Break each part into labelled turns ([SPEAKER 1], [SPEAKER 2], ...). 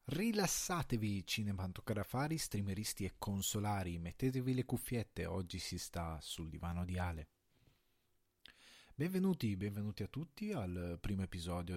[SPEAKER 1] Rilassatevi cinematografari, streameristi e consolari, mettetevi le cuffiette, oggi si sta sul divano di Ale. Benvenuti a tutti al primo episodio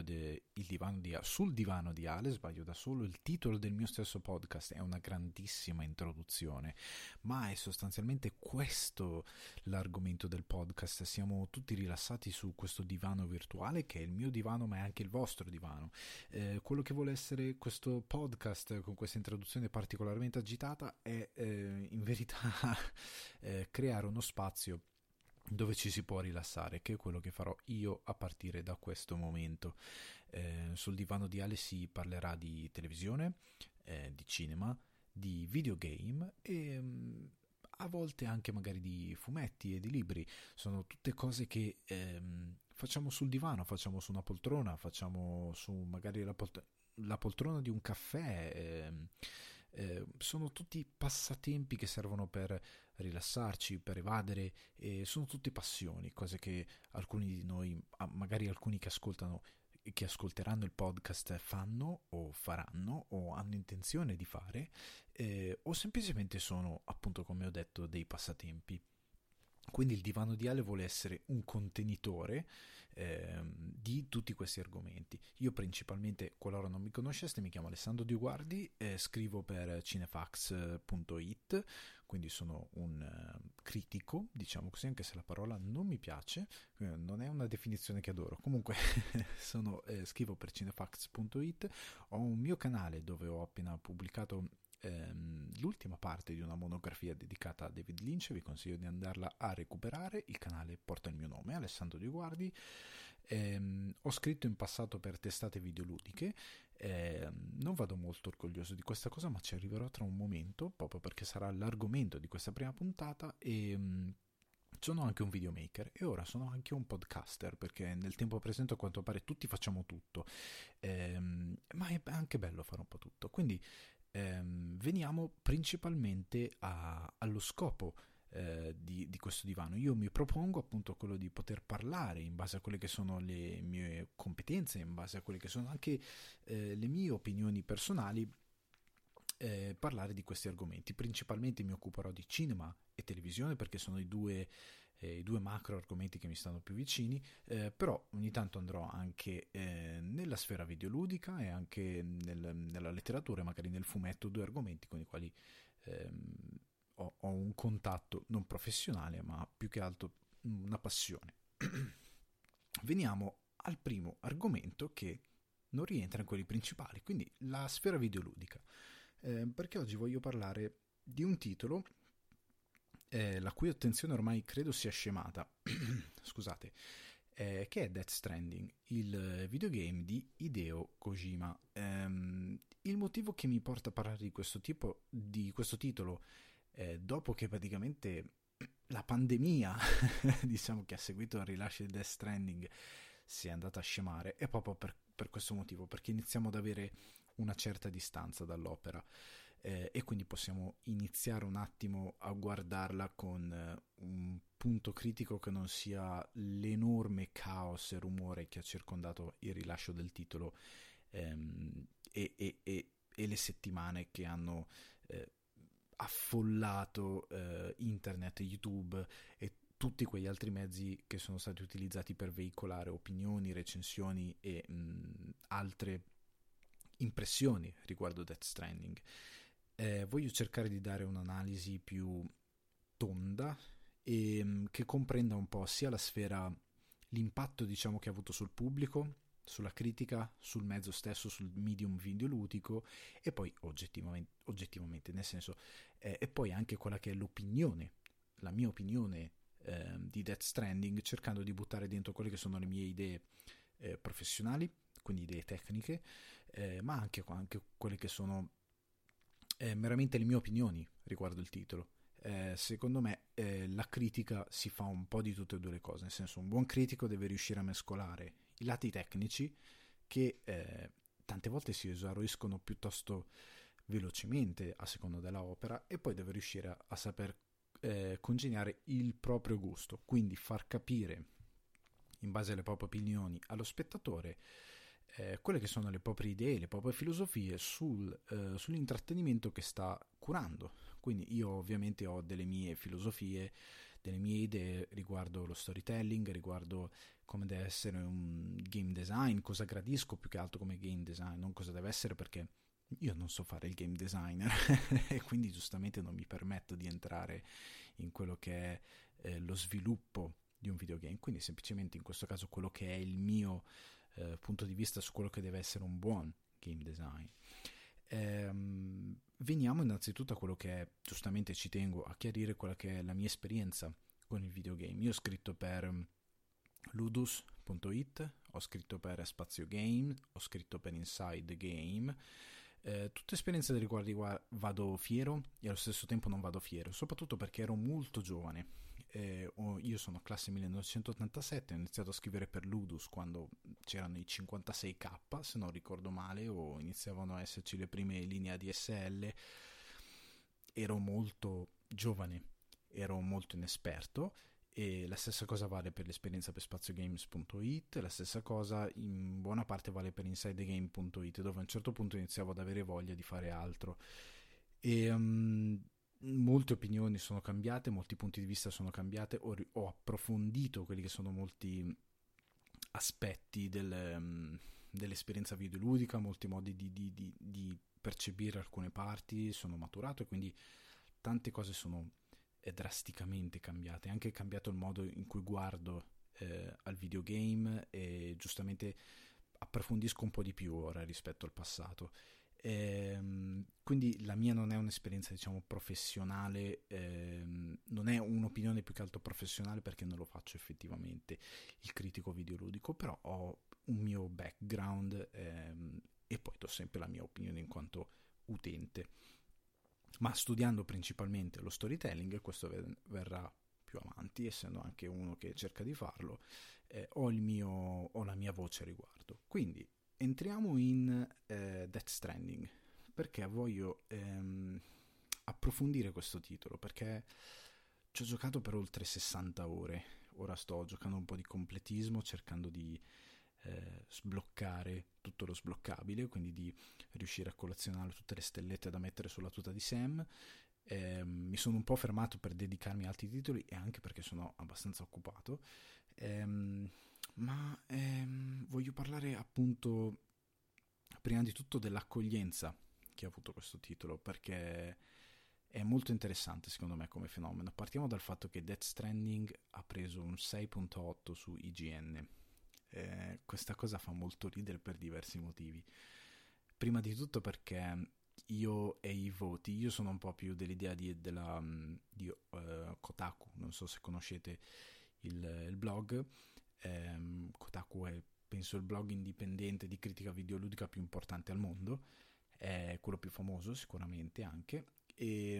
[SPEAKER 1] sul divano di Ale. Sbaglio da solo, il titolo del mio stesso podcast è una grandissima introduzione, ma è sostanzialmente questo l'argomento del podcast. Siamo tutti rilassati su questo divano virtuale che è il mio divano ma è anche il vostro divano. Quello che vuole essere questo podcast con questa introduzione particolarmente agitata è in verità creare uno spazio dove ci si può rilassare, che è quello che farò io a partire da questo momento. Sul divano di Ale si parlerà di televisione, di cinema, di videogame e a volte anche magari di fumetti e di libri. Sono tutte cose che facciamo sul divano, facciamo su una poltrona, facciamo su magari la poltrona di un caffè. Sono tutti passatempi che servono per rilassarci, per evadere, e sono tutte passioni, cose che alcuni di noi, magari alcuni che ascolteranno il podcast fanno o faranno o hanno intenzione di fare, o semplicemente sono, appunto come ho detto, dei passatempi. Quindi il divano di Ale vuole essere un contenitore di tutti questi argomenti. Io principalmente, qualora non mi conosceste, mi chiamo Alessandro Dioguardi, scrivo per cinefax.it, quindi sono un critico, diciamo così, anche se la parola non mi piace, non è una definizione che adoro. Comunque scrivo per cinefax.it, ho un mio canale dove ho appena pubblicato l'ultima parte di una monografia dedicata a David Lynch. Vi consiglio di andarla a recuperare. Il canale porta il mio nome, Alessandro Dioguardi. Ho scritto in passato per testate videoludiche, non vado molto orgoglioso di questa cosa, ma ci arriverò tra un momento, proprio perché sarà l'argomento di questa prima puntata. E sono anche un videomaker e ora sono anche un podcaster, perché nel tempo presente a quanto pare tutti facciamo tutto, ma è anche bello fare un po' tutto. Quindi veniamo principalmente allo scopo di questo divano. Io mi propongo appunto quello di poter parlare in base a quelle che sono le mie competenze, in base a quelle che sono anche le mie opinioni personali, parlare di questi argomenti. Principalmente mi occuperò di cinema e televisione, perché sono i due macro argomenti che mi stanno più vicini, però ogni tanto andrò anche nella sfera videoludica e anche nella letteratura, magari nel fumetto, due argomenti con i quali ho un contatto non professionale, ma più che altro una passione. Veniamo al primo argomento, che non rientra in quelli principali, quindi la sfera videoludica, perché oggi voglio parlare di un titolo la cui attenzione ormai credo sia scemata, scusate, che è Death Stranding, il videogame di Hideo Kojima. Il motivo che mi porta a parlare di questo titolo, dopo che praticamente la pandemia diciamo che ha seguito il rilascio di Death Stranding si è andata a scemare, è proprio per questo motivo, perché iniziamo ad avere una certa distanza dall'opera, e quindi possiamo iniziare un attimo a guardarla con un punto critico che non sia l'enorme caos e rumore che ha circondato il rilascio del titolo, e le settimane che hanno affollato internet, YouTube e tutti quegli altri mezzi che sono stati utilizzati per veicolare opinioni, recensioni e altre impressioni riguardo Death Stranding. Voglio cercare di dare un'analisi più tonda e che comprenda un po' sia la sfera, l'impatto diciamo che ha avuto sul pubblico, sulla critica, sul mezzo stesso, sul medium videoludico, e poi oggettivamente nel senso, e poi anche quella che è l'opinione, la mia opinione di Death Stranding, cercando di buttare dentro quelle che sono le mie idee professionali, quindi idee tecniche, ma anche quelle che sono meramente le mie opinioni riguardo il titolo. Secondo me la critica si fa un po' di tutte e due le cose, nel senso, un buon critico deve riuscire a mescolare i lati tecnici che tante volte si esauriscono piuttosto velocemente a seconda della opera, e poi deve riuscire a saper congeniare il proprio gusto, quindi far capire in base alle proprie opinioni allo spettatore quelle che sono le proprie idee, le proprie filosofie sull'intrattenimento che sta curando. Quindi io ovviamente ho delle mie filosofie, delle mie idee riguardo lo storytelling, riguardo come deve essere un game design, cosa gradisco più che altro come game design, non cosa deve essere, perché io non so fare il game designer e quindi giustamente non mi permetto di entrare in quello che è lo sviluppo di un videogame, quindi semplicemente in questo caso quello che è il mio punto di vista su quello che deve essere un buon game design. Veniamo innanzitutto a quello che è, giustamente ci tengo a chiarire quella che è la mia esperienza con il videogame. Io ho scritto per ludus.it, ho scritto per Spazio Game, ho scritto per Inside Game, tutte esperienze delle quali vado fiero e allo stesso tempo non vado fiero, soprattutto perché ero molto giovane. Io sono classe 1987, ho iniziato a scrivere per Ludus quando c'erano i 56k, se non ricordo male, o iniziavano a esserci le prime linee ADSL. Ero molto giovane, ero molto inesperto, e la stessa cosa vale per l'esperienza per spaziogames.it, la stessa cosa in buona parte vale per insidegame.it, dove a un certo punto iniziavo ad avere voglia di fare altro. E molte opinioni sono cambiate, molti punti di vista sono cambiati, ho approfondito quelli che sono molti aspetti dell'esperienza videoludica, molti modi di percepire alcune parti, sono maturato, e quindi tante cose sono drasticamente cambiate. È anche cambiato il modo in cui guardo al videogame, e giustamente approfondisco un po' di più ora rispetto al passato. Quindi la mia non è un'esperienza, diciamo, professionale, non è un'opinione più che altro professionale, perché non lo faccio effettivamente il critico videoludico, però ho un mio background, e poi do sempre la mia opinione in quanto utente, ma studiando principalmente lo storytelling, questo verrà più avanti, essendo anche uno che cerca di farlo, ho la mia voce a riguardo. Quindi entriamo in Death Stranding, perché voglio approfondire questo titolo, perché ci ho giocato per oltre 60 ore, ora sto giocando un po' di completismo, cercando di sbloccare tutto lo sbloccabile, quindi di riuscire a collezionare tutte le stellette da mettere sulla tuta di Sam. Mi sono un po' fermato per dedicarmi a altri titoli, e anche perché sono abbastanza occupato, ma voglio parlare appunto prima di tutto dell'accoglienza che ha avuto questo titolo, perché è molto interessante secondo me come fenomeno. Partiamo dal fatto che Death Stranding ha preso un 6.8 su IGN. Questa cosa fa molto ridere per diversi motivi. Prima di tutto perché io e i voti, io sono un po' più dell'idea di Kotaku, non so se conoscete il blog. Kotaku è, penso, il blog indipendente di critica videoludica più importante al mondo, è quello più famoso sicuramente anche, e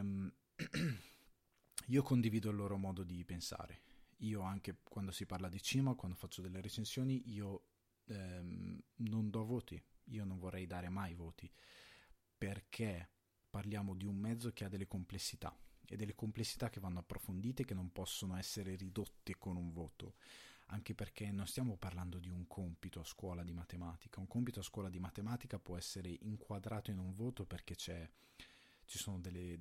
[SPEAKER 1] io condivido il loro modo di pensare. Io anche quando si parla di cinema, quando faccio delle recensioni, io non do voti, io non vorrei dare mai voti, perché parliamo di un mezzo che ha delle complessità, e delle complessità che vanno approfondite, che non possono essere ridotte con un voto, anche perché non stiamo parlando di un compito a scuola di matematica. Un compito a scuola di matematica può essere inquadrato in un voto perché ci sono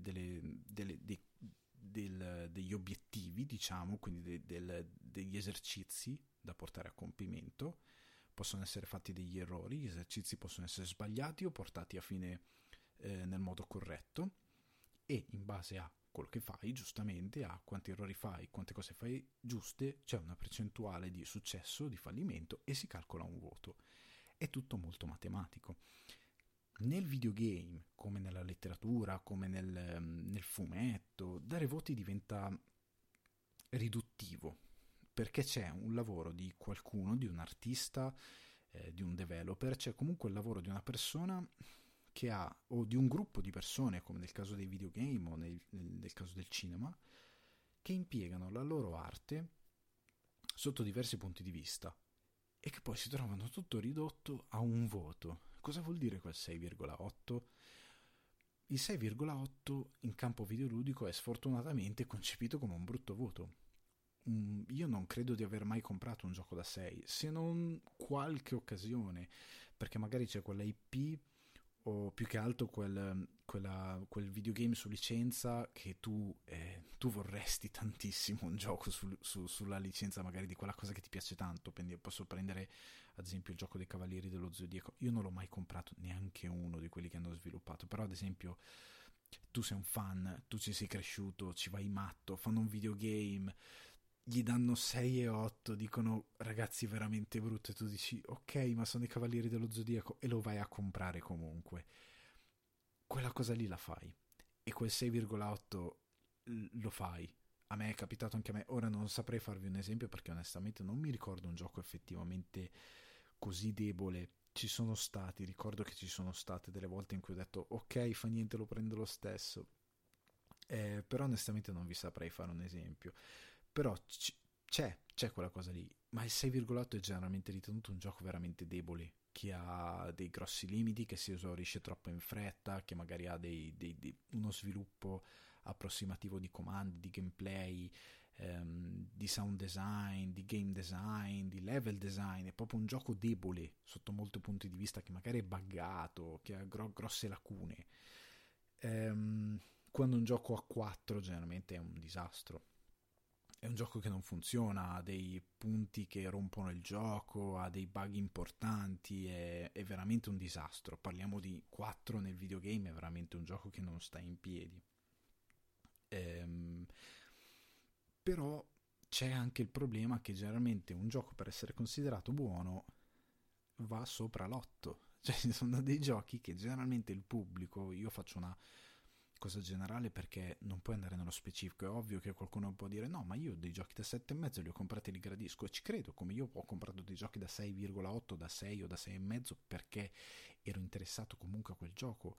[SPEAKER 1] degli obiettivi, diciamo, quindi degli esercizi da portare a compimento. Possono essere fatti degli errori, gli esercizi possono essere sbagliati o portati a fine nel modo corretto, e in base a quello che fai, giustamente, a quanti errori fai, quante cose fai giuste, c'è una percentuale di successo, di fallimento, e si calcola un voto. È tutto molto matematico. Nel videogame, come nella letteratura, come nel fumetto, dare voti diventa riduttivo, perché c'è un lavoro di qualcuno, di un artista, di un developer, c'è comunque il lavoro di una persona che ha, o di un gruppo di persone, come nel caso dei videogame o nel caso del cinema, che impiegano la loro arte sotto diversi punti di vista, e che poi si trovano tutto ridotto a un voto. Cosa vuol dire quel 6,8? Il 6,8 in campo videoludico è sfortunatamente concepito come un brutto voto. io non credo di aver mai comprato un gioco da 6, se non qualche occasione, perché magari c'è quella IP o più che altro quel videogame su licenza che tu vorresti tantissimo un gioco sulla licenza magari di quella cosa che ti piace tanto. Quindi posso prendere ad esempio il gioco dei Cavalieri dello Zodiaco. Io non l'ho mai comprato neanche uno di quelli che hanno sviluppato, però ad esempio tu sei un fan, tu ci sei cresciuto, ci vai matto, fanno un videogame, gli danno 6 e 8, dicono ragazzi veramente brutto e tu dici ok ma sono i Cavalieri dello Zodiaco e lo vai a comprare comunque. Quella cosa lì la fai e quel 6,8 lo fai. A me è capitato anche a me, ora non saprei farvi un esempio perché onestamente non mi ricordo un gioco effettivamente così debole. Ci sono stati, ricordo che ci sono state delle volte in cui ho detto ok fa niente lo prendo lo stesso, però onestamente non vi saprei fare un esempio. Però c'è quella cosa lì, ma il 6,8 è generalmente ritenuto un gioco veramente debole, che ha dei grossi limiti, che si esaurisce troppo in fretta, che magari ha uno sviluppo approssimativo di comandi, di gameplay, di sound design, di game design, di level design. È proprio un gioco debole sotto molti punti di vista, che magari è buggato, che ha grosse lacune. Quando un gioco ha 4 generalmente è un disastro. È un gioco che non funziona, ha dei punti che rompono il gioco, ha dei bug importanti, è veramente un disastro. Parliamo di 4 nel videogame, è veramente un gioco che non sta in piedi. Ehm, Però c'è anche il problema che generalmente un gioco per essere considerato buono va sopra l'8. Cioè ci sono dei giochi che generalmente il pubblico, io faccio una cosa generale perché non puoi andare nello specifico. È ovvio che qualcuno può dire no ma io dei giochi da 7,5 li ho comprati e li gradisco, e ci credo, come io ho comprato dei giochi da 6,8, da 6 o da 6,5 perché ero interessato comunque a quel gioco.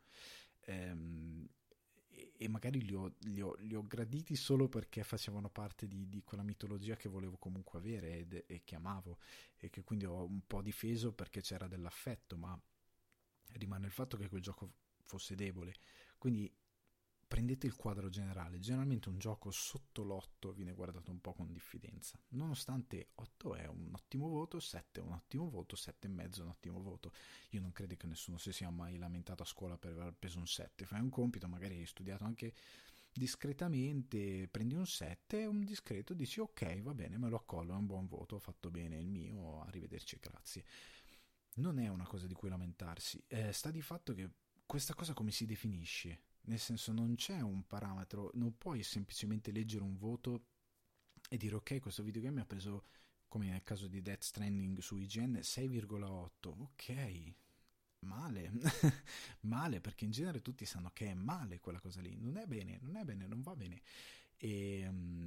[SPEAKER 1] Ehm, e magari li ho graditi solo perché facevano parte di quella mitologia che volevo comunque avere e che amavo, e che quindi ho un po' difeso perché c'era dell'affetto, ma rimane il fatto che quel gioco fosse debole. Quindi prendete il quadro generale. Generalmente un gioco sotto l'8 viene guardato un po' con diffidenza, nonostante 8 è un ottimo voto, 7 è un ottimo voto, 7,5 è un ottimo voto. Io non credo che nessuno si sia mai lamentato a scuola per aver preso un 7. Fai un compito, magari hai studiato anche discretamente, prendi un 7, un discreto, dici ok va bene, me lo accollo, è un buon voto, ho fatto bene il mio, arrivederci, grazie. Non è una cosa di cui lamentarsi, sta di fatto che questa cosa come si definisce? Nel senso non c'è un parametro, non puoi semplicemente leggere un voto e dire ok questo videogame ha preso, come nel caso di Death Stranding su IGN, 6,8, ok, male, male perché in genere tutti sanno che è male quella cosa lì, non è bene, non è bene, non va bene. E,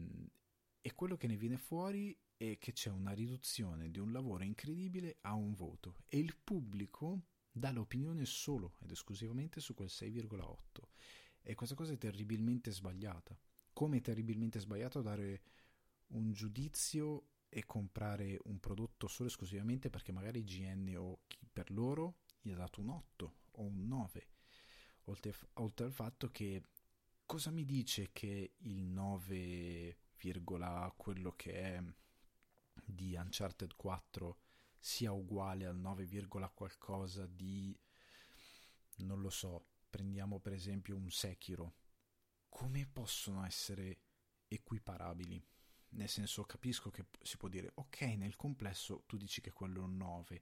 [SPEAKER 1] e quello che ne viene fuori è che c'è una riduzione di un lavoro incredibile a un voto e il pubblico dà l'opinione solo ed esclusivamente su quel 6,8, e questa cosa è terribilmente sbagliata. Come è terribilmente sbagliato dare un giudizio e comprare un prodotto solo e esclusivamente perché magari IGN o chi per loro gli ha dato un 8 o un 9, oltre al fatto che cosa mi dice che il 9, quello che è di Uncharted 4 sia uguale al 9, qualcosa di, non lo so, prendiamo per esempio un Sekiro. Come possono essere equiparabili? Nel senso, capisco che si può dire ok, nel complesso tu dici che quello è un 9,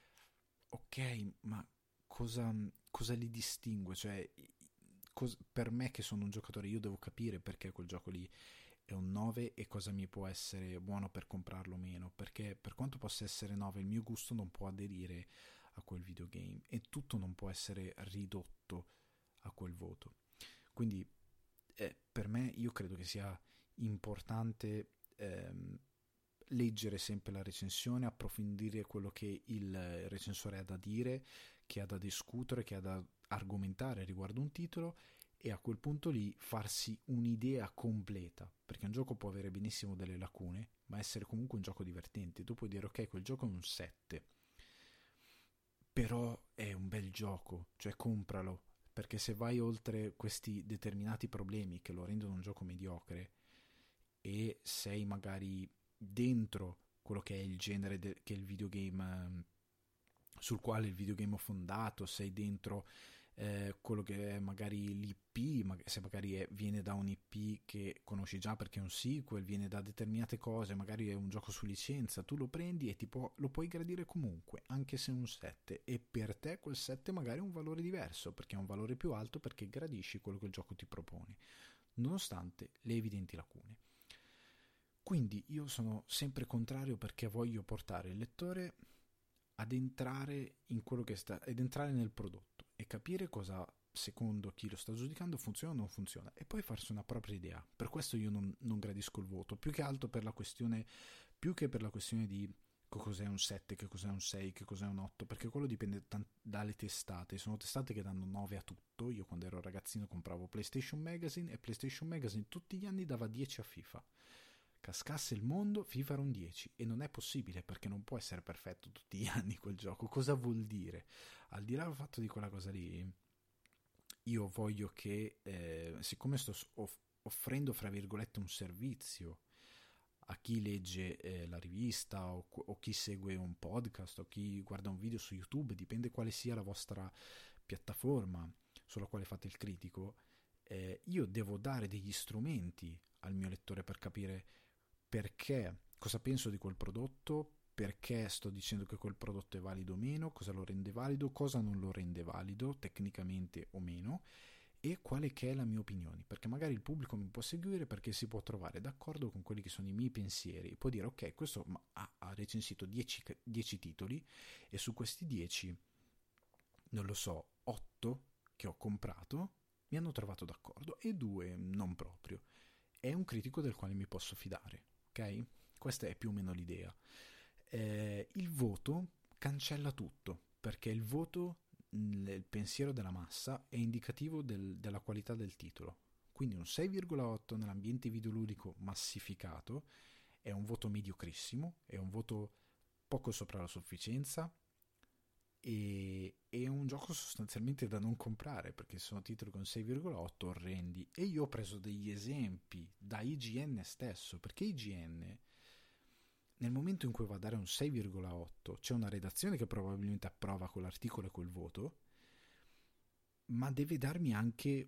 [SPEAKER 1] ok, ma cosa li distingue? Cioè, per me che sono un giocatore io devo capire perché quel gioco lì è un 9 e cosa mi può essere buono per comprarlo o meno, perché per quanto possa essere 9 il mio gusto non può aderire a quel videogame e tutto non può essere ridotto a quel voto. Quindi per me io credo che sia importante leggere sempre la recensione, approfondire quello che il recensore ha da dire, che ha da discutere, che ha da argomentare riguardo un titolo, e a quel punto lì farsi un'idea completa, perché un gioco può avere benissimo delle lacune ma essere comunque un gioco divertente. Tu puoi dire ok quel gioco è un 7 però è un bel gioco, cioè compralo, perché se vai oltre questi determinati problemi che lo rendono un gioco mediocre, e sei magari dentro quello che è il genere che è il videogame, sul quale il videogame è fondato, sei dentro quello che è magari l'IP, se magari viene da un IP che conosci già perché è un sequel, viene da determinate cose, magari è un gioco su licenza, tu lo prendi e lo puoi gradire comunque, anche se è un 7, e per te quel 7 magari ha un valore diverso, perché è un valore più alto, perché gradisci quello che il gioco ti propone, nonostante le evidenti lacune. Quindi io sono sempre contrario, perché voglio portare il lettore ad entrare in quello che sta, ad entrare nel prodotto e capire cosa, secondo chi lo sta giudicando, funziona o non funziona, e poi farsi una propria idea. Per questo io non gradisco il voto, più che altro per la questione, più che per la questione di che cos'è un 7, che cos'è un 6, che cos'è un 8, perché quello dipende dalle testate. Sono testate che danno 9 a tutto. Io quando ero ragazzino compravo PlayStation Magazine, e PlayStation Magazine tutti gli anni dava 10 a FIFA. Cascasse il mondo, FIFA era un 10, e non è possibile, perché non può essere perfetto tutti gli anni quel gioco. Cosa vuol dire? Al di là del fatto di quella cosa lì, io voglio che, siccome sto offrendo, fra virgolette, un servizio a chi legge la rivista, o chi segue un podcast, o chi guarda un video su YouTube, dipende quale sia la vostra piattaforma sulla quale fate il critico, io devo dare degli strumenti al mio lettore per capire perché, cosa penso di quel prodotto, perché sto dicendo che quel prodotto è valido o meno, cosa lo rende valido, cosa non lo rende valido, tecnicamente o meno, e quale che è la mia opinione, perché magari il pubblico mi può seguire perché si può trovare d'accordo con quelli che sono i miei pensieri, può dire ok, questo ha recensito 10 titoli, e su questi 10, non lo so, 8 che ho comprato mi hanno trovato d'accordo, e 2 non proprio. È un critico del quale mi posso fidare, ok? Questa è più o meno l'idea. Il voto cancella tutto, perché il voto, il pensiero della massa, è indicativo della qualità del titolo. Quindi un 6,8 nell'ambiente videoludico massificato è un voto mediocrissimo, è un voto poco sopra la sufficienza, e è un gioco sostanzialmente da non comprare, perché sono titoli con 6,8 orrendi. E io ho preso degli esempi da IGN stesso, perché IGN, nel momento in cui va a dare un 6,8, c'è una redazione che probabilmente approva quell'articolo e quel voto, ma deve darmi anche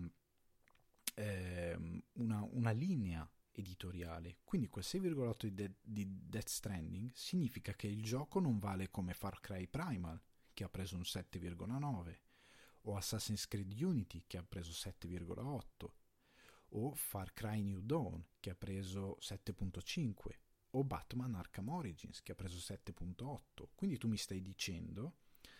[SPEAKER 1] una linea editoriale. Quindi quel 6,8 di Death Stranding significa che il gioco non vale come Far Cry Primal, che ha preso un 7,9, o Assassin's Creed Unity, che ha preso 7,8, o Far Cry New Dawn, che ha preso 7,5, o Batman Arkham Origins, che ha preso 7,8. Quindi tu mi stai dicendo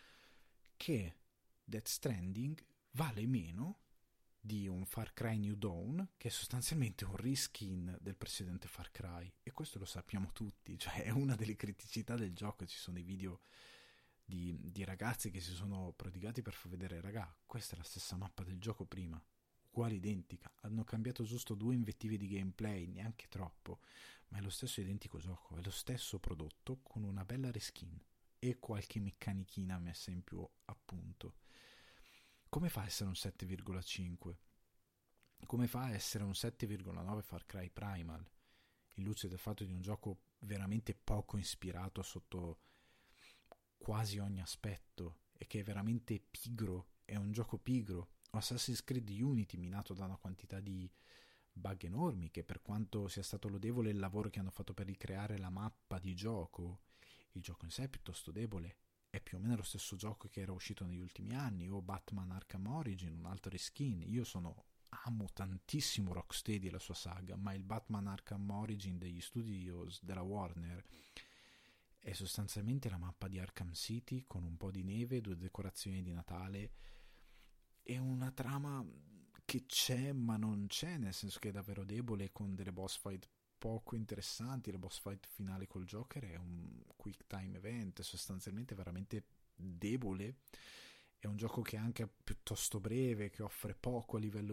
[SPEAKER 1] che Death Stranding vale meno di un Far Cry New Dawn, che è sostanzialmente un reskin del precedente Far Cry, e questo lo sappiamo tutti, cioè è una delle criticità del gioco. Ci sono dei video di ragazzi che si sono prodigati per far vedere, raga, questa è la stessa mappa del gioco prima, uguale, identica, hanno cambiato giusto 2 invettive di gameplay, neanche troppo, ma è lo stesso identico gioco, è lo stesso prodotto con una bella reskin e qualche meccanichina messa in più, appunto. Come fa a essere un 7,5? Come fa a essere un 7,9 Far Cry Primal, in luce del fatto di un gioco veramente poco ispirato sotto quasi ogni aspetto, e che è veramente pigro, è un gioco pigro? O Assassin's Creed Unity, minato da una quantità di bug enormi, che per quanto sia stato lodevole il lavoro che hanno fatto per ricreare la mappa di gioco, il gioco in sé è piuttosto debole. È più o meno lo stesso gioco che era uscito negli ultimi anni, o Batman Arkham Origin, un altro reskin. Io amo tantissimo Rocksteady e la sua saga, ma il Batman Arkham Origin degli studios della Warner è sostanzialmente la mappa di Arkham City con un po' di neve, 2 decorazioni di Natale e una trama che c'è ma non c'è, nel senso che è davvero debole, con delle boss fight poco interessanti. La boss fight finale col Joker è un quick time event, sostanzialmente veramente debole. È un gioco che è anche piuttosto breve, che offre poco a livello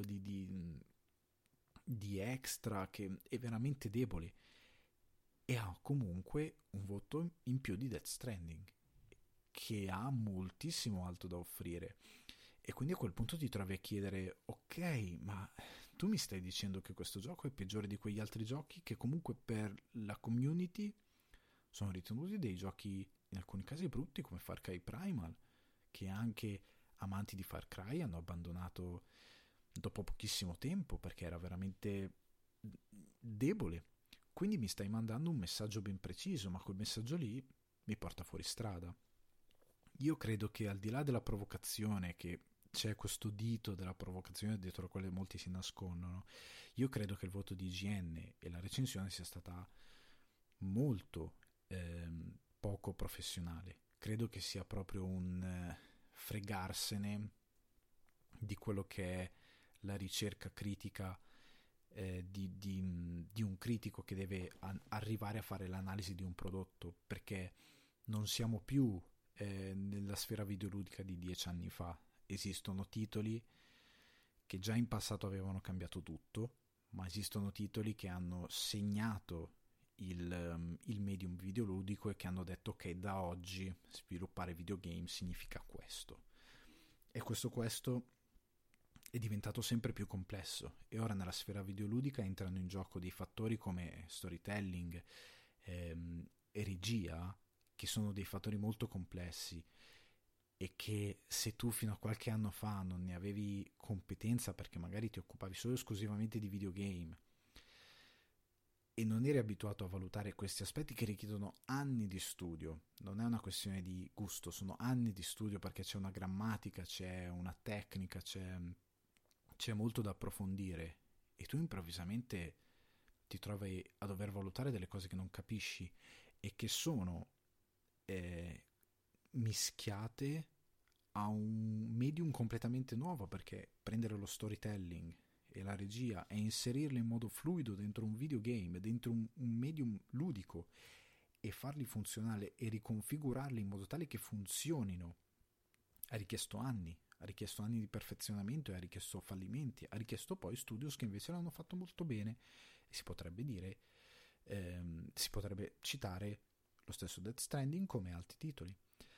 [SPEAKER 1] di extra, che è veramente debole, e ha comunque un voto in più di Death Stranding, che ha moltissimo altro da offrire. E quindi a quel punto ti trovi a chiedere, ok, ma tu mi stai dicendo che questo gioco è peggiore di quegli altri giochi che comunque per la community sono ritenuti dei giochi in alcuni casi brutti, come Far Cry Primal, che anche amanti di Far Cry hanno abbandonato dopo pochissimo tempo perché era veramente debole. Quindi mi stai mandando un messaggio ben preciso, ma quel messaggio lì mi porta fuori strada. Io credo che al di là della provocazione, che c'è questo dito della provocazione dietro la quale molti si nascondono, io credo che il voto di IGN e la recensione sia stata molto poco professionale. Credo che sia proprio un fregarsene di quello che è la ricerca critica di un critico che deve arrivare a fare l'analisi di un prodotto, perché non siamo più nella sfera videoludica di 10 anni fa. Esistono titoli che già in passato avevano cambiato tutto, ma esistono titoli che hanno segnato il medium videoludico e che hanno detto ok, da oggi sviluppare videogame significa questo. E questo è diventato sempre più complesso e ora nella sfera videoludica entrano in gioco dei fattori come storytelling e regia, che sono dei fattori molto complessi e che se tu fino a qualche anno fa non ne avevi competenza perché magari ti occupavi solo esclusivamente di videogame e non eri abituato a valutare questi aspetti che richiedono anni di studio, non è una questione di gusto, sono anni di studio perché c'è una grammatica, c'è una tecnica, c'è molto da approfondire e tu improvvisamente ti trovi a dover valutare delle cose che non capisci e che sono mischiate a un medium completamente nuovo, perché prendere lo storytelling e la regia e inserirle in modo fluido dentro un videogame, dentro un medium ludico e farli funzionare e riconfigurarli in modo tale che funzionino ha richiesto anni di perfezionamento e ha richiesto fallimenti, ha richiesto poi studios che invece l'hanno fatto molto bene e si potrebbe dire, si potrebbe citare lo stesso Death Stranding come altri titoli.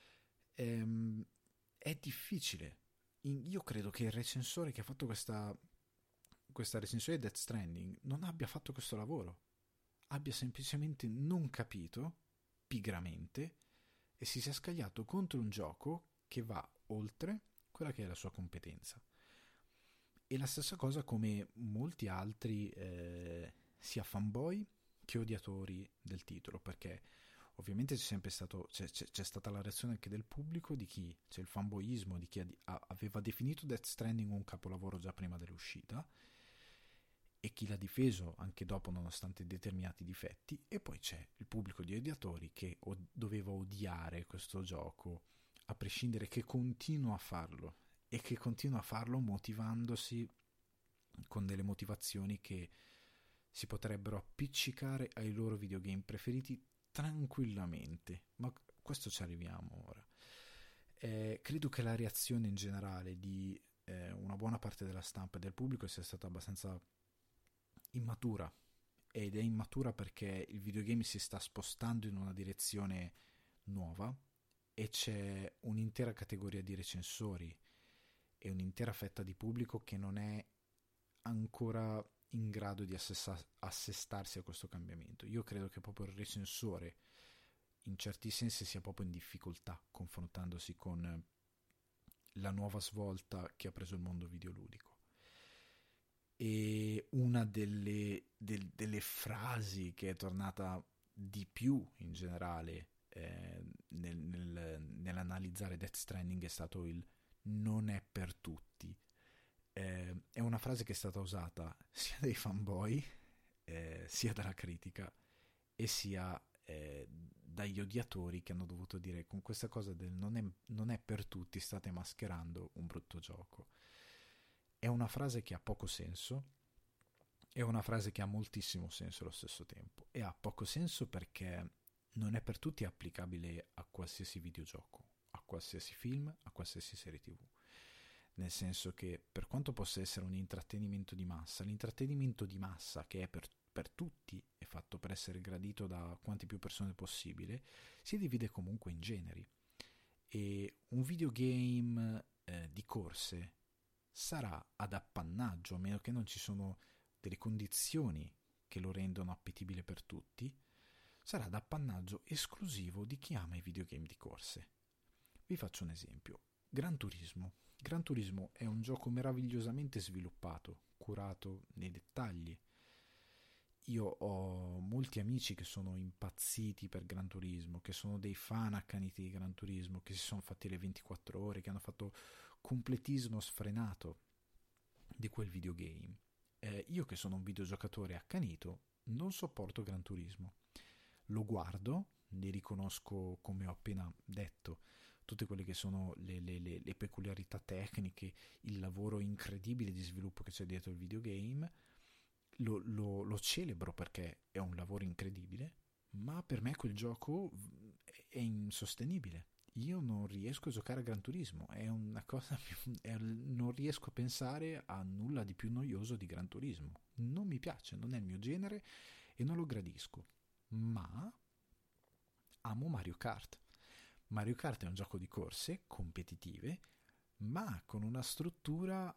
[SPEAKER 1] È difficile. Io credo che il recensore che ha fatto questa recensione di Death Stranding non abbia fatto questo lavoro, abbia semplicemente non capito pigramente e si sia scagliato contro un gioco che va oltre quella che è la sua competenza. E la stessa cosa come molti altri sia fanboy che odiatori del titolo, perché ovviamente c'è stata la reazione anche del pubblico, di chi c'è il fanboyismo di chi aveva definito Death Stranding un capolavoro già prima dell'uscita e chi l'ha difeso anche dopo nonostante determinati difetti, e poi c'è il pubblico di odiatori che doveva odiare questo gioco a prescindere, che continua a farlo e che continua a farlo motivandosi con delle motivazioni che si potrebbero appiccicare ai loro videogame preferiti tranquillamente, ma questo ci arriviamo ora. Credo che la reazione in generale di una buona parte della stampa e del pubblico sia stata abbastanza immatura, ed è immatura perché il videogame si sta spostando in una direzione nuova e c'è un'intera categoria di recensori e un'intera fetta di pubblico che non è ancora in grado di assestarsi a questo cambiamento. Io credo che proprio il recensore in certi sensi sia proprio in difficoltà confrontandosi con la nuova svolta che ha preso il mondo videoludico. E una delle frasi che è tornata di più in generale nell'analizzare Death Stranding è stato il non è per tutti. È una frase che è stata usata sia dai fanboy, sia dalla critica e sia dagli odiatori, che hanno dovuto dire con questa cosa del non è per tutti state mascherando un brutto gioco. È una frase che ha poco senso, è una frase che ha moltissimo senso allo stesso tempo, e ha poco senso perché non è per tutti applicabile a qualsiasi videogioco, a qualsiasi film, a qualsiasi serie TV. Nel senso che per quanto possa essere un intrattenimento di massa, l'intrattenimento di massa che è per tutti, è fatto per essere gradito da quante più persone possibile, si divide comunque in generi. E un videogame di corse sarà ad appannaggio, a meno che non ci sono delle condizioni che lo rendono appetibile per tutti, sarà ad appannaggio esclusivo di chi ama i videogame di corse. Vi faccio un esempio. Gran Turismo. Gran Turismo è un gioco meravigliosamente sviluppato, curato nei dettagli. Io ho molti amici che sono impazziti per Gran Turismo, che sono dei fan accaniti di Gran Turismo, che si sono fatti le 24 ore, che hanno fatto completismo sfrenato di quel videogame. Io che sono un videogiocatore accanito non sopporto Gran Turismo. Lo guardo, ne riconosco, come ho appena detto, tutte quelle che sono le peculiarità tecniche, il lavoro incredibile di sviluppo che c'è dietro il videogame, lo celebro perché è un lavoro incredibile, ma per me quel gioco è insostenibile. Io non riesco a giocare a Gran Turismo, è una cosa non riesco a pensare a nulla di più noioso di Gran Turismo. Non mi piace, non è il mio genere e non lo gradisco. Ma amo Mario Kart. Mario Kart è un gioco di corse competitive, ma con una struttura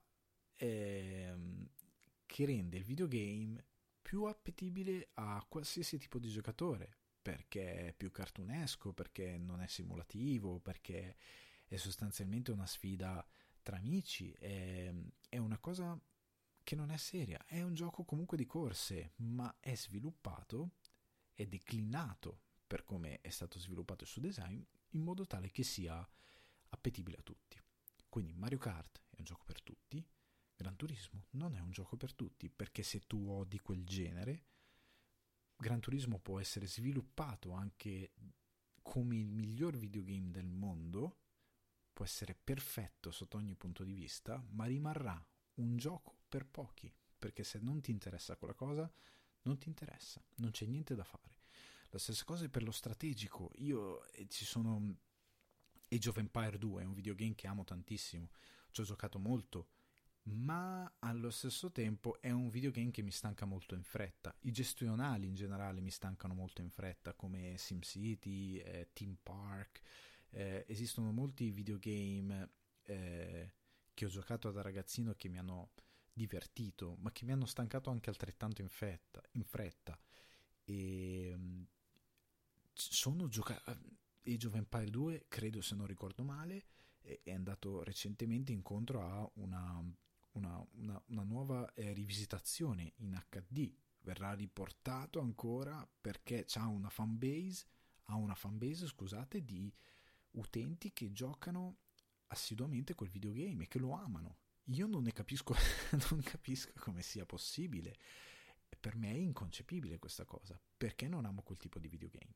[SPEAKER 1] che rende il videogame più appetibile a qualsiasi tipo di giocatore, perché è più cartunesco, perché non è simulativo, perché è sostanzialmente una sfida tra amici, è una cosa che non è seria, è un gioco comunque di corse, ma è sviluppato, è declinato per come è stato sviluppato il suo design, in modo tale che sia appetibile a tutti. Quindi Mario Kart è un gioco per tutti, Gran Turismo non è un gioco per tutti, perché se tu odi quel genere, Gran Turismo può essere sviluppato anche come il miglior videogame del mondo, può essere perfetto sotto ogni punto di vista, ma rimarrà un gioco per pochi, perché se non ti interessa quella cosa, non ti interessa, non c'è niente da fare. La stessa cosa è per lo strategico. Ci sono Age of Empire 2, è un videogame che amo tantissimo, ci ho giocato molto, ma allo stesso tempo è un videogame che mi stanca molto in fretta. I gestionali in generale mi stancano molto in fretta, come SimCity, Theme Park. Esistono molti videogame che ho giocato da ragazzino che mi hanno divertito, ma che mi hanno stancato anche altrettanto in fretta. E sono giocato Age of Empire 2, credo, se non ricordo male, è andato recentemente incontro a una nuova rivisitazione in HD. Verrà riportato ancora perché ha una fanbase, scusate, di utenti che giocano assiduamente quel videogame e che lo amano. Io non ne capisco, non capisco come sia possibile. Per me è inconcepibile questa cosa, perché non amo quel tipo di videogame.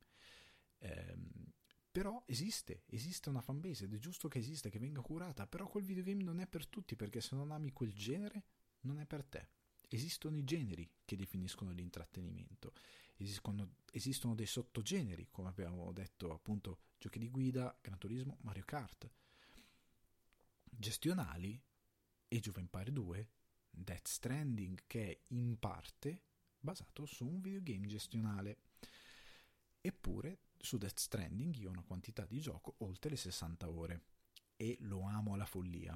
[SPEAKER 1] Però esiste una fanbase ed è giusto che esista, che venga curata, però quel videogame non è per tutti, perché se non ami quel genere non è per te. Esistono i generi che definiscono l'intrattenimento, esistono dei sottogeneri, come abbiamo detto, appunto, giochi di guida, Gran Turismo, Mario Kart. Gestionali, Age of Empire 2, Death Stranding, che è in parte basato su un videogame gestionale. Eppure su Death Stranding io ho una quantità di gioco oltre le 60 ore e lo amo alla follia.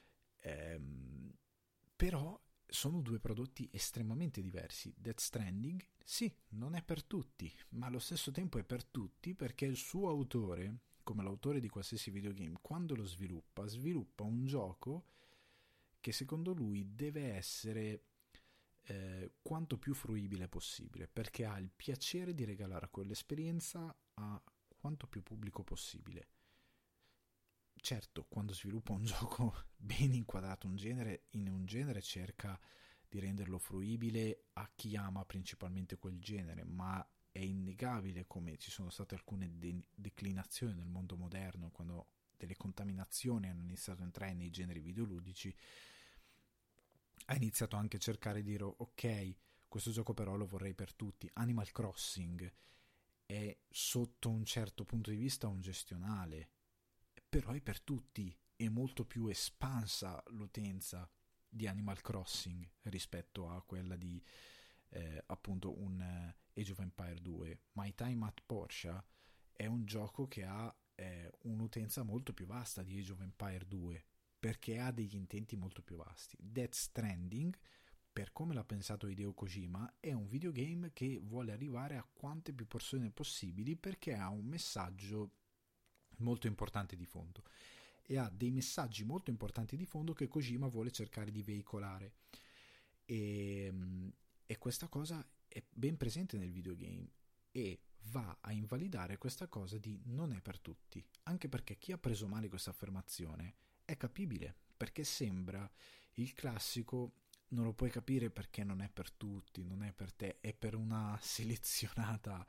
[SPEAKER 1] Però sono due prodotti estremamente diversi. Death Stranding, sì, non è per tutti, ma allo stesso tempo è per tutti perché il suo autore, come l'autore di qualsiasi videogame, quando lo sviluppa un gioco che secondo lui deve essere quanto più fruibile possibile, perché ha il piacere di regalare quell'esperienza a quanto più pubblico possibile. Certo, quando sviluppa un gioco ben inquadrato in un genere cerca di renderlo fruibile a chi ama principalmente quel genere, ma è innegabile come ci sono state alcune declinazioni nel mondo moderno, quando delle contaminazioni hanno iniziato a entrare nei generi videoludici. Ha iniziato anche a cercare di dire ok, questo gioco però lo vorrei per tutti. Animal Crossing è sotto un certo punto di vista un gestionale, però è per tutti, è molto più espansa l'utenza di Animal Crossing rispetto a quella di appunto un Age of Empire 2. My Time at Porsche è un gioco che ha un'utenza molto più vasta di Age of Empire 2, perché ha degli intenti molto più vasti. Death Stranding, per come l'ha pensato Hideo Kojima, è un videogame che vuole arrivare a quante più persone possibili perché ha un messaggio molto importante di fondo e ha dei messaggi molto importanti di fondo che Kojima vuole cercare di veicolare e, e questa cosa è ben presente nel videogame e va a invalidare questa cosa di non è per tutti, anche perché chi ha preso male questa affermazione è capibile, perché sembra il classico non lo puoi capire perché non è per tutti, non è per te, è per una selezionata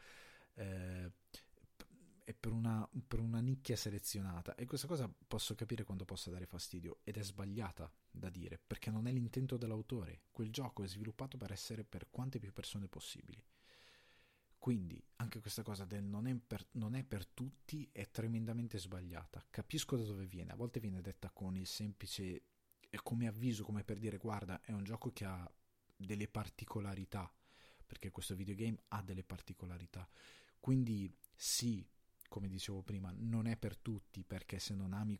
[SPEAKER 1] è per una nicchia selezionata, e questa cosa posso capire quando possa dare fastidio, ed è sbagliata da dire perché non è l'intento dell'autore. Quel gioco è sviluppato per essere per quante più persone possibili, quindi anche questa cosa del non è per tutti è tremendamente sbagliata. Capisco da dove viene, a volte viene detta con il semplice come avviso, come per dire guarda è un gioco che ha delle particolarità, perché questo videogame ha delle particolarità, quindi sì, come dicevo prima, non è per tutti, perché se non ami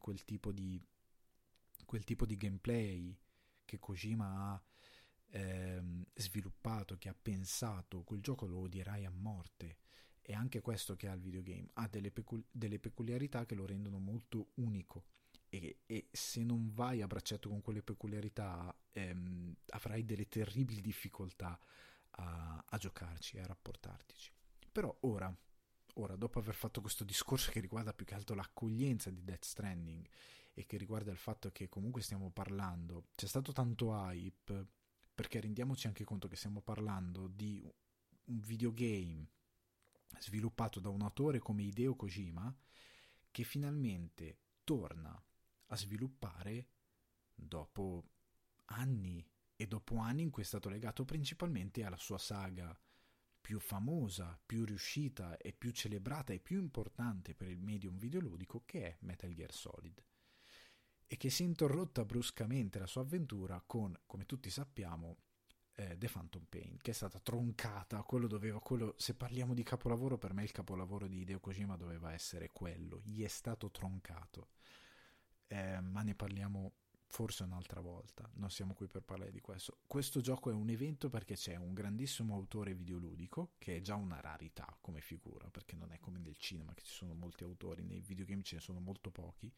[SPEAKER 1] quel tipo di gameplay che Kojima ha sviluppato, che ha pensato, quel gioco lo odierai a morte. E anche questo che ha il videogame ha delle peculiarità che lo rendono molto unico, e se non vai a braccetto con quelle peculiarità avrai delle terribili difficoltà a giocarci e a rapportartici. Però ora, dopo aver fatto questo discorso che riguarda più che altro l'accoglienza di Death Stranding e che riguarda il fatto che comunque stiamo parlando, c'è stato tanto hype, perché rendiamoci anche conto che stiamo parlando di un videogame sviluppato da un autore come Hideo Kojima, che finalmente torna a sviluppare dopo anni, e dopo anni in cui è stato legato principalmente alla sua saga più famosa, più riuscita e più celebrata e più importante per il medium videoludico, che è Metal Gear Solid, e che si è interrotta bruscamente la sua avventura con, come tutti sappiamo, The Phantom Pain, che è stata troncata. Quello, se parliamo di capolavoro, per me il capolavoro di Hideo Kojima doveva essere quello, gli è stato troncato, ma ne parliamo forse un'altra volta, non siamo qui per parlare di questo. Questo gioco è un evento perché c'è un grandissimo autore videoludico, che è già una rarità come figura, perché non è come nel cinema che ci sono molti autori, nei videogame ce ne sono molto pochi,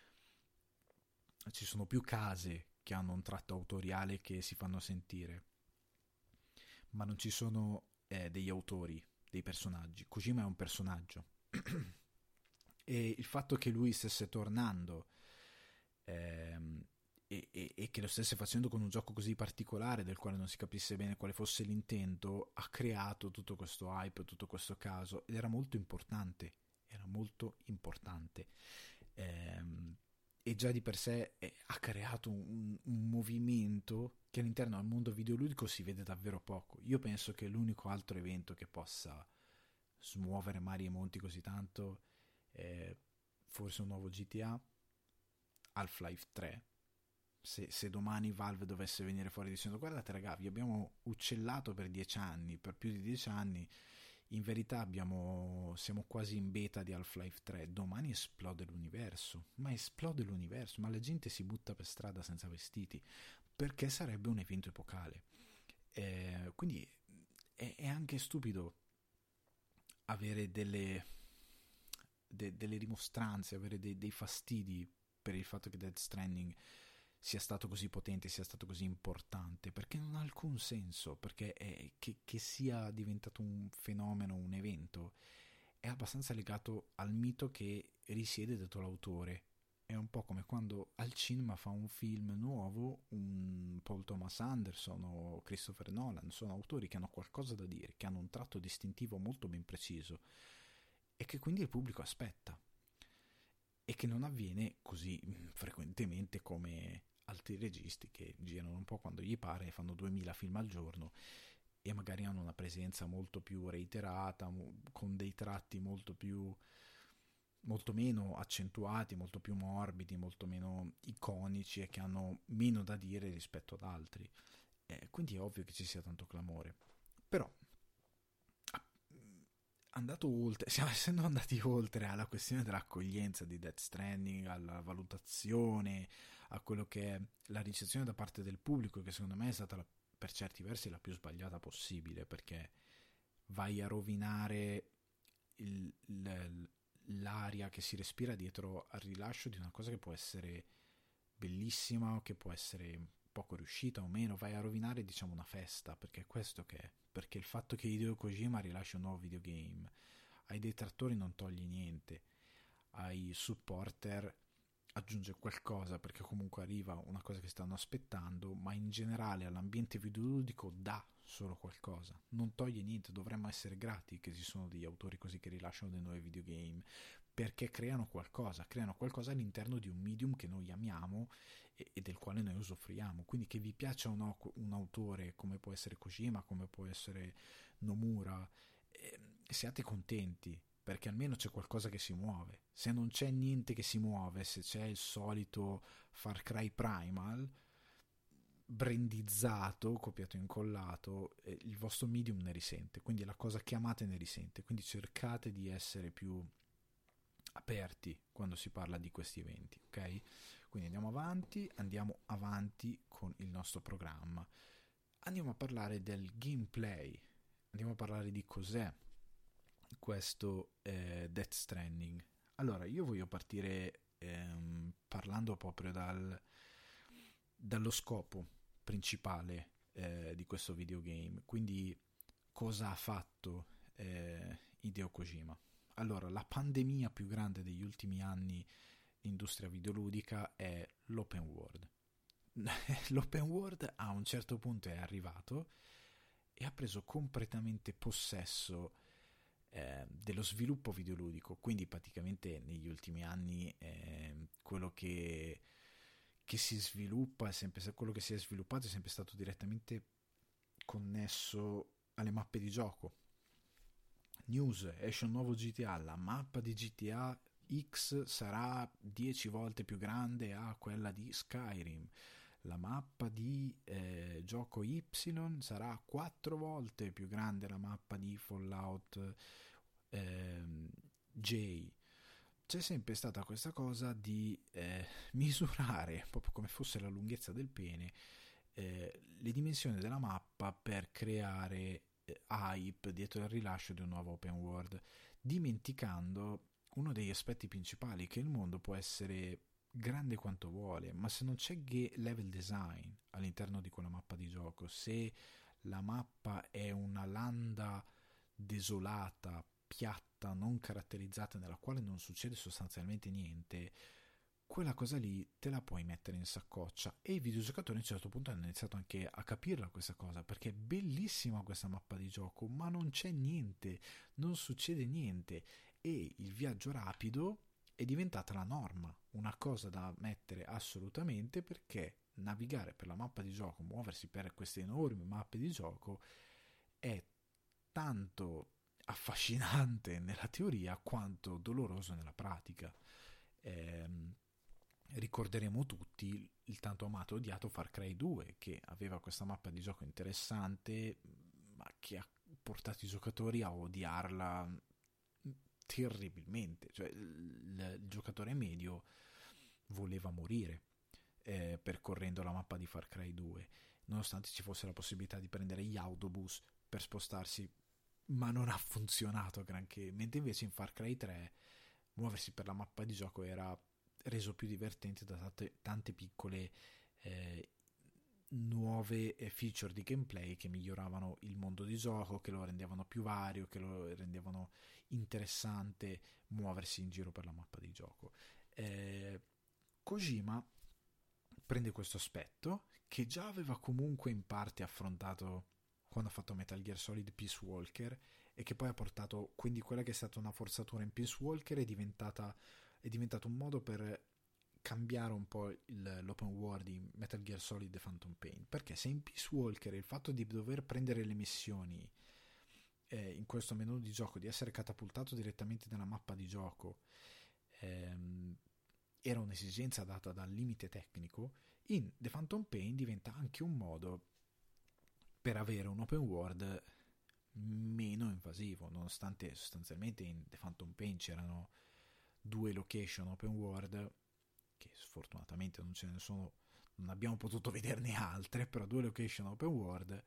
[SPEAKER 1] ci sono più case che hanno un tratto autoriale che si fanno sentire, ma non ci sono degli autori, dei personaggi. Kojima è un personaggio e il fatto che lui stesse tornando e che lo stesse facendo con un gioco così particolare del quale non si capisse bene quale fosse l'intento ha creato tutto questo hype, tutto questo caso, ed era molto importante, e già di per sé ha creato un movimento che all'interno del mondo videoludico si vede davvero poco. Io penso che l'unico altro evento che possa smuovere mari e monti così tanto è forse un nuovo GTA, Half-Life 3. Se domani Valve dovesse venire fuori dicendo guardate ragazzi, vi abbiamo uccellato per 10 anni, per più di 10 anni, in verità siamo quasi in beta di Half-Life 3, domani esplode l'universo, ma la gente si butta per strada senza vestiti, perché sarebbe un evento epocale. Quindi è anche stupido avere delle rimostranze, avere dei fastidi per il fatto che Death Stranding sia stato così potente, sia stato così importante, perché non ha alcun senso, perché che sia diventato un fenomeno, un evento, è abbastanza legato al mito che risiede dietro l'autore. È un po' come quando al cinema fa un film nuovo un Paul Thomas Anderson o Christopher Nolan, sono autori che hanno qualcosa da dire, che hanno un tratto distintivo molto ben preciso e che quindi il pubblico aspetta, e che non avviene così frequentemente come altri registi che girano un po' quando gli pare e fanno 2000 film al giorno e magari hanno una presenza molto più reiterata, con dei tratti molto meno accentuati, molto più morbidi, molto meno iconici, e che hanno meno da dire rispetto ad altri. Quindi è ovvio che ci sia tanto clamore. Però andato oltre, stiamo essendo andati oltre alla questione dell'accoglienza di Death Stranding, alla valutazione, a quello che è la ricezione da parte del pubblico, che secondo me è stata per certi versi la più sbagliata possibile, perché vai a rovinare l'aria che si respira dietro al rilascio di una cosa che può essere bellissima o che può essere poco riuscita o meno. Vai a rovinare, diciamo, una festa, perché è questo che è. Perché il fatto che Hideo Kojima rilascia un nuovo videogame ai detrattori non toglie niente, ai supporter aggiunge qualcosa, perché comunque arriva una cosa che stanno aspettando, ma in generale all'ambiente videoludico dà solo qualcosa, non toglie niente. Dovremmo essere grati che ci sono degli autori così che rilasciano dei nuovi videogame, perché creano qualcosa all'interno di un medium che noi amiamo e del quale noi usufruiamo. Quindi che vi piaccia o no un autore come può essere Kojima, come può essere Nomura, siate contenti, perché almeno c'è qualcosa che si muove. Se non c'è niente che si muove, se c'è il solito Far Cry Primal brandizzato, copiato e incollato, il vostro medium ne risente, quindi la cosa che amate ne risente. Quindi cercate di essere più aperti quando si parla di questi eventi, ok? Quindi andiamo avanti con il nostro programma. Andiamo a parlare del gameplay, andiamo a parlare di cos'è questo Death Stranding. Allora, io voglio partire parlando proprio dallo scopo principale di questo videogame, quindi cosa ha fatto Hideo Kojima. Allora, la pandemia più grande degli ultimi anni industria videoludica è l'open world. L'open world a un certo punto è arrivato e ha preso completamente possesso dello sviluppo videoludico. Quindi praticamente negli ultimi anni quello che si sviluppa è sempre, quello che si è sviluppato è sempre stato direttamente connesso alle mappe di gioco. News, esce un nuovo GTA, la mappa di GTA X sarà 10 volte più grande a quella di Skyrim, la mappa di gioco Y sarà 4 volte più grande la mappa di Fallout J. C'è sempre stata questa cosa di misurare, proprio come fosse la lunghezza del pene, le dimensioni della mappa per creare hype dietro il rilascio di un nuovo open world, dimenticando uno degli aspetti principali, che il mondo può essere grande quanto vuole, ma se non c'è level design all'interno di quella mappa di gioco, se la mappa è una landa desolata, piatta, non caratterizzata, nella quale non succede sostanzialmente niente, quella cosa lì te la puoi mettere in saccoccia. E i videogiocatori a un certo punto hanno iniziato anche a capirla questa cosa, perché è bellissima questa mappa di gioco, ma non c'è niente, non succede niente, e il viaggio rapido è diventata la norma, una cosa da mettere assolutamente, perché navigare per la mappa di gioco, muoversi per queste enormi mappe di gioco è tanto affascinante nella teoria quanto doloroso nella pratica. Ricorderemo tutti il tanto amato e odiato Far Cry 2, che aveva questa mappa di gioco interessante, ma che ha portato i giocatori a odiarla terribilmente. Cioè il giocatore medio voleva morire percorrendo la mappa di Far Cry 2, nonostante ci fosse la possibilità di prendere gli autobus per spostarsi, ma non ha funzionato granché. Mentre invece in Far Cry 3 muoversi per la mappa di gioco era reso più divertente da tante piccole nuove feature di gameplay che miglioravano il mondo di gioco, che lo rendevano più vario, che lo rendevano interessante muoversi in giro per la mappa di gioco. Kojima prende questo aspetto, che già aveva comunque in parte affrontato quando ha fatto Metal Gear Solid Peace Walker, e che poi ha portato, quindi quella che è stata una forzatura in Peace Walker è diventato un modo per cambiare un po' l'open world in Metal Gear Solid e Phantom Pain, perché se in Peace Walker il fatto di dover prendere le missioni in questo menu di gioco, di essere catapultato direttamente nella mappa di gioco, era un'esigenza data dal limite tecnico, in The Phantom Pain diventa anche un modo per avere un open world meno invasivo, nonostante sostanzialmente in The Phantom Pain c'erano 2 location open world che fortunatamente non ce ne sono, non abbiamo potuto vederne altre, però 2 location open world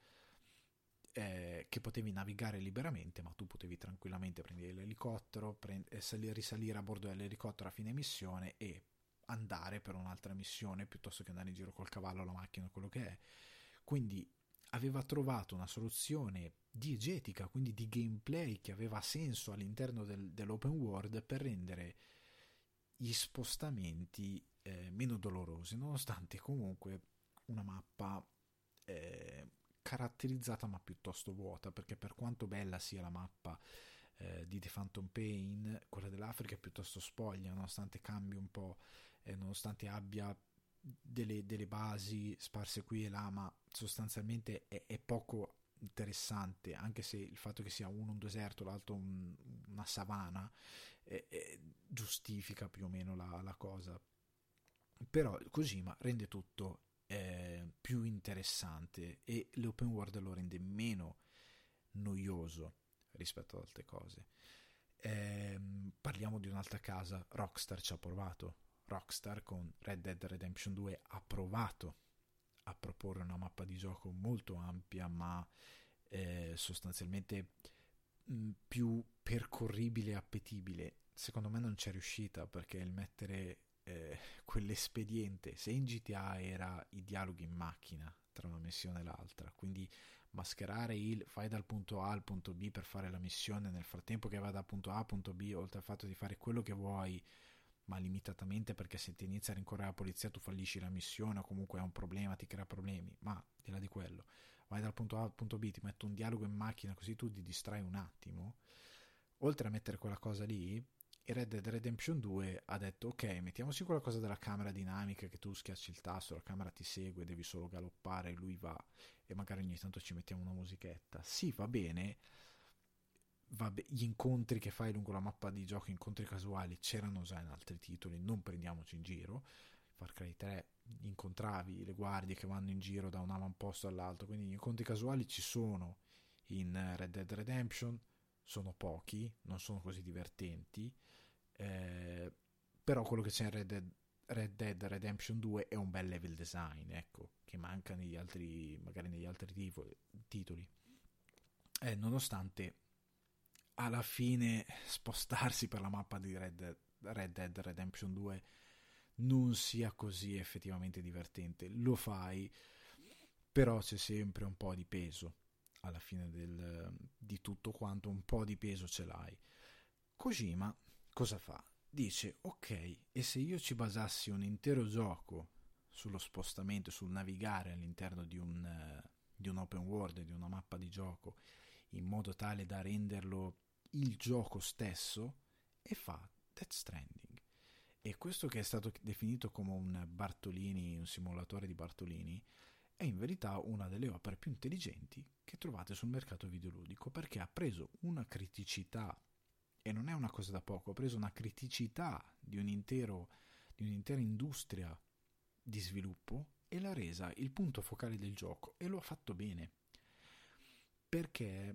[SPEAKER 1] che potevi navigare liberamente, ma tu potevi tranquillamente prendere l'elicottero, risalire a bordo dell'elicottero a fine missione e andare per un'altra missione piuttosto che andare in giro col cavallo, la macchina, quello che è. Quindi aveva trovato una soluzione diegetica, quindi di gameplay, che aveva senso all'interno dell'open world per rendere gli spostamenti meno dolorosi, nonostante comunque una mappa caratterizzata ma piuttosto vuota, perché per quanto bella sia la mappa di The Phantom Pain, quella dell'Africa è piuttosto spoglia, nonostante cambi un po', nonostante abbia delle basi sparse qui e là, ma sostanzialmente è poco interessante, anche se il fatto che sia uno un deserto, l'altro una savana giustifica più o meno la cosa. Però Kojima rende tutto più interessante e l'open world lo rende meno noioso rispetto ad altre cose. Parliamo di un'altra casa, Rockstar ci ha provato. Rockstar con Red Dead Redemption 2 ha provato a proporre una mappa di gioco molto ampia, ma sostanzialmente più percorribile e appetibile. Secondo me non c'è riuscita, perché il mettere quell'espediente, se in GTA era i dialoghi in macchina tra una missione e l'altra, quindi mascherare il fai dal punto A al punto B per fare la missione nel frattempo che va dal punto A al punto B, oltre al fatto di fare quello che vuoi ma limitatamente, perché se ti inizia a rincorrere la polizia tu fallisci la missione o comunque è un problema, ti crea problemi, ma al di là di quello vai dal punto A al punto B, ti metto un dialogo in macchina così tu ti distrai un attimo. Oltre a mettere quella cosa lì, il Red Dead Redemption 2 ha detto ok, mettiamoci quella cosa della camera dinamica, che tu schiacci il tasto, la camera ti segue, devi solo galoppare, lui va, e magari ogni tanto ci mettiamo una musichetta. Sì, va bene, gli incontri che fai lungo la mappa di gioco, incontri casuali, c'erano già in altri titoli, non prendiamoci in giro. Far Cry 3 incontravi le guardie che vanno in giro da un avamposto all'altro, quindi gli incontri casuali ci sono in Red Dead Redemption, sono pochi, non sono così divertenti, eh, però quello che c'è in Red Dead Redemption 2 è un bel level design, ecco, che manca negli altri, magari negli altri titoli. Nonostante alla fine spostarsi per la mappa di Red Dead Redemption 2 non sia così effettivamente divertente. Lo fai, però c'è sempre un po' di peso alla fine di tutto quanto, un po' di peso ce l'hai. Kojima cosa fa? Dice ok, e se io ci basassi un intero gioco sullo spostamento, sul navigare all'interno di un open world, di una mappa di gioco, in modo tale da renderlo il gioco stesso, e fa Death Stranding. E questo, che è stato definito come un Bartolini, un simulatore di Bartolini, è in verità una delle opere più intelligenti che trovate sul mercato videoludico, perché ha preso una criticità, e non è una cosa da poco, ha preso una criticità di un'intera industria di sviluppo e l'ha resa il punto focale del gioco, e lo ha fatto bene, perché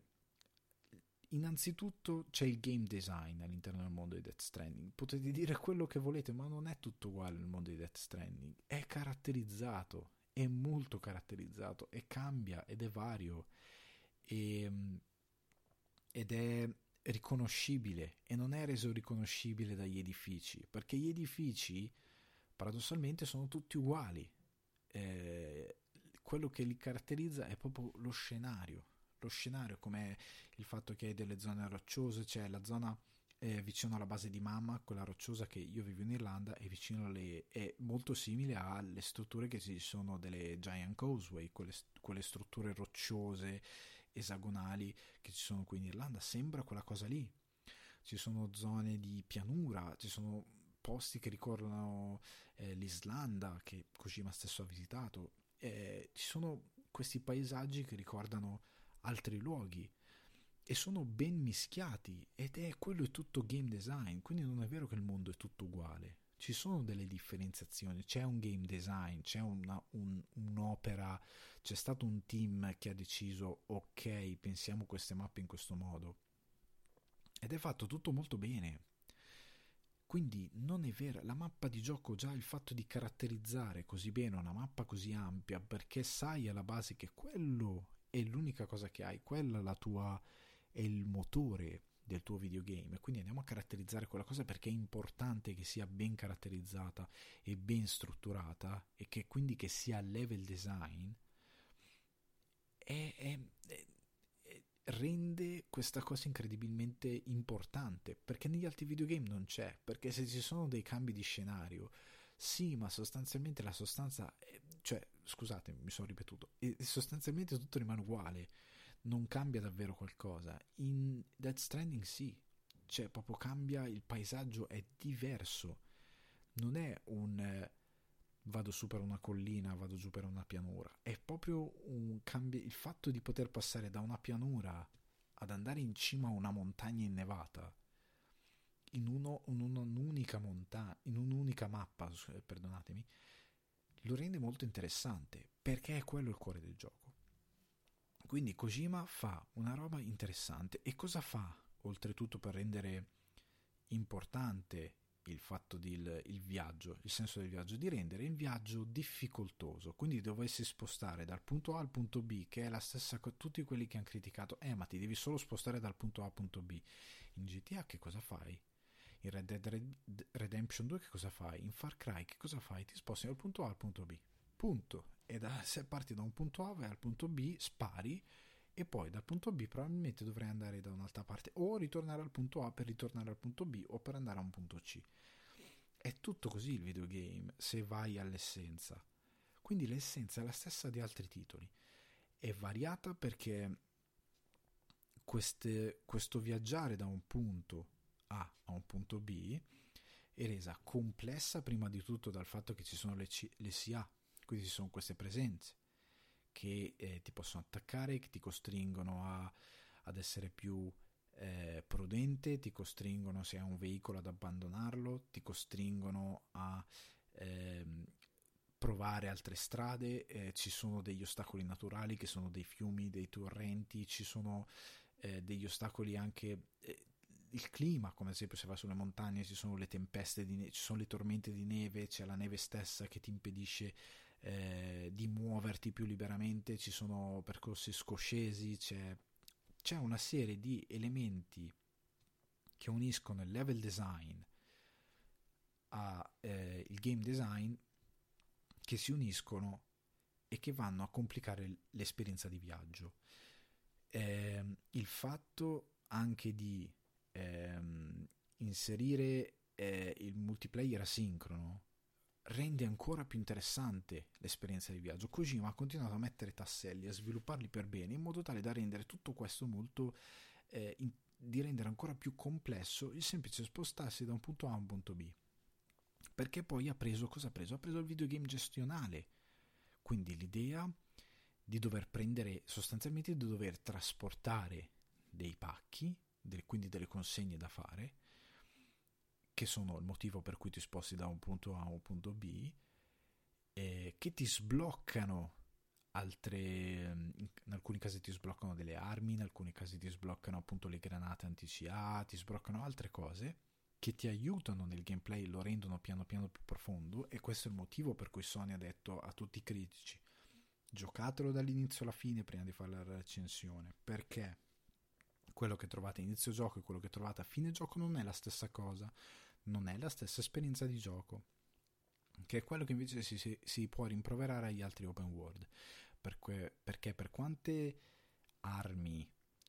[SPEAKER 1] innanzitutto c'è il game design all'interno del mondo di Death Stranding. Potete dire quello che volete, ma non è tutto uguale nel mondo di Death Stranding. È caratterizzato, è molto caratterizzato, e cambia, ed è vario, e, ed è riconoscibile, e non è reso riconoscibile dagli edifici, perché gli edifici paradossalmente sono tutti uguali. Quello che li caratterizza è proprio lo scenario. Lo scenario, come il fatto che hai delle zone rocciose, c'è la zona vicino alla base di Mamma, quella rocciosa, che io vivo in Irlanda, e vicino è molto simile alle strutture che ci sono delle Giant Causeway, quelle strutture rocciose esagonali che ci sono qui in Irlanda. Sembra quella cosa lì. Ci sono zone di pianura, ci sono posti che ricordano l'Islanda, che Kojima stesso ha visitato. Ci sono questi paesaggi che ricordano altri luoghi, e sono ben mischiati, ed è quello, è tutto game design. Quindi non è vero che il mondo è tutto uguale, ci sono delle differenziazioni, c'è un game design, c'è un'opera, c'è stato un team che ha deciso ok, pensiamo queste mappe in questo modo, ed è fatto tutto molto bene. Quindi non è vera, la mappa di gioco, già il fatto di caratterizzare così bene una mappa così ampia, perché sai alla base che quello è l'unica cosa che hai, quella è il motore del tuo videogame, quindi andiamo a caratterizzare quella cosa perché è importante che sia ben caratterizzata e ben strutturata, e che quindi che sia level design, è, è- rende questa cosa incredibilmente importante, perché negli altri videogame non c'è, perché se ci sono dei cambi di scenario, sì, ma sostanzialmente la sostanza cioè, scusate, mi sono ripetuto, e sostanzialmente tutto rimane uguale, non cambia davvero qualcosa. In Death Stranding sì, cioè proprio cambia, il paesaggio è diverso, non è un vado su per una collina, vado giù per una pianura, è proprio un cambio, il fatto di poter passare da una pianura ad andare in cima a una montagna innevata in un'unica montagna, in un'unica mappa, perdonatemi, lo rende molto interessante perché è quello il cuore del gioco. Quindi Kojima fa una roba interessante. E cosa fa oltretutto per rendere importante il fatto di il viaggio, il senso del viaggio, di rendere il viaggio difficoltoso, quindi dovessi spostare dal punto A al punto B, che è la stessa cosa, tutti quelli che hanno criticato, ma ti devi solo spostare dal punto A al punto B. In GTA che cosa fai? In Red Dead Redemption 2 che cosa fai? In Far Cry che cosa fai? Ti sposti dal punto A al punto B. Punto. E se parti da un punto A vai al punto B, spari, e poi dal punto B probabilmente dovrai andare da un'altra parte o ritornare al punto A per ritornare al punto B o per andare a un punto C. È tutto così il videogame se vai all'essenza. Quindi l'essenza è la stessa di altri titoli. È variata perché questo viaggiare da un punto A a un punto B è resa complessa prima di tutto dal fatto che ci sono le CA, quindi ci sono queste presenze che ti possono attaccare, che ti costringono ad essere più prudente, ti costringono, se hai un veicolo, ad abbandonarlo, ti costringono a ehm, provare altre strade, ci sono degli ostacoli naturali che sono dei fiumi, dei torrenti, ci sono degli ostacoli anche il clima, come ad esempio se vai sulle montagne ci sono le tempeste ci sono le tormente di neve, c'è la neve stessa che ti impedisce di muoverti più liberamente, ci sono percorsi scoscesi, c'è una serie di elementi che uniscono il level design a il game design, che si uniscono e che vanno a complicare l'esperienza di viaggio. Il fatto anche di inserire il multiplayer asincrono rende ancora più interessante l'esperienza di viaggio. Kojima ha continuato a mettere tasselli, a svilupparli per bene, in modo tale da rendere tutto questo molto di rendere ancora più complesso il semplice spostarsi da un punto A a un punto B. Perché poi ha preso cosa ha preso? Ha preso il videogame gestionale, quindi l'idea di dover prendere, sostanzialmente di dover trasportare dei pacchi, quindi delle consegne da fare, che sono il motivo per cui ti sposti da un punto A a un punto B, che ti sbloccano in alcuni casi ti sbloccano delle armi, in alcuni casi ti sbloccano appunto le granate anti-CA, ti sbloccano altre cose che ti aiutano nel gameplay, lo rendono piano piano più profondo, e questo è il motivo per cui Sony ha detto a tutti i critici: giocatelo dall'inizio alla fine prima di fare la recensione, perché quello che trovate a inizio gioco e quello che trovate a fine gioco non è la stessa cosa, non è la stessa esperienza di gioco, che è quello che invece si può rimproverare agli altri open world, perché per quante armi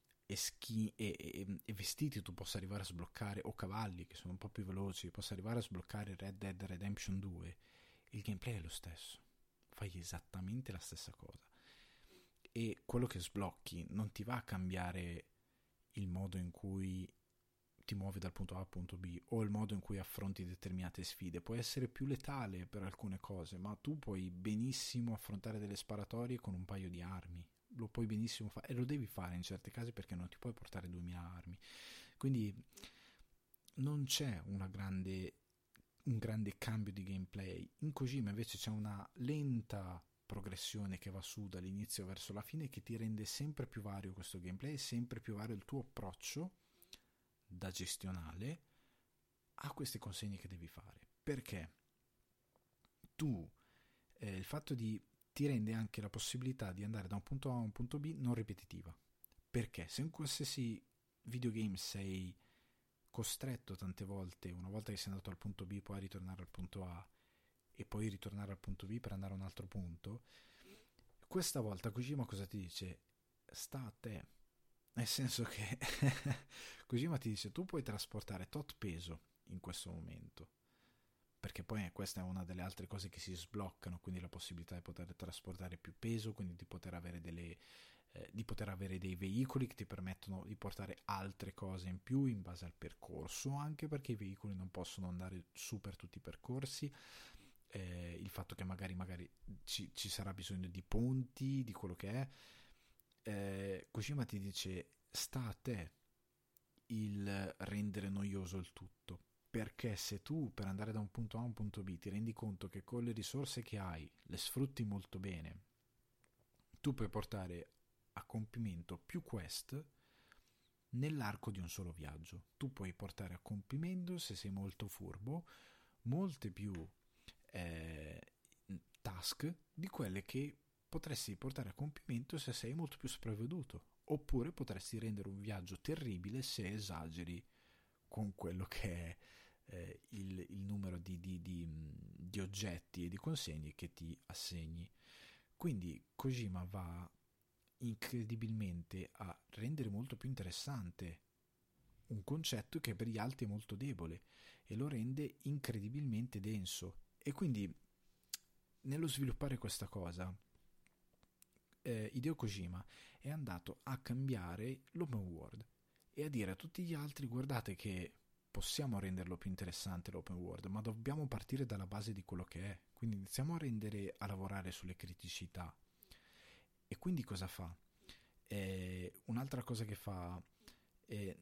[SPEAKER 1] e vestiti tu possa arrivare a sbloccare, o cavalli che sono un po' più veloci, possa arrivare a sbloccare Red Dead Redemption 2, il gameplay è lo stesso, fai esattamente la stessa cosa, e quello che sblocchi non ti va a cambiare il modo in cui ti muovi dal punto A al punto B o il modo in cui affronti determinate sfide. Può essere più letale per alcune cose, ma tu puoi benissimo affrontare delle sparatorie con un paio di armi, lo puoi benissimo fare, e lo devi fare in certi casi perché non ti puoi portare 2000 armi. Quindi non c'è un grande cambio di gameplay. In Kojima invece c'è una lenta progressione che va su dall'inizio verso la fine, che ti rende sempre più vario questo gameplay, sempre più vario il tuo approccio da gestionale ha queste consegne che devi fare, perché tu, il fatto ti rende anche la possibilità di andare da un punto A a un punto B non ripetitiva, perché se in qualsiasi videogame sei costretto tante volte, una volta che sei andato al punto B poi a ritornare al punto A e poi ritornare al punto B per andare a un altro punto, questa volta Kojima cosa ti dice? Sta a te, nel senso che Kojima ti dice tu puoi trasportare tot peso in questo momento, perché poi questa è una delle altre cose che si sbloccano, quindi la possibilità di poter trasportare più peso, quindi di poter avere dei veicoli che ti permettono di portare altre cose in più in base al percorso, anche perché i veicoli non possono andare su per tutti i percorsi, il fatto che magari ci sarà bisogno di ponti, di quello che è, Kojima ti dice sta a te il rendere noioso il tutto, perché se tu per andare da un punto A a un punto B ti rendi conto che con le risorse che hai le sfrutti molto bene, tu puoi portare a compimento più quest nell'arco di un solo viaggio. Tu puoi portare a compimento, se sei molto furbo, molte più eh, task di quelle che potresti portare a compimento se sei molto più sprovveduto. Oppure potresti rendere un viaggio terribile se esageri con quello che è il numero di oggetti e di consegne che ti assegni. Quindi Kojima va incredibilmente a rendere molto più interessante un concetto che per gli altri è molto debole e lo rende incredibilmente denso. E quindi nello sviluppare questa cosa Hideo Kojima è andato a cambiare l'open world e a dire a tutti gli altri guardate che possiamo renderlo più interessante l'open world, ma dobbiamo partire dalla base di quello che è, quindi iniziamo a lavorare sulle criticità. E quindi cosa fa? Un'altra cosa che fa è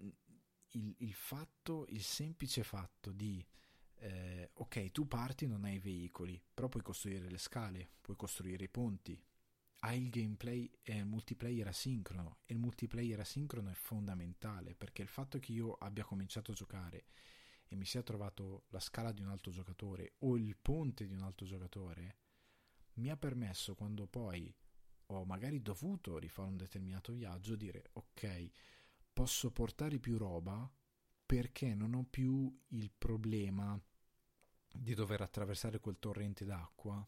[SPEAKER 1] il semplice fatto di ok, tu parti, non hai veicoli, però puoi costruire le scale, puoi costruire i ponti, hai il gameplay e il multiplayer asincrono, e il multiplayer asincrono è fondamentale, perché il fatto che io abbia cominciato a giocare e mi sia trovato la scala di un altro giocatore o il ponte di un altro giocatore mi ha permesso, quando poi ho magari dovuto rifare un determinato viaggio, dire ok, posso portare più roba perché non ho più il problema di dover attraversare quel torrente d'acqua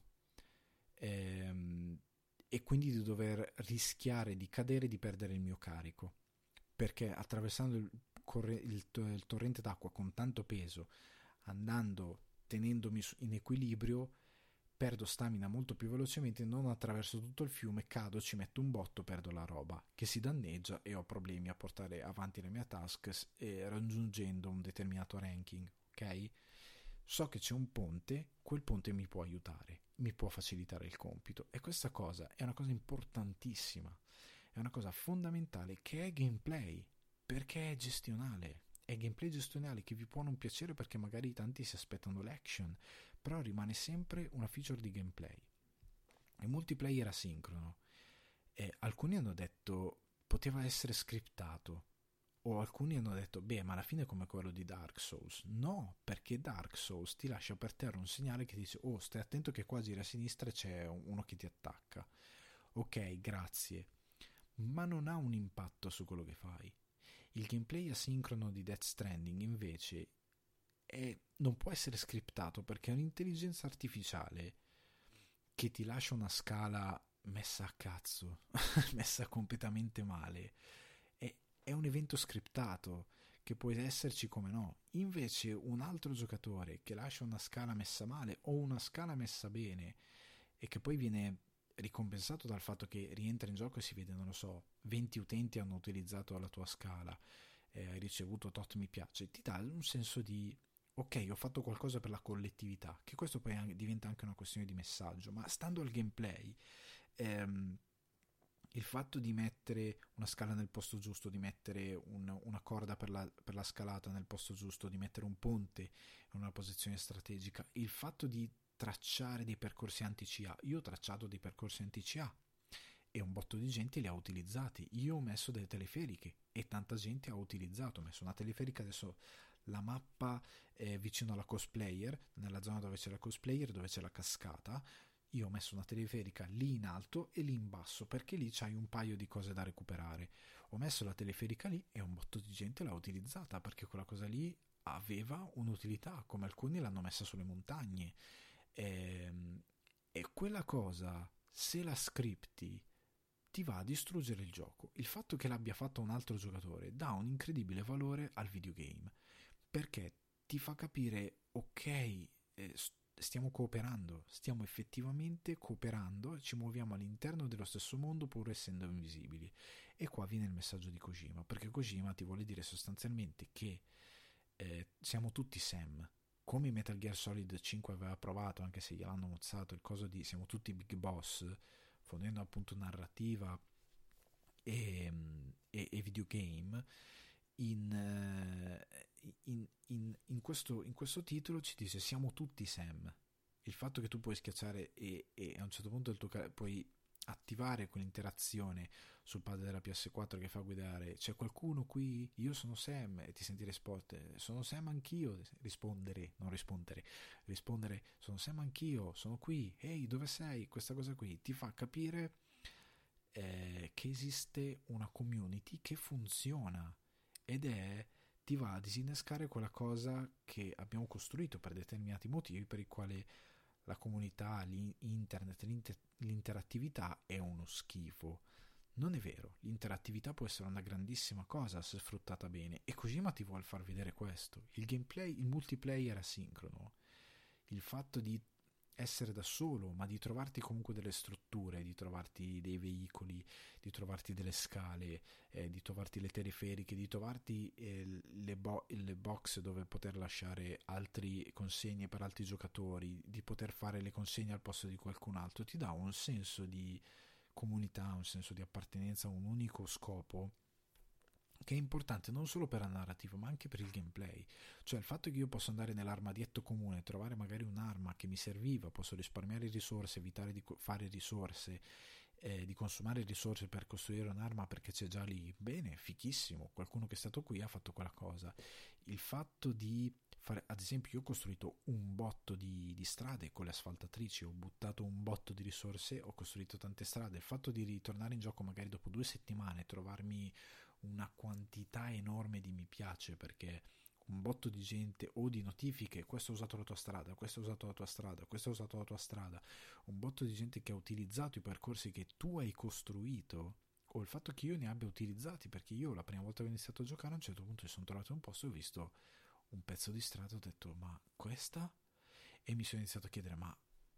[SPEAKER 1] e quindi di dover rischiare di cadere e di perdere il mio carico, perché attraversando il torrente d'acqua con tanto peso, andando tenendomi in equilibrio, perdo stamina molto più velocemente, non attraverso tutto il fiume, cado, ci metto un botto, perdo la roba che si danneggia e ho problemi a portare avanti le mie task raggiungendo un determinato ranking, ok? So che c'è un ponte, quel ponte mi può aiutare, mi può facilitare il compito, e questa cosa è una cosa importantissima, è una cosa fondamentale che è gameplay, perché è gameplay gestionale che vi può non piacere perché magari tanti si aspettano l'action, però rimane sempre una feature di gameplay. Il multiplayer asincrono, alcuni hanno detto poteva essere scriptato, o alcuni hanno detto beh, ma alla fine è come quello di Dark Souls. No, perché Dark Souls ti lascia per terra un segnale che dice oh, stai attento che qua gira a sinistra e c'è uno che ti attacca. Ok, grazie, ma non ha un impatto su quello che fai. Il gameplay asincrono di Death Stranding invece non può essere scriptato perché è un'intelligenza artificiale che ti lascia una scala messa a cazzo, messa completamente male. È un evento scriptato che può esserci come no. Invece un altro giocatore che lascia una scala messa male o una scala messa bene e che poi viene ricompensato dal fatto che rientra in gioco e si vede, non lo so, 20 utenti hanno utilizzato la tua scala, hai ricevuto tot mi piace, ti dà un senso di ok, ho fatto qualcosa per la collettività, che questo poi diventa anche una questione di messaggio, ma stando al gameplay, il fatto di mettere una scala nel posto giusto, di mettere una corda per la scalata nel posto giusto, di mettere un ponte in una posizione strategica, il fatto di tracciare dei percorsi anti-CA, io ho tracciato dei percorsi anti-CA e un botto di gente li ha utilizzati, io ho messo delle teleferiche e tanta gente ha utilizzato, ho messo una teleferica, adesso la mappa vicino alla cosplayer, nella zona dove c'è la cosplayer, dove c'è la cascata. Io ho messo una teleferica lì in alto e lì in basso, perché lì c'hai un paio di cose da recuperare. Ho messo la teleferica lì e un botto di gente l'ha utilizzata, perché quella cosa lì aveva un'utilità, come alcuni l'hanno messa sulle montagne. E quella cosa, se la scripti, ti va a distruggere il gioco. Il fatto che l'abbia fatto un altro giocatore dà un incredibile valore al videogame, perché ti fa capire, ok, stiamo cooperando, stiamo effettivamente cooperando, ci muoviamo all'interno dello stesso mondo pur essendo invisibili. E qua viene il messaggio di Kojima, perché Kojima ti vuole dire sostanzialmente che siamo tutti Sam, come Metal Gear Solid 5 aveva provato, anche se gliel'hanno mozzato, il coso di siamo tutti Big Boss, fornendo appunto narrativa e videogame. In questo titolo ci dice siamo tutti Sam. Il fatto che tu puoi schiacciare e a un certo punto puoi attivare quell'interazione sul pad della PS4 che fa guidare, c'è qualcuno qui? Io sono Sam, e ti senti rispondere sono Sam anch'io, rispondere, non rispondere sono Sam anch'io, sono qui, ehi dove sei? Questa cosa qui ti fa capire che esiste una community che funziona, ed ti va a disinnescare quella cosa che abbiamo costruito per determinati motivi, per i quali la comunità, l'internet, l'interattività è uno schifo. Non è vero, l'interattività può essere una grandissima cosa se sfruttata bene, e Kojima ti vuole far vedere questo. Il gameplay, il multiplayer asincrono, il fatto di essere da solo, ma di trovarti comunque delle strutture, di trovarti dei veicoli, di trovarti delle scale, di trovarti le teleferiche, di trovarti le box dove poter lasciare altri consegne per altri giocatori, di poter fare le consegne al posto di qualcun altro, ti dà un senso di comunità, un senso di appartenenza a un unico scopo, che è importante non solo per la narrativa ma anche per il gameplay. Cioè il fatto che io posso andare nell'armadietto comune, trovare magari un'arma che mi serviva, posso risparmiare risorse, evitare di fare risorse, di consumare risorse per costruire un'arma perché c'è già lì, bene, fichissimo, qualcuno che è stato qui ha fatto quella cosa. Il fatto di fare, ad esempio, io ho costruito un botto di strade con le asfaltatrici, ho buttato un botto di risorse, ho costruito tante strade. Il fatto di ritornare in gioco magari dopo 2 settimane, trovarmi una quantità enorme di mi piace, perché un botto di gente o di notifiche, questo ha usato la tua strada, questo ha usato la tua strada, questo ha usato la tua strada, un botto di gente che ha utilizzato i percorsi che tu hai costruito, o il fatto che io ne abbia utilizzati, perché io la prima volta che ho iniziato a giocare a un certo punto mi sono trovato in un posto e ho visto un pezzo di strada, ho detto ma questa? E mi sono iniziato a chiedere ma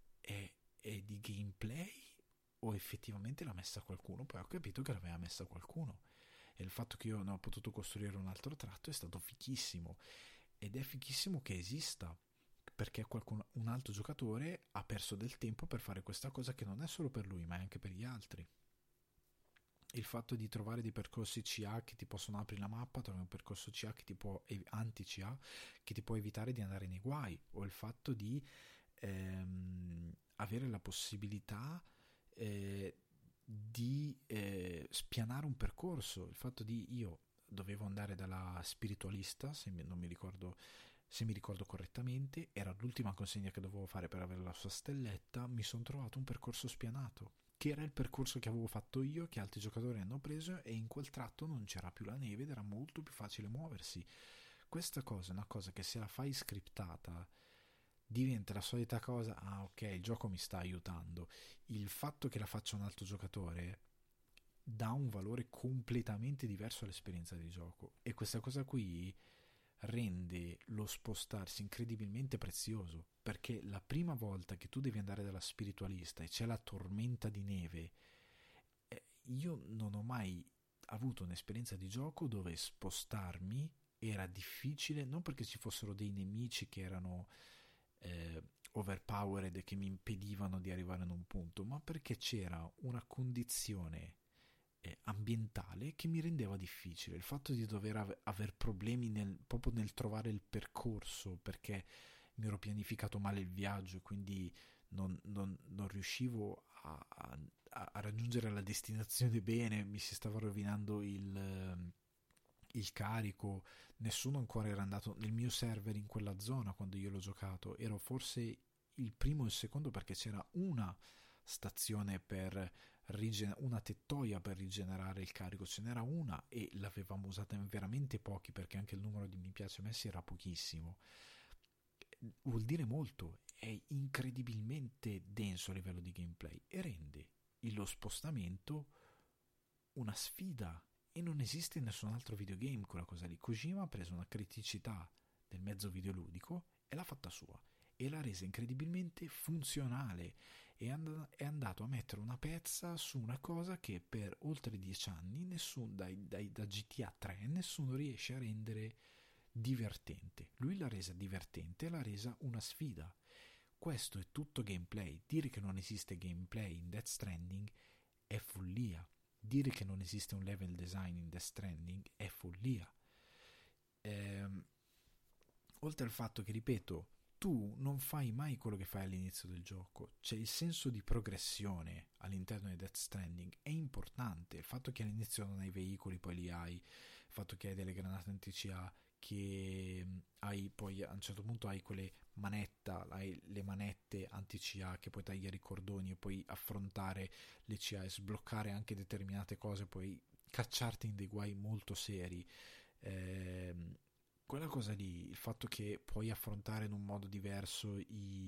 [SPEAKER 1] è di gameplay o effettivamente l'ha messa qualcuno? Poi ho capito che l'aveva messa qualcuno, e il fatto che io ne ho potuto costruire un altro tratto è stato fichissimo, ed è fichissimo che esista, perché un altro giocatore ha perso del tempo per fare questa cosa, che non è solo per lui ma è anche per gli altri. Il fatto di trovare dei percorsi CA che ti possono aprire la mappa, trovi un percorso CA che ti può anti-CA che ti può evitare di andare nei guai, o il fatto di avere la possibilità di spianare un percorso. Il fatto di io dovevo andare dalla spiritualista, non mi ricordo, se mi ricordo correttamente, era l'ultima consegna che dovevo fare per avere la sua stelletta, mi sono trovato un percorso spianato, che era il percorso che avevo fatto io, che altri giocatori hanno preso, e in quel tratto non c'era più la neve ed era molto più facile muoversi. Questa cosa è una cosa che, se la fai scriptata, diventa la solita cosa, ah ok, il gioco mi sta aiutando. Il fatto che la faccia un altro giocatore dà un valore completamente diverso all'esperienza di gioco, e questa cosa qui rende lo spostarsi incredibilmente prezioso, perché la prima volta che tu devi andare dalla spiritualista e c'è la tormenta di neve, io non ho mai avuto un'esperienza di gioco dove spostarmi era difficile, non perché ci fossero dei nemici che erano overpowered, che mi impedivano di arrivare in un punto, ma perché c'era una condizione ambientale che mi rendeva difficile. Il fatto di dover aver problemi proprio nel trovare il percorso, perché mi ero pianificato male il viaggio e quindi non riuscivo a raggiungere la destinazione bene, mi si stava rovinando il carico, nessuno ancora era andato nel mio server in quella zona quando io l'ho giocato, ero forse il primo o il secondo perché c'era una stazione per una tettoia per rigenerare il carico, ce n'era una e l'avevamo usata in veramente pochi perché anche il numero di mi piace messi era pochissimo. Vuol dire molto, è incredibilmente denso a livello di gameplay e rende lo spostamento una sfida, e non esiste nessun altro videogame quella cosa lì. Kojima ha preso una criticità del mezzo videoludico e l'ha fatta sua e l'ha resa incredibilmente funzionale, e è andato a mettere una pezza su una cosa che per oltre 10 anni da GTA 3 nessuno riesce a rendere divertente. Lui l'ha resa divertente, l'ha resa una sfida. Questo è tutto gameplay. Dire che non esiste gameplay in Death Stranding è follia. Dire che non esiste un level design in Death Stranding è follia. Oltre al fatto che, ripeto, tu non fai mai quello che fai all'inizio del gioco, c'è il senso di progressione all'interno di Death Stranding, è importante. Il fatto che all'inizio non hai veicoli, poi li hai, il fatto che hai delle granate anti-CA, che hai poi a un certo punto hai hai le manette anti-CA che puoi tagliare i cordoni e poi affrontare le CA e sbloccare anche determinate cose, poi cacciarti in dei guai molto seri. Quella cosa lì, il fatto che puoi affrontare in un modo diverso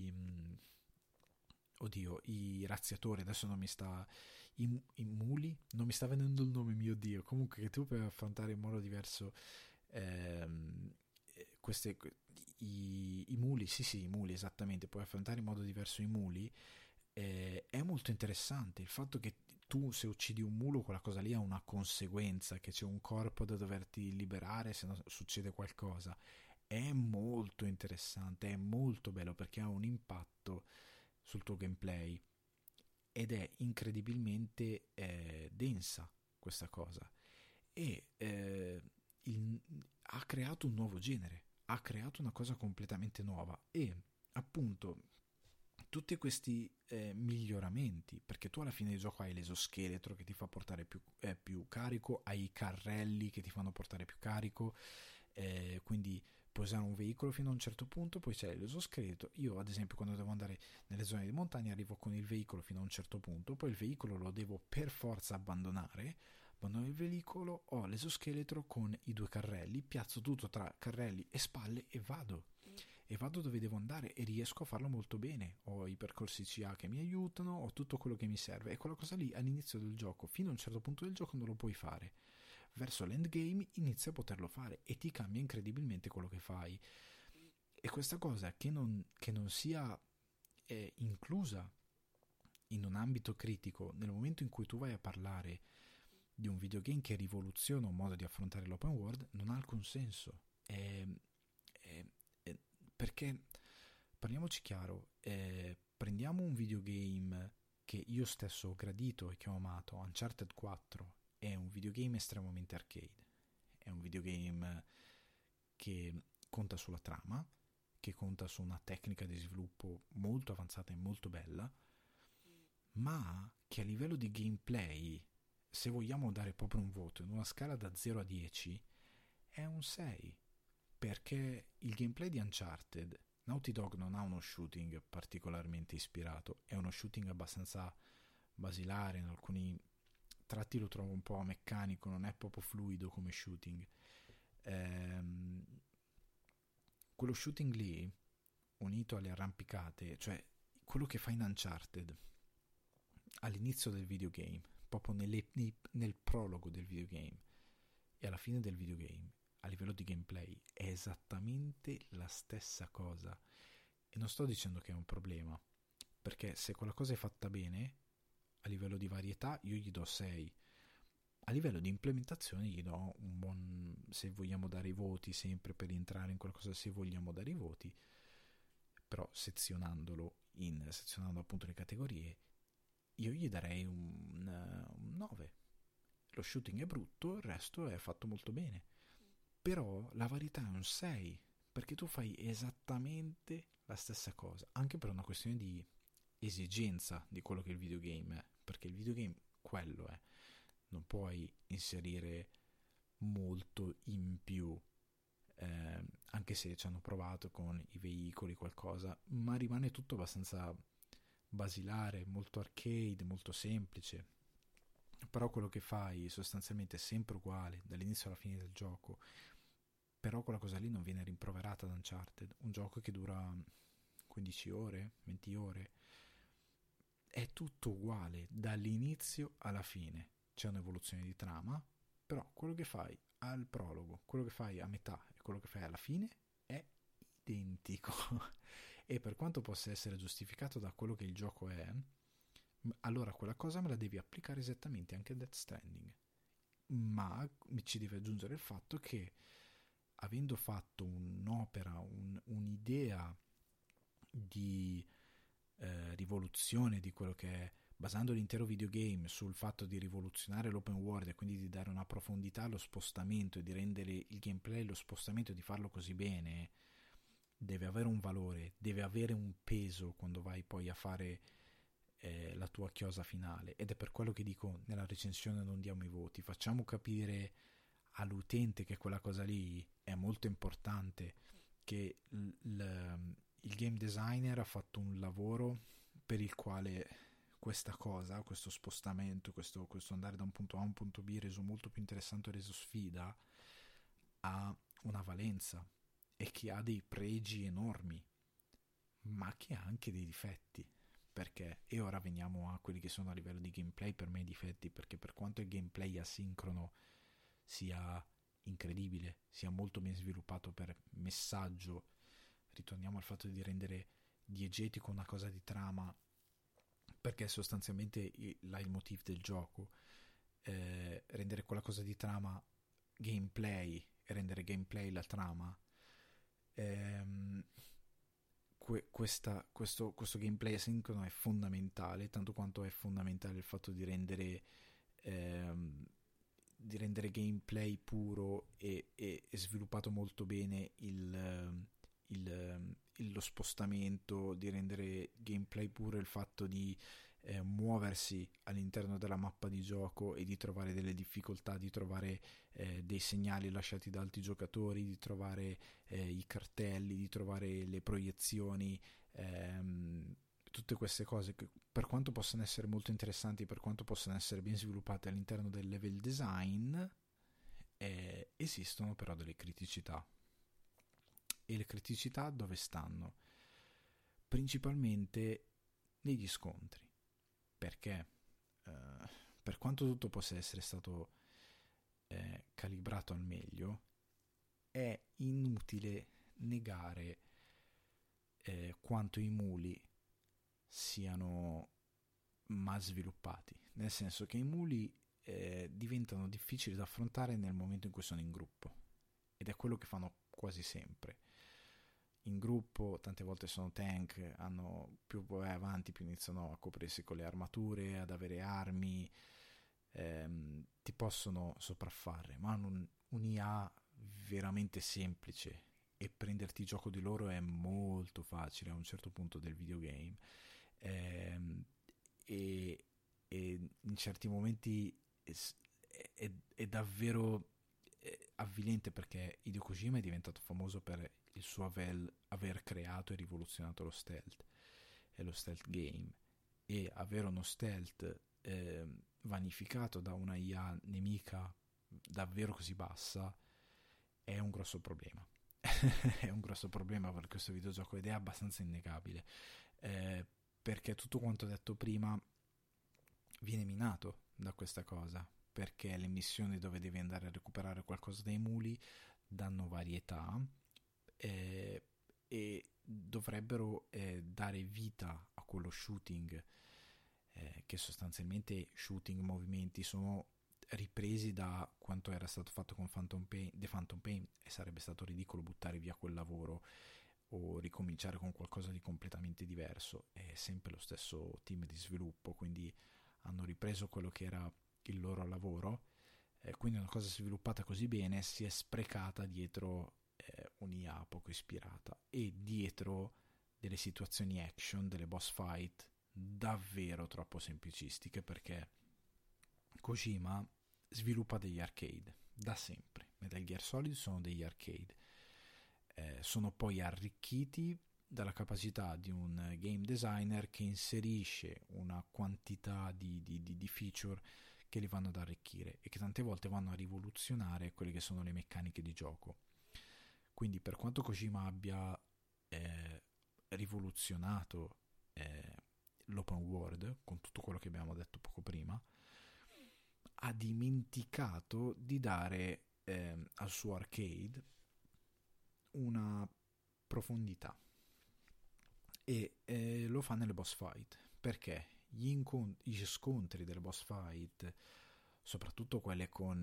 [SPEAKER 1] i razziatori, adesso non mi sta, i muli, non mi sta venendo il nome, mio Dio, comunque che tu puoi affrontare in modo diverso ehm, queste, i muli, sì, i muli, esattamente, puoi affrontare in modo diverso i muli, è molto interessante il fatto che tu, se uccidi un mulo, quella cosa lì ha una conseguenza, che c'è un corpo da doverti liberare se no succede qualcosa. È molto interessante, è molto bello perché ha un impatto sul tuo gameplay ed è incredibilmente densa questa cosa, e ha creato un nuovo genere, ha creato una cosa completamente nuova, e appunto tutti questi miglioramenti, perché tu alla fine del gioco hai l'esoscheletro che ti fa portare più carico, hai i carrelli che ti fanno portare più carico, quindi puoi usare un veicolo fino a un certo punto, poi c'è l'esoscheletro. Io ad esempio quando devo andare nelle zone di montagna arrivo con il veicolo fino a un certo punto, poi il veicolo lo devo per forza abbandonare, abbandono il veicolo, ho l'esoscheletro con i due carrelli, piazzo tutto tra carrelli e spalle e vado dove devo andare e riesco a farlo molto bene. Ho i percorsi CA che mi aiutano, ho tutto quello che mi serve, e quella cosa lì all'inizio del gioco, fino a un certo punto del gioco, non lo puoi fare. Verso l'endgame inizi a poterlo fare e ti cambia incredibilmente quello che fai. E questa cosa che non sia inclusa in un ambito critico nel momento in cui tu vai a parlare di un videogame che rivoluziona un modo di affrontare l'open world non ha alcun senso. È- perché, parliamoci chiaro, prendiamo un videogame che io stesso ho gradito e che ho amato, Uncharted 4, è un videogame estremamente arcade, è un videogame che conta sulla trama, che conta su una tecnica di sviluppo molto avanzata e molto bella, ma che a livello di gameplay, se vogliamo dare proprio un voto in una scala da 0 a 10, è un 6, perché il gameplay di Uncharted, Naughty Dog non ha uno shooting particolarmente ispirato, è uno shooting abbastanza basilare, in alcuni tratti lo trovo un po' meccanico, non è proprio fluido come shooting. Ehm, quello shooting lì, unito alle arrampicate, cioè quello che fa in Uncharted all'inizio del videogame, proprio nel prologo del videogame e alla fine del videogame, a livello di gameplay, è esattamente la stessa cosa. E non sto dicendo che è un problema, perché se quella cosa è fatta bene, a livello di varietà io gli do 6. A livello di implementazione gli do un buon, se vogliamo dare i voti, sempre per entrare in qualcosa, se vogliamo dare i voti, però sezionando appunto le categorie, io gli darei un 9. Lo shooting è brutto, il resto è fatto molto bene. Però la varietà è un 6, perché tu fai esattamente la stessa cosa, anche per una questione di esigenza di quello che il videogame è, perché il videogame quello è. Non puoi inserire molto in più, anche se ci hanno provato con i veicoli, qualcosa, ma rimane tutto abbastanza basilare, molto arcade, molto semplice. Però quello che fai sostanzialmente è sempre uguale dall'inizio alla fine del gioco. Però quella cosa lì non viene rimproverata da Uncharted, un gioco che dura 15 ore, 20 ore, è tutto uguale dall'inizio alla fine. C'è un'evoluzione di trama, però quello che fai al prologo, quello che fai a metà e quello che fai alla fine è identico. E per quanto possa essere giustificato da quello che il gioco è, allora quella cosa me la devi applicare esattamente anche a Death Stranding. Ma ci deve aggiungere il fatto che, avendo fatto un'opera, un'idea di rivoluzione di quello che è, basando l'intero videogame sul fatto di rivoluzionare l'open world e quindi di dare una profondità allo spostamento e di rendere il gameplay, lo spostamento, e di farlo così bene, deve avere un valore, deve avere un peso quando vai poi a fare la tua chiosa finale. Ed è per quello che dico nella recensione non diamo i voti, facciamo capire all'utente che quella cosa lì è molto importante, che il game designer ha fatto un lavoro per il quale questa cosa, questo spostamento, questo andare da un punto A a un punto B reso molto più interessante, reso sfida, ha una valenza e che ha dei pregi enormi, ma che ha anche dei difetti. Perché, e ora veniamo a quelli che sono a livello di gameplay, per me i difetti, perché per quanto il gameplay asincrono sia incredibile, sia molto ben sviluppato per messaggio, ritorniamo al fatto di rendere diegetico una cosa di trama, perché è sostanzialmente il leitmotiv del gioco, rendere quella cosa di trama gameplay e rendere gameplay la trama. ehm, questo gameplay asincrono è fondamentale, tanto quanto è fondamentale il fatto ehm, di rendere gameplay puro e sviluppato molto bene lo spostamento, di rendere gameplay puro il fatto di muoversi all'interno della mappa di gioco e di trovare delle difficoltà, di trovare dei segnali lasciati da altri giocatori, di trovare i cartelli, di trovare le proiezioni, tutte queste cose che, per quanto possano essere molto interessanti, per quanto possano essere ben sviluppate all'interno del level design, esistono però delle criticità. E le criticità dove stanno? Principalmente negli scontri, perché per quanto tutto possa essere stato calibrato al meglio, è inutile negare quanto i muli siano mal sviluppati, nel senso che i muli diventano difficili da affrontare nel momento in cui sono in gruppo, ed è quello che fanno quasi sempre. In gruppo tante volte sono tank, hanno più vai avanti più iniziano a coprirsi con le armature, ad avere armi, ti possono sopraffare, ma hanno un'IA veramente semplice e prenderti gioco di loro è molto facile a un certo punto del videogame. Ehm, e, e in certi momenti è davvero avvilente, perché Hideo Kojima è diventato famoso per il suo aver creato e rivoluzionato lo stealth e lo stealth game, e avere uno stealth vanificato da una IA nemica davvero così bassa è un grosso problema. È un grosso problema per questo videogioco, ed è abbastanza innegabile, perché tutto quanto detto prima viene minato da questa cosa, perché le missioni dove devi andare a recuperare qualcosa dai muli danno varietà, e dovrebbero dare vita a quello shooting, che sostanzialmente shooting movimenti sono ripresi da quanto era stato fatto con The Phantom Pain, e sarebbe stato ridicolo buttare via quel lavoro o ricominciare con qualcosa di completamente diverso. È sempre lo stesso team di sviluppo, quindi hanno ripreso quello che era il loro lavoro, quindi una cosa sviluppata così bene si è sprecata dietro un'IA poco ispirata e dietro delle situazioni action, delle boss fight davvero troppo semplicistiche, perché Kojima sviluppa degli arcade, da sempre. Metal Gear Solid sono degli arcade, sono poi arricchiti dalla capacità di un game designer che inserisce una quantità di feature che li vanno ad arricchire e che tante volte vanno a rivoluzionare quelle che sono le meccaniche di gioco. Quindi per quanto Kojima abbia rivoluzionato l'open world con tutto quello che abbiamo detto poco prima, ha dimenticato di dare al suo arcade una profondità, e lo fa nelle boss fight, perché gli scontri delle boss fight, soprattutto quelle con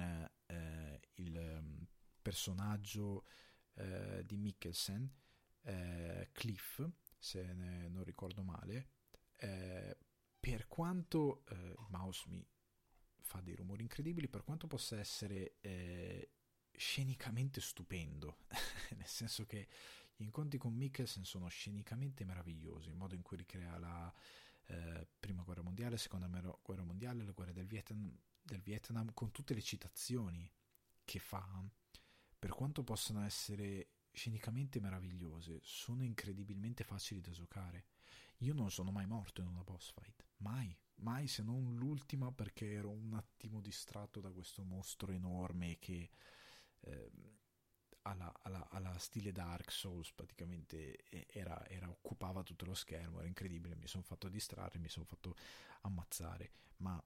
[SPEAKER 1] il personaggio di Mikkelsen, Cliff, se non ricordo male, per quanto il mouse mi fa dei rumori incredibili, per quanto possa essere scenicamente stupendo, nel senso che gli incontri con Mikkelsen sono scenicamente meravigliosi, il modo in cui ricrea la prima guerra mondiale, seconda guerra mondiale, le guerre del Vietnam, con tutte le citazioni che fa, per quanto possano essere scenicamente meravigliose, sono incredibilmente facili da giocare. Io non sono mai morto in una boss fight, mai, se non l'ultima, perché ero un attimo distratto da questo mostro enorme che eh, alla stile Dark Souls praticamente occupava tutto lo schermo, era incredibile, mi sono fatto distrarre, mi sono fatto ammazzare, ma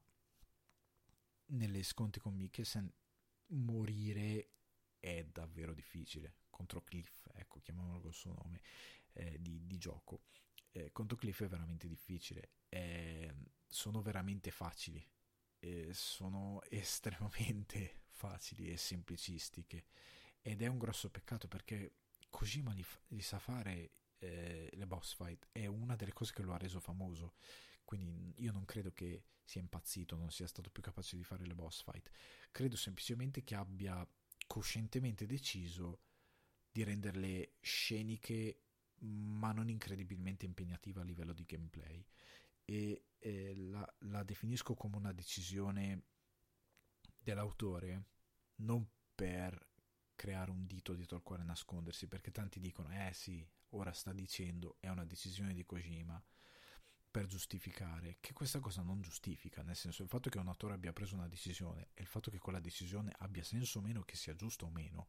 [SPEAKER 1] nelle scontri con Mikkelsen morire è davvero difficile. Contro Cliff, ecco, chiamiamolo col suo nome di gioco, contro Cliff è veramente difficile, sono veramente facili, sono estremamente facili e semplicistiche, ed è un grosso peccato perché Kojima li sa fare. Le boss fight è una delle cose che lo ha reso famoso, quindi io non credo che sia impazzito, non sia stato più capace di fare le boss fight, credo semplicemente che abbia coscientemente deciso di renderle sceniche ma non incredibilmente impegnative a livello di gameplay, e la definisco come una decisione dell'autore, non per creare un dito dietro al quale nascondersi, perché tanti dicono sì, ora sta dicendo è una decisione di Kojima per giustificare, che questa cosa non giustifica, nel senso, il fatto che un autore abbia preso una decisione e il fatto che quella decisione abbia senso o meno, che sia giusto o meno,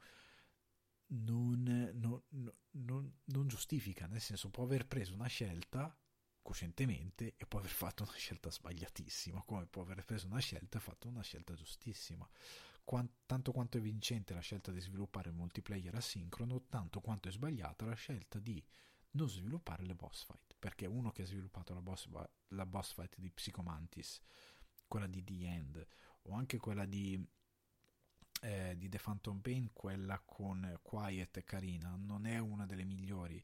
[SPEAKER 1] non giustifica, nel senso, può aver preso una scelta coscientemente e può aver fatto una scelta sbagliatissima, come può aver preso una scelta e fatto una scelta giustissima. Tanto quanto è vincente la scelta di sviluppare il multiplayer asincrono, tanto quanto è sbagliata la scelta di non sviluppare le boss fight, perché uno che ha sviluppato la boss fight di Psychomantis, quella di The End, o anche quella di The Phantom Pain, quella con Quiet e Karina, non è una delle migliori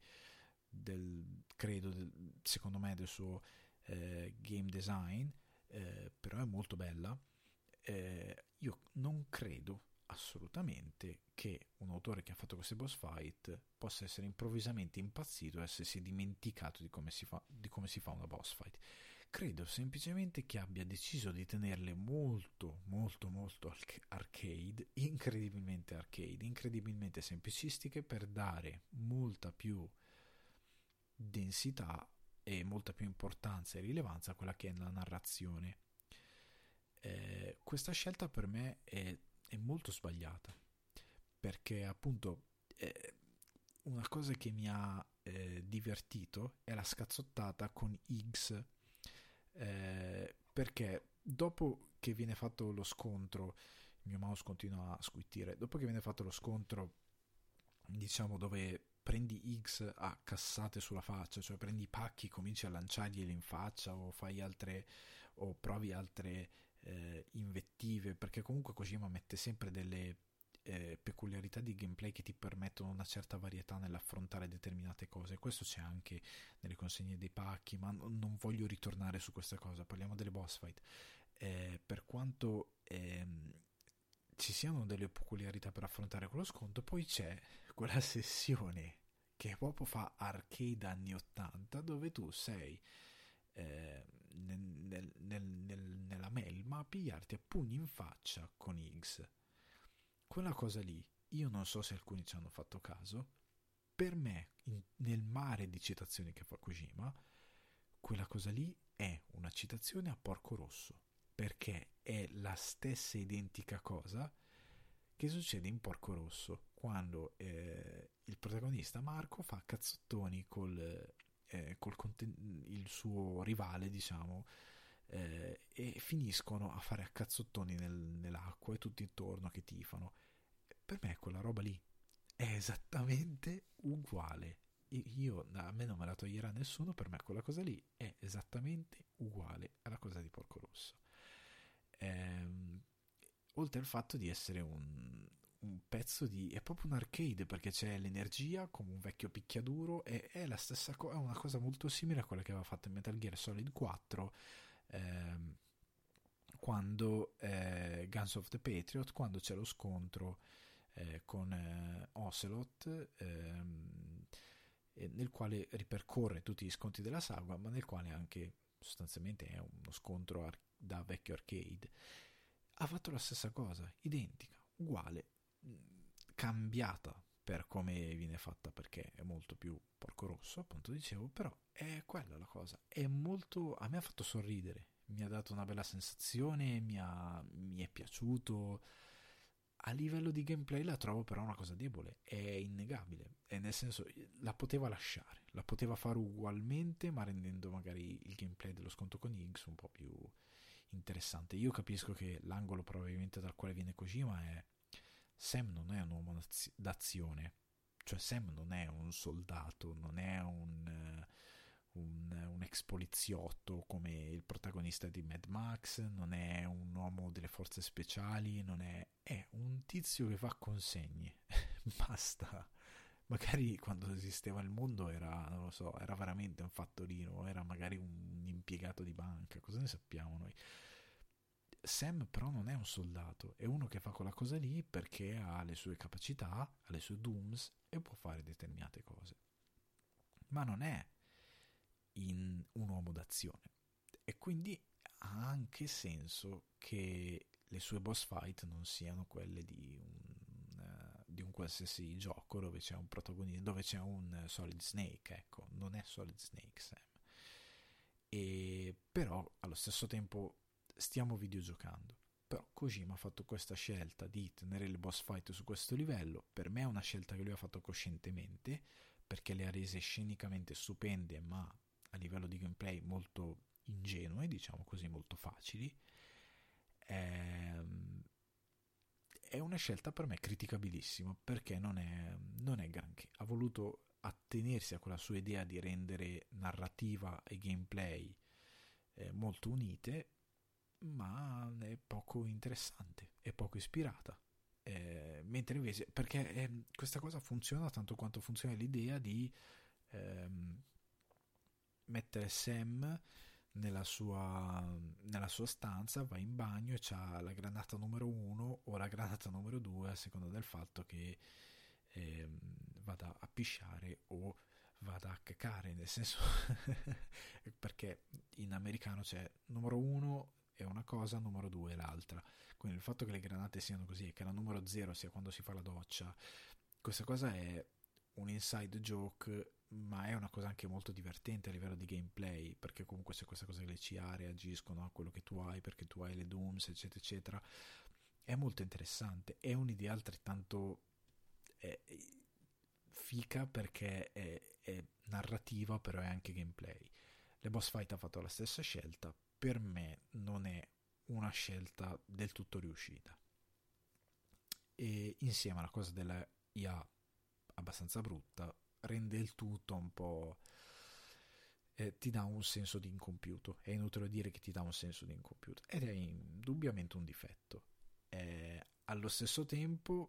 [SPEAKER 1] secondo me del suo game design, però è molto bella. Io non credo assolutamente che un autore che ha fatto queste boss fight possa essere improvvisamente impazzito e essersi dimenticato di come si fa una boss fight. Credo semplicemente che abbia deciso di tenerle molto molto molto arcade, incredibilmente semplicistiche, per dare molta più densità e molta più importanza e rilevanza a quella che è la narrazione. Questa scelta per me è molto sbagliata, perché appunto una cosa che mi ha divertito è la scazzottata con Higgs, perché dopo che viene fatto lo scontro, il mio mouse continua a squittire, dopo che viene fatto lo scontro, diciamo, dove prendi X a cassate sulla faccia, cioè prendi i pacchi, cominci a lanciarglieli in faccia, o fai altre, o provi altre invettive, perché comunque Kojima mette sempre delle peculiarità di gameplay che ti permettono una certa varietà nell'affrontare determinate cose. Questo c'è anche nelle consegne dei pacchi, ma non voglio ritornare su questa cosa, parliamo delle boss fight. Per quanto ci siano delle peculiarità per affrontare quello sconto, poi c'è quella sessione che proprio fa arcade anni 80, dove tu sei nella melma a pigliarti a pugni in faccia con Higgs. quella cosa lì, io non so se alcuni ci hanno fatto caso, per me, nel mare di citazioni che fa Kojima, quella cosa lì è una citazione a Porco Rosso, perché è la stessa identica cosa che succede in Porco Rosso, quando il protagonista Marco fa cazzottoni il suo rivale, diciamo, e finiscono a fare a cazzottoni nell'acqua e tutti intorno che tifano. Per me quella roba lì è esattamente uguale. A me non me la toglierà nessuno, per me quella cosa lì è esattamente uguale alla cosa di Porco Rosso. Ehm, Oltre al fatto di essere un pezzo di... è proprio un arcade, perché c'è l'energia come un vecchio picchiaduro, e è la stessa cosa, è una cosa molto simile a quella che aveva fatto in Metal Gear Solid 4, ehm, quando Guns of the Patriot, quando c'è lo scontro con Ocelot, nel quale ripercorre tutti gli scontri della saga, ma nel quale anche sostanzialmente è uno scontro da vecchio arcade. Ha fatto la stessa cosa, identica, uguale, cambiata per come viene fatta, perché è molto più Porco Rosso, appunto dicevo, però è quella la cosa. È molto... a me ha fatto sorridere, mi ha dato una bella sensazione, mi è piaciuto. A livello di gameplay la trovo però una cosa debole, è innegabile, e nel senso la poteva lasciare, la poteva fare ugualmente, ma rendendo magari il gameplay dello sconto con Inks un po' più interessante. Io capisco che l'angolo probabilmente dal quale viene Kojima è: Sam non è un uomo d'azione, cioè Sam non è un soldato, non è un ex poliziotto come il protagonista di Mad Max, non è un uomo delle forze speciali, è un tizio che fa consegne. Basta. Magari quando esisteva il mondo era, non lo so, era veramente un fattorino, era magari un impiegato di banca, cosa ne sappiamo noi. Sam però non è un soldato, è uno che fa quella cosa lì perché ha le sue capacità, ha le sue dooms e può fare determinate cose. Ma non è un uomo d'azione. E quindi ha anche senso che le sue boss fight non siano quelle di un qualsiasi gioco dove c'è un protagonista, dove c'è un Solid Snake, ecco, non è Solid Snake Sam. E però allo stesso tempo stiamo videogiocando. Però Kojima ha fatto questa scelta di tenere le boss fight su questo livello. Per me è una scelta che lui ha fatto coscientemente, perché le ha rese scenicamente stupende, ma a livello di gameplay molto ingenue, diciamo così, molto facili. È una scelta per me criticabilissima, perché non è granché. Ha voluto attenersi a quella sua idea di rendere narrativa e gameplay molto unite, ma è poco interessante, è poco ispirata. Mentre invece, perché questa cosa funziona tanto quanto funziona l'idea di ehm, mettere Sam nella sua stanza, va in bagno e c'ha la granata numero 1 o la granata numero 2 a seconda del fatto che ehm, vada a pisciare o vada a cacare, nel senso perché in americano c'è numero 1 è una cosa, numero 2 è l'altra, quindi il fatto che le granate siano così e che la numero 0 sia quando si fa la doccia, questa cosa è un inside joke, ma è una cosa anche molto divertente a livello di gameplay, perché comunque c'è questa cosa che le CA reagiscono a quello che tu hai perché tu hai le dooms, eccetera eccetera. È molto interessante, è un'idea altrettanto eh, fica, perché è narrativa però è anche gameplay. Le boss fight ha fatto la stessa scelta, per me non è una scelta del tutto riuscita, e insieme alla cosa della IA abbastanza brutta rende il tutto un po' ti dà un senso di incompiuto. È inutile dire che ti dà un senso di incompiuto, ed è indubbiamente un difetto. Allo stesso tempo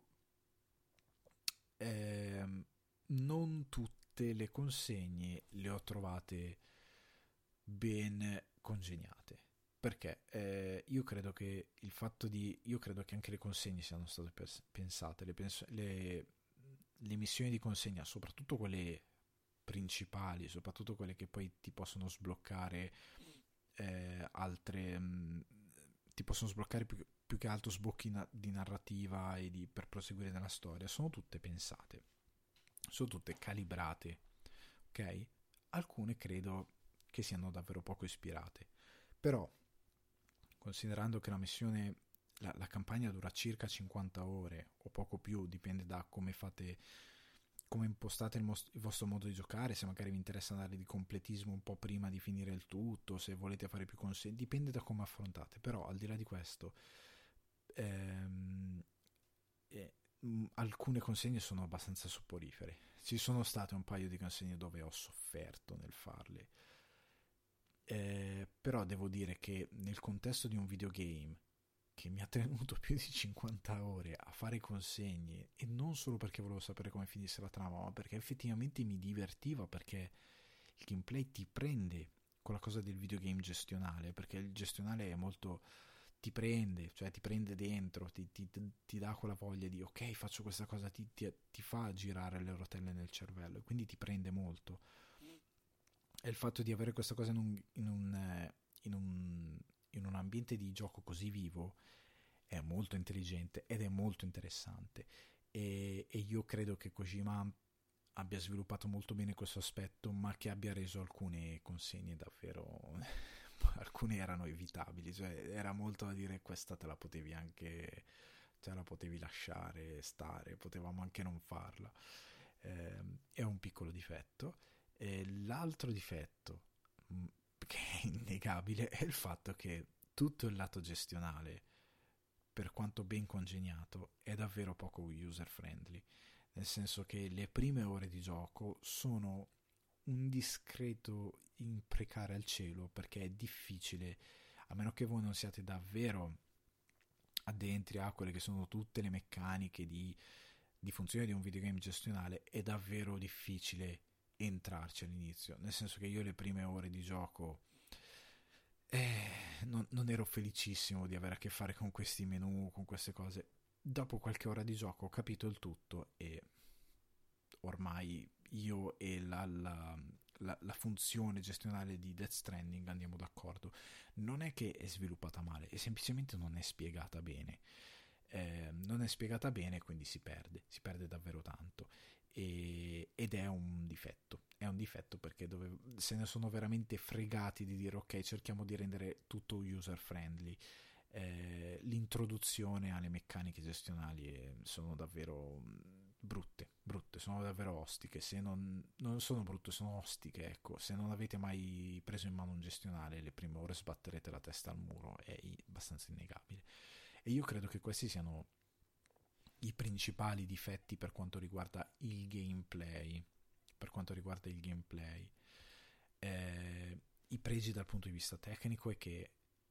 [SPEAKER 1] non tutte le consegne le ho trovate ben congegnate, perché io credo che io credo che anche le consegne siano state pensate, le missioni di consegna, soprattutto quelle principali, soprattutto quelle che poi ti possono sbloccare altre ti possono sbloccare più, più che altro sbocchi di narrativa e per proseguire nella storia, sono tutte pensate, sono tutte calibrate, ok? Alcune credo che siano davvero poco ispirate, però considerando che la missione, la campagna dura circa 50 ore o poco più, dipende da come fate, come impostate il vostro modo di giocare, se magari vi interessa andare di completismo un po' prima di finire il tutto, se volete fare più consegni, dipende da come affrontate. Però al di là di questo, ehm, alcune consegne sono abbastanza soporifere. Ci sono state un paio di consegne dove ho sofferto nel farle, però devo dire che nel contesto di un videogame che mi ha tenuto più di 50 ore a fare consegne, e non solo perché volevo sapere come finisse la trama, ma perché effettivamente mi divertiva, perché il gameplay ti prende con la cosa del videogame gestionale, perché il gestionale è molto, ti prende, cioè ti prende dentro, ti dà quella voglia di ok, faccio questa cosa, ti fa girare le rotelle nel cervello, e quindi ti prende molto. E il fatto di avere questa cosa in un ambiente di gioco così vivo è molto intelligente ed è molto interessante, e io credo che Kojima abbia sviluppato molto bene questo aspetto, ma che abbia reso alcune consegne davvero alcune erano evitabili, cioè era molto da dire questa te la potevi anche, cioè la potevi lasciare stare, potevamo anche non farla. È un piccolo difetto. E l'altro difetto, che è innegabile, è il fatto che tutto il lato gestionale, per quanto ben congegnato, è davvero poco user friendly, nel senso che le prime ore di gioco sono un discreto imprecare al cielo, perché è difficile, a meno che voi non siate davvero addentri a quelle che sono tutte le meccaniche di funzione di un videogame gestionale, è davvero difficile entrarci all'inizio, nel senso che io le prime ore di gioco non ero felicissimo di avere a che fare con questi menu, con queste cose. Dopo qualche ora di gioco ho capito il tutto, e ormai io e la funzione gestionale di Death Stranding andiamo d'accordo. Non è che è sviluppata male, è semplicemente non è spiegata bene. Non è spiegata bene, quindi si perde davvero tanto, ed è un difetto. È un difetto perché se ne sono veramente fregati di dire ok, cerchiamo di rendere tutto user friendly. L'introduzione alle meccaniche gestionali sono davvero brutte, sono davvero ostiche. Se non sono brutte, sono ostiche, ecco. Se non avete mai preso in mano un gestionale, le prime ore sbatterete la testa al muro, è abbastanza innegabile. E io credo che questi siano i principali difetti per quanto riguarda il gameplay. Per quanto riguarda il gameplay, i pregi dal punto di vista tecnico è che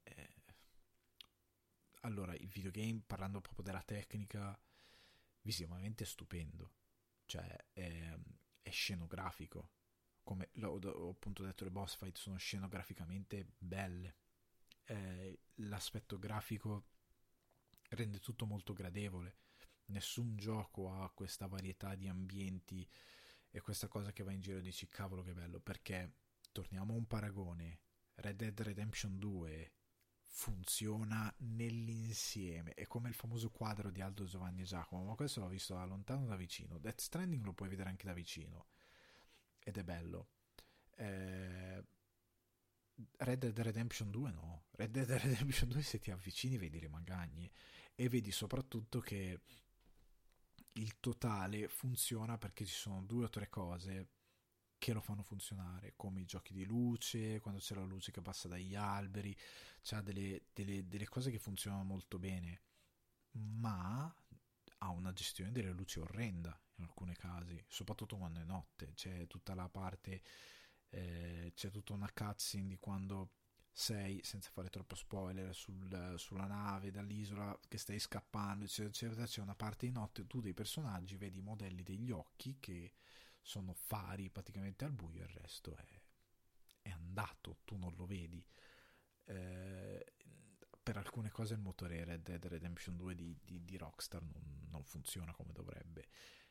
[SPEAKER 1] allora il videogame, parlando proprio della tecnica, visivamente è stupendo, cioè è scenografico, come ho appunto detto, le boss fight sono scenograficamente belle, l'aspetto grafico rende tutto molto gradevole. Nessun gioco ha questa varietà di ambienti e questa cosa che va in giro e dici cavolo che bello, perché torniamo a un paragone: Red Dead Redemption 2 funziona nell'insieme, è come il famoso quadro di Aldo, Giovanni e Giacomo, ma questo l'ho visto da lontano o da vicino. Death Stranding lo puoi vedere anche da vicino ed è bello. eh, Red Dead Redemption 2 no. Red Dead Redemption 2, se ti avvicini vedi le magagne, e vedi soprattutto che il totale funziona perché ci sono due o tre cose che lo fanno funzionare, come i giochi di luce, quando c'è la luce che passa dagli alberi, c'ha delle cose che funzionano molto bene, ma ha una gestione delle luci orrenda in alcuni casi, soprattutto quando è notte. C'è tutta la parte, c'è tutta una cutscene di quando sei, senza fare troppo spoiler, sulla nave dall'isola che stai scappando, eccetera, eccetera. C'è una parte di notte, tu dei personaggi vedi i modelli degli occhi che sono fari praticamente al buio, e il resto è andato, tu non lo vedi. Eh, per alcune cose il motore Red Dead Redemption 2 di Rockstar non funziona come dovrebbe.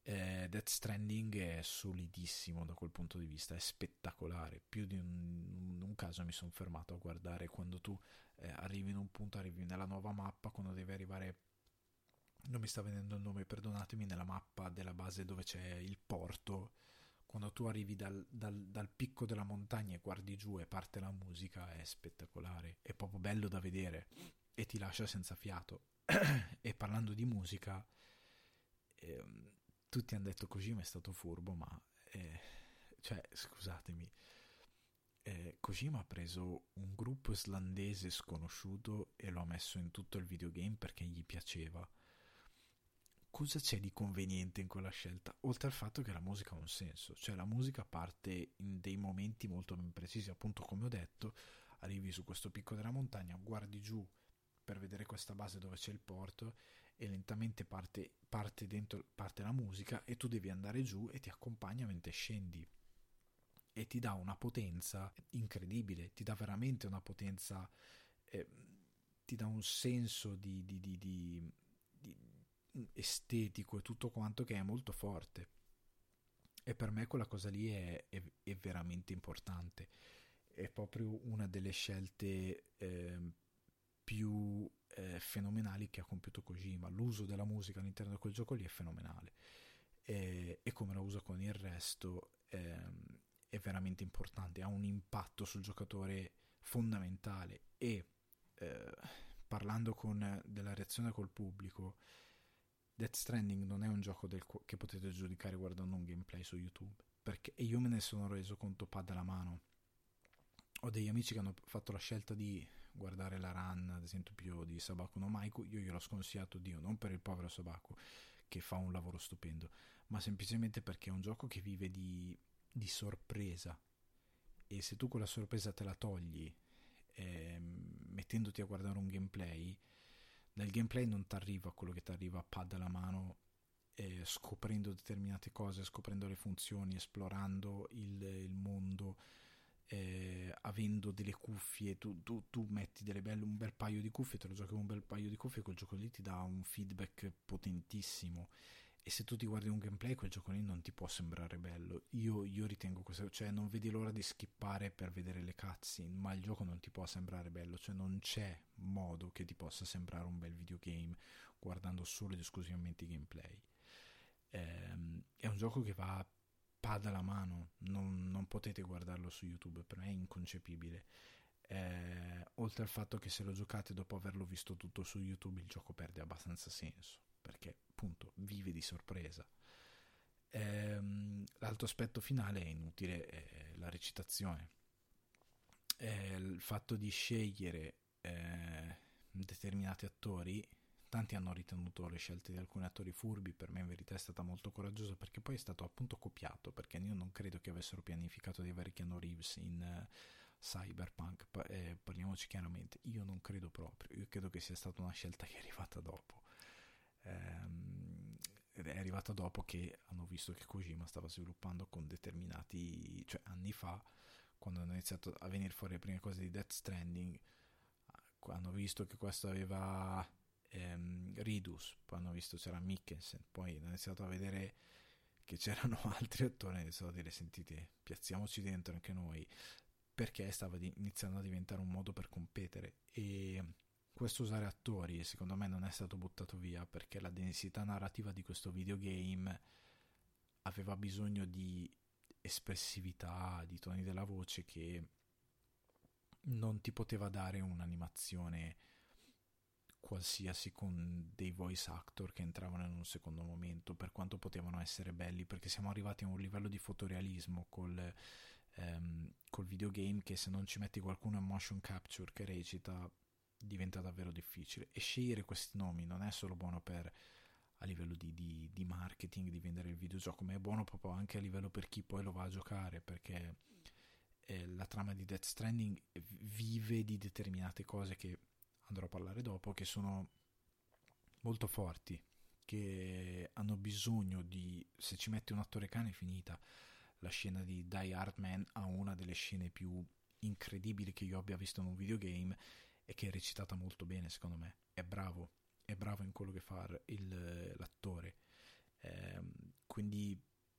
[SPEAKER 1] Death Stranding è solidissimo da quel punto di vista, è spettacolare. Più di un caso mi sono fermato a guardare quando tu arrivi in un punto, arrivi nella nuova mappa, quando devi arrivare, non mi sta venendo il nome, perdonatemi, nella mappa della base dove c'è il porto, quando tu arrivi dal picco della montagna e guardi giù e parte la musica, è spettacolare, è proprio bello da vedere e ti lascia senza fiato. E parlando di musica, ehm, tutti hanno detto Kojima è stato furbo, ma cioè, scusatemi, Kojima ha preso un gruppo islandese sconosciuto e lo ha messo in tutto il videogame perché gli piaceva. Cosa c'è di conveniente in quella scelta? Oltre al fatto che la musica ha un senso, cioè la musica parte in dei momenti molto ben precisi, appunto come ho detto, arrivi su questo picco della montagna, guardi giù per vedere questa base dove c'è il porto e lentamente parte la musica e tu devi andare giù e ti accompagna mentre scendi e ti dà una potenza incredibile, ti dà veramente una potenza, eh, ti dà un senso di estetico e tutto quanto che è molto forte. E per me quella cosa lì è veramente importante. È proprio una delle scelte più fenomenali che ha compiuto Kojima. L'uso della musica all'interno di quel gioco lì è fenomenale. E come la usa con il resto è veramente importante. Ha un impatto sul giocatore fondamentale. E eh, parlando della reazione col pubblico, Death Stranding non è un gioco che potete giudicare guardando un gameplay su YouTube, perché e io me ne sono reso conto pad alla mano. Ho degli amici che hanno fatto la scelta di guardare la run, ad esempio di Sabaku no Maiku. Io gliel'ho sconsigliato, Dio, non per il povero Sabaku che fa un lavoro stupendo, ma semplicemente perché è un gioco che vive di sorpresa, e se tu quella sorpresa te la togli mettendoti a guardare un gameplay, nel gameplay non ti arriva quello che ti arriva a pad alla mano, scoprendo determinate cose, scoprendo le funzioni, esplorando il mondo, avendo delle cuffie. Tu metti un bel paio di cuffie, te lo giochi con un bel paio di cuffie, quel gioco lì ti dà un feedback potentissimo. E se tu ti guardi un gameplay, quel gioco lì non ti può sembrare bello. Io ritengo questo, cioè non vedi l'ora di skippare per vedere le cutscene, ma il gioco non ti può sembrare bello, cioè non c'è modo che ti possa sembrare un bel videogame guardando solo ed esclusivamente i gameplay. È un gioco che va pad alla mano, non potete guardarlo su YouTube, per me è inconcepibile. Oltre al fatto che se lo giocate dopo averlo visto tutto su YouTube, il gioco perde abbastanza senso, perché appunto vive di sorpresa. L'altro aspetto finale è inutile, è la recitazione. Il fatto di scegliere determinati attori, tanti hanno ritenuto le scelte di alcuni attori furbi, per me in verità è stata molto coraggiosa, perché poi è stato appunto copiato, perché io non credo che avessero pianificato di avere Keanu Reeves in Cyberpunk. Parliamoci chiaramente, io non credo proprio, io credo che sia stata una scelta che è arrivata dopo. È arrivata dopo che hanno visto che Kojima stava sviluppando con determinati, cioè anni fa, quando hanno iniziato a venire fuori le prime cose di Death Stranding, hanno visto che questo aveva Ridus, poi hanno visto c'era Mikkelsen, poi hanno iniziato a vedere che c'erano altri attori, hanno iniziato a dire sentite, piazziamoci dentro anche noi, perché stava iniziando a diventare un modo per competere. E questo usare attori secondo me non è stato buttato via, perché la densità narrativa di questo videogame aveva bisogno di espressività, di toni della voce che non ti poteva dare un'animazione qualsiasi con dei voice actor che entravano in un secondo momento, per quanto potevano essere belli, perché siamo arrivati a un livello di fotorealismo col videogame che se non ci metti qualcuno in motion capture che recita diventa davvero difficile. E scegliere questi nomi non è solo buono per a livello di marketing, di vendere il videogioco, ma è buono proprio anche a livello per chi poi lo va a giocare, perché la trama di Death Stranding vive di determinate cose che andrò a parlare dopo, che sono molto forti, che hanno bisogno di, se ci metti un attore cane è finita. La scena di Die Hard Man ha una delle scene più incredibili che io abbia visto in un videogame, e che è recitata molto bene secondo me. È bravo in quello che fa l'attore. quindi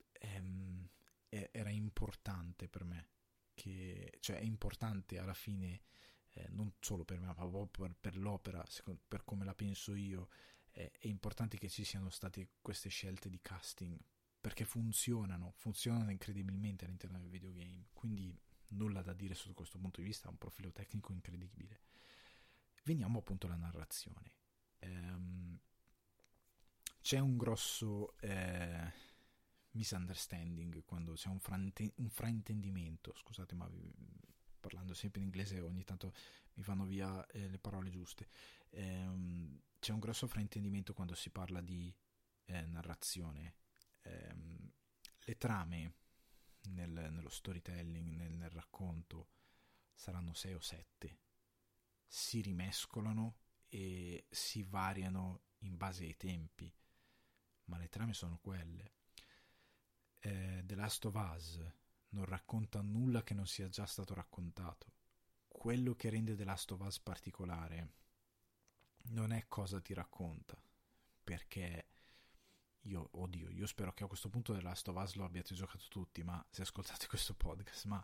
[SPEAKER 1] era importante per me, cioè è importante alla fine, non solo per me, ma proprio per l'opera, per come la penso io, è importante che ci siano state queste scelte di casting, perché funzionano incredibilmente all'interno del videogame, quindi nulla da dire sotto questo punto di vista, ha un profilo tecnico incredibile. Veniamo appunto alla narrazione. C'è un grosso misunderstanding quando c'è un fraintendimento, scusate, ma parlando sempre in inglese ogni tanto mi vanno via le parole giuste. C'è un grosso fraintendimento quando si parla di narrazione. Le trame nello storytelling, nel racconto, saranno 6 o 7, si rimescolano e si variano in base ai tempi, ma le trame sono quelle. The Last of Us non racconta nulla che non sia già stato raccontato. Quello che rende The Last of Us particolare non è cosa ti racconta, perché io spero che a questo punto The Last of Us lo abbiate giocato tutti, ma se ascoltate questo podcast, ma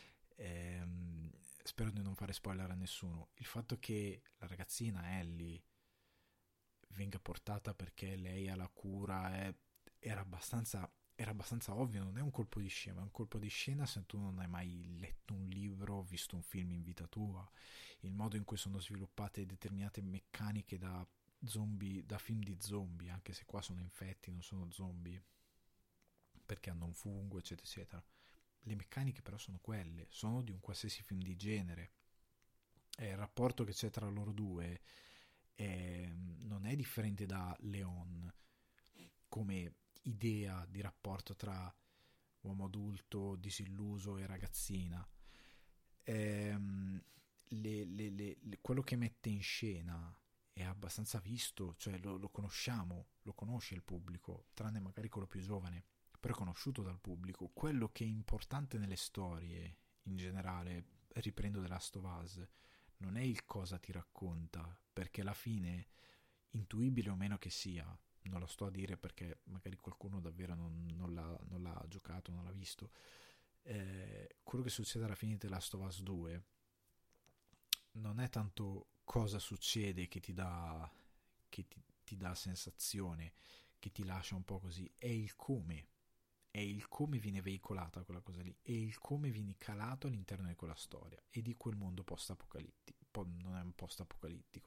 [SPEAKER 1] spero di non fare spoiler a nessuno. Il fatto che la ragazzina Ellie venga portata perché lei ha la cura era abbastanza ovvio, non è un colpo di scena, è un colpo di scena se tu non hai mai letto un libro o visto un film in vita tua. Il modo in cui sono sviluppate determinate meccaniche da zombie, da film di zombie, anche se qua sono infetti, non sono zombie, perché hanno un fungo, eccetera, eccetera. Le meccaniche però sono quelle, sono di un qualsiasi film di genere. E il rapporto che c'è tra loro due non è differente da Leon come idea di rapporto tra uomo adulto, disilluso e ragazzina. Quello che mette in scena è abbastanza visto, cioè lo conosciamo, lo conosce il pubblico, tranne magari quello più giovane, però è conosciuto dal pubblico. Quello che è importante nelle storie in generale, riprendo The Last of Us, non è il cosa ti racconta, perché alla fine, intuibile o meno che sia, non lo sto a dire perché magari qualcuno davvero non l'ha giocato, non l'ha visto, quello che succede alla fine di The Last of Us 2 non è tanto cosa succede che ti dà sensazione, che ti lascia un po' così, è il come viene veicolata quella cosa lì, è il come vieni calato all'interno di quella storia e di quel mondo post-apocalittico, non è un post-apocalittico,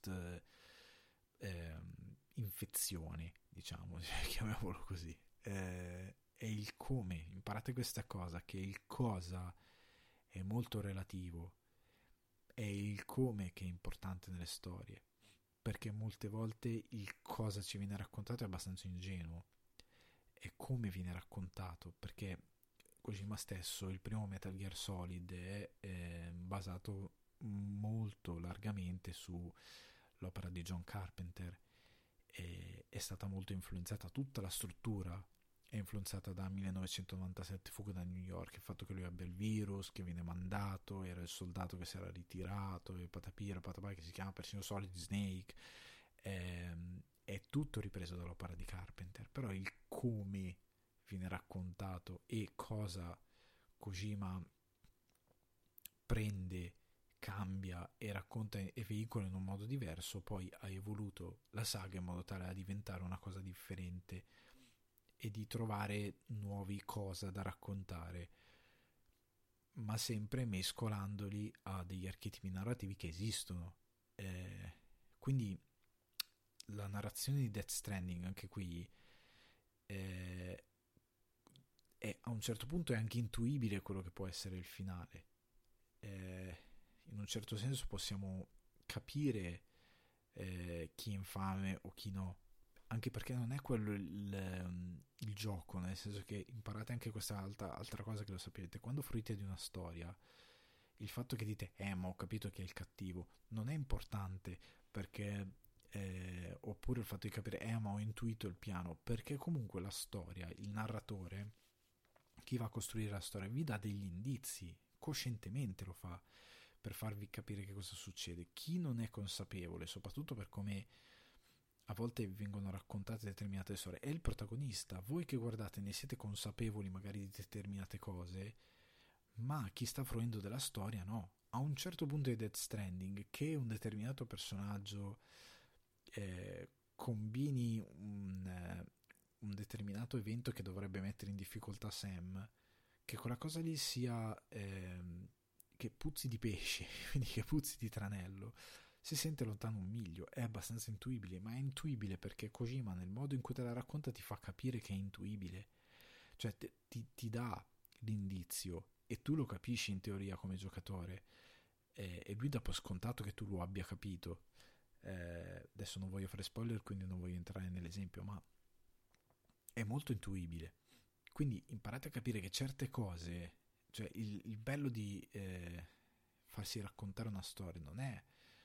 [SPEAKER 1] infezione, diciamo, chiamiamolo così. È il come, imparate questa cosa, che il cosa è molto relativo, è il come che è importante nelle storie, perché molte volte il cosa ci viene raccontato è abbastanza ingenuo, è come viene raccontato, perché Kojima stesso, il primo Metal Gear Solid è basato molto largamente sull'opera di John Carpenter, è stata molto influenzata, tutta la struttura è influenzata da 1997 Fuga da New York, il fatto che lui abbia il virus, che viene mandato, era il soldato che si era ritirato, e patapira, patapà, che si chiama persino Solid Snake, è tutto ripreso dall'opera di Carpenter, però il come viene raccontato e cosa Kojima prende, cambia e racconta e veicola in un modo diverso, poi ha evoluto la saga in modo tale da diventare una cosa differente e di trovare nuovi cosa da raccontare, ma sempre mescolandoli a degli archetipi narrativi che esistono. Quindi la narrazione di Death Stranding anche qui a un certo punto è anche intuibile quello che può essere il finale. In un certo senso possiamo capire chi è infame o chi no, anche perché non è quello il gioco, nel senso che imparate anche questa altra cosa che lo sapete: quando fruite di una storia, il fatto che dite ma ho capito chi è il cattivo non è importante, perché oppure il fatto di capire ma ho intuito il piano, perché comunque la storia, il narratore, chi va a costruire la storia, vi dà degli indizi, coscientemente lo fa per farvi capire che cosa succede. Chi non è consapevole, soprattutto per come a volte vengono raccontate determinate storie, è il protagonista. Voi che guardate ne siete consapevoli magari di determinate cose, ma chi sta fruendo della storia no. A un certo punto di Death Stranding, che un determinato personaggio combini un determinato evento che dovrebbe mettere in difficoltà Sam, che quella cosa lì sia che puzzi di pesce, quindi che puzzi di tranello, si sente lontano un miglio. È abbastanza intuibile, ma è intuibile perché Kojima nel modo in cui te la racconta ti fa capire che è intuibile, cioè ti dà l'indizio e tu lo capisci in teoria come giocatore, e lui dà per scontato che tu lo abbia capito. Adesso non voglio fare spoiler, quindi non voglio entrare nell'esempio, ma è molto intuibile. Quindi imparate a capire che certe cose, cioè il bello di farsi raccontare una storia non è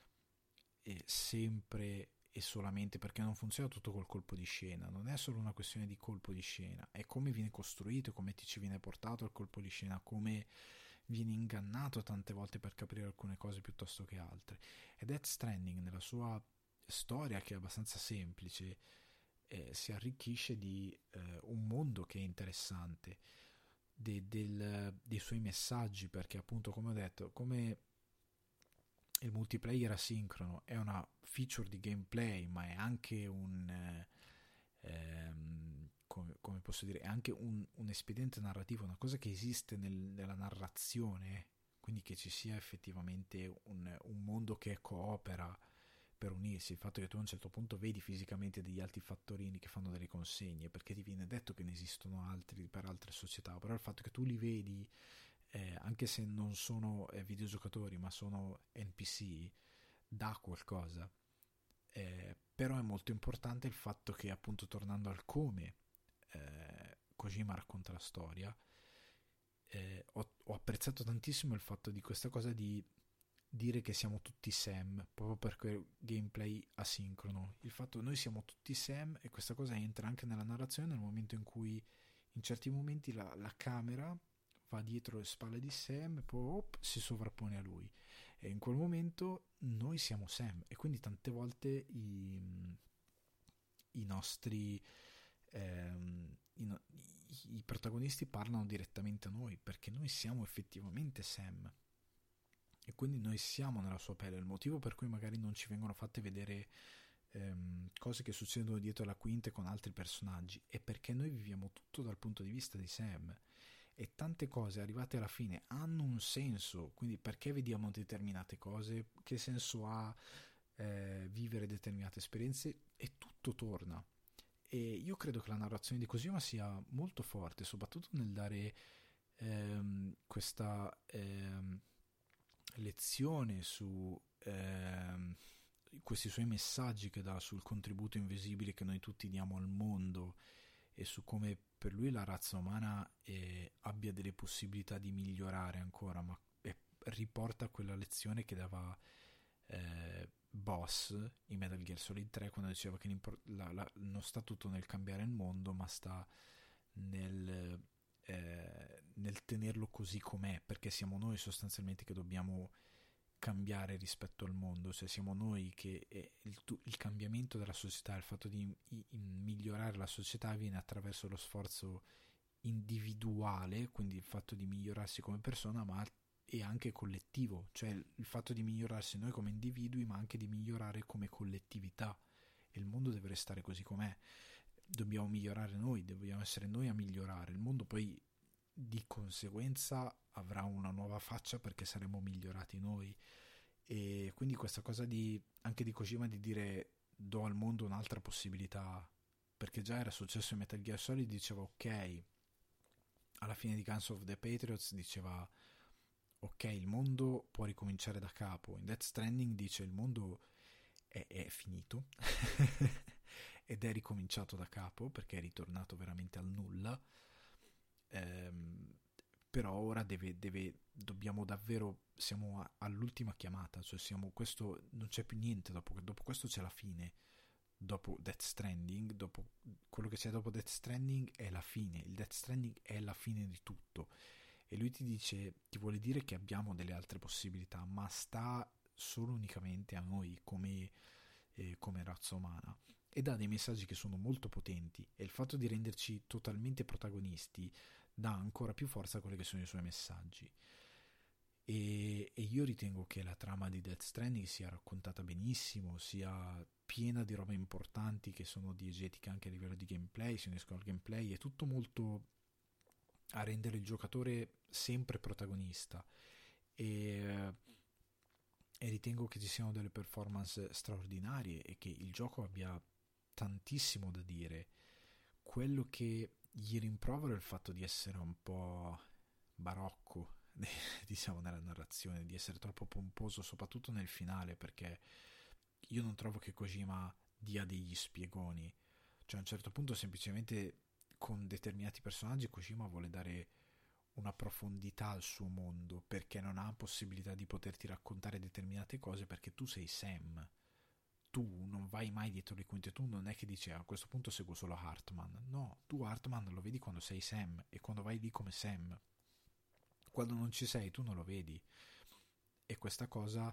[SPEAKER 1] sempre e solamente perché non funziona tutto col colpo di scena, non è solo una questione di colpo di scena, è come viene costruito, come ti ci viene portato il colpo di scena, come viene ingannato tante volte per capire alcune cose piuttosto che altre. E Death Stranding nella sua storia, che è abbastanza semplice, si arricchisce di un mondo che è interessante, dei suoi messaggi, perché appunto, come ho detto, come il multiplayer asincrono è una feature di gameplay, ma è anche come posso dire, è anche un espediente narrativo, una cosa che esiste nella narrazione, quindi che ci sia effettivamente un mondo che coopera per unirsi. Il fatto che tu a un certo punto vedi fisicamente degli altri fattorini che fanno delle consegne, perché ti viene detto che ne esistono altri per altre società, però il fatto che tu li vedi, anche se non sono videogiocatori ma sono NPC, dà qualcosa. Però è molto importante il fatto che, appunto, tornando al come Kojima racconta la storia, ho apprezzato tantissimo il fatto di questa cosa di dire che siamo tutti Sam, proprio per quel gameplay asincrono. Il fatto che noi siamo tutti Sam, e questa cosa entra anche nella narrazione nel momento in cui in certi momenti la camera va dietro le spalle di Sam e poi si sovrappone a lui, e in quel momento noi siamo Sam, e quindi tante volte i nostri i protagonisti parlano direttamente a noi perché noi siamo effettivamente Sam, e quindi noi siamo nella sua pelle. Il motivo per cui magari non ci vengono fatte vedere cose che succedono dietro la quinte con altri personaggi è perché noi viviamo tutto dal punto di vista di Sam, e tante cose arrivate alla fine hanno un senso. Quindi perché vediamo determinate cose, che senso ha vivere determinate esperienze, e tutto torna. E io credo che la narrazione di Kojima sia molto forte, soprattutto nel dare questa lezione su questi suoi messaggi che dà sul contributo invisibile che noi tutti diamo al mondo, e su come per lui la razza umana abbia delle possibilità di migliorare ancora, ma riporta quella lezione che dava Boss in Metal Gear Solid 3, quando diceva che non sta tutto nel cambiare il mondo, ma sta nel tenerlo così com'è, perché siamo noi sostanzialmente che dobbiamo cambiare rispetto al mondo, cioè siamo noi che il cambiamento della società, il fatto di migliorare la società avviene attraverso lo sforzo individuale, quindi il fatto di migliorarsi come persona, ma e anche collettivo, cioè il fatto di migliorarsi noi come individui, ma anche di migliorare come collettività. Il mondo deve restare così com'è, dobbiamo migliorare noi, dobbiamo essere noi a migliorare il mondo, poi di conseguenza avrà una nuova faccia perché saremo migliorati noi. E quindi questa cosa anche di Kojima, di dire do al mondo un'altra possibilità, perché già era successo in Metal Gear Solid, diceva ok, alla fine di Guns of the Patriots diceva ok, il mondo può ricominciare da capo. In Death Stranding dice il mondo è finito ed è ricominciato da capo perché è ritornato veramente al nulla. Però ora dobbiamo davvero, siamo all'ultima chiamata, cioè questo, non c'è più niente dopo questo, c'è la fine. Dopo Death Stranding, dopo quello che c'è dopo Death Stranding è la fine. Il Death Stranding è la fine di tutto, e lui ti vuole dire che abbiamo delle altre possibilità, ma sta solo unicamente a noi come razza umana. e dà dei messaggi che sono molto potenti, e il fatto di renderci totalmente protagonisti dà ancora più forza a quelli che sono i suoi messaggi. E io ritengo che la trama di Death Stranding sia raccontata benissimo, sia piena di robe importanti che sono diegetiche anche a livello di gameplay, si uniscono al gameplay, è tutto molto a rendere il giocatore sempre protagonista, e, e ritengo che ci siano delle performance straordinarie e che il gioco abbia tantissimo da dire. Quello che gli rimprovero è il fatto di essere un po' barocco, diciamo, nella narrazione, di essere troppo pomposo, soprattutto nel finale, perché io non trovo che Kojima dia degli spiegoni. Cioè, a un certo punto, semplicemente con determinati personaggi, Kojima vuole dare una profondità al suo mondo, perché non ha possibilità di poterti raccontare determinate cose, perché tu sei Sam. Tu non vai mai dietro le quinte, tu non è che dici a questo punto seguo solo Hartman. No, tu Hartman lo vedi quando sei Sam e quando vai lì come Sam. Quando non ci sei tu non lo vedi, e questa cosa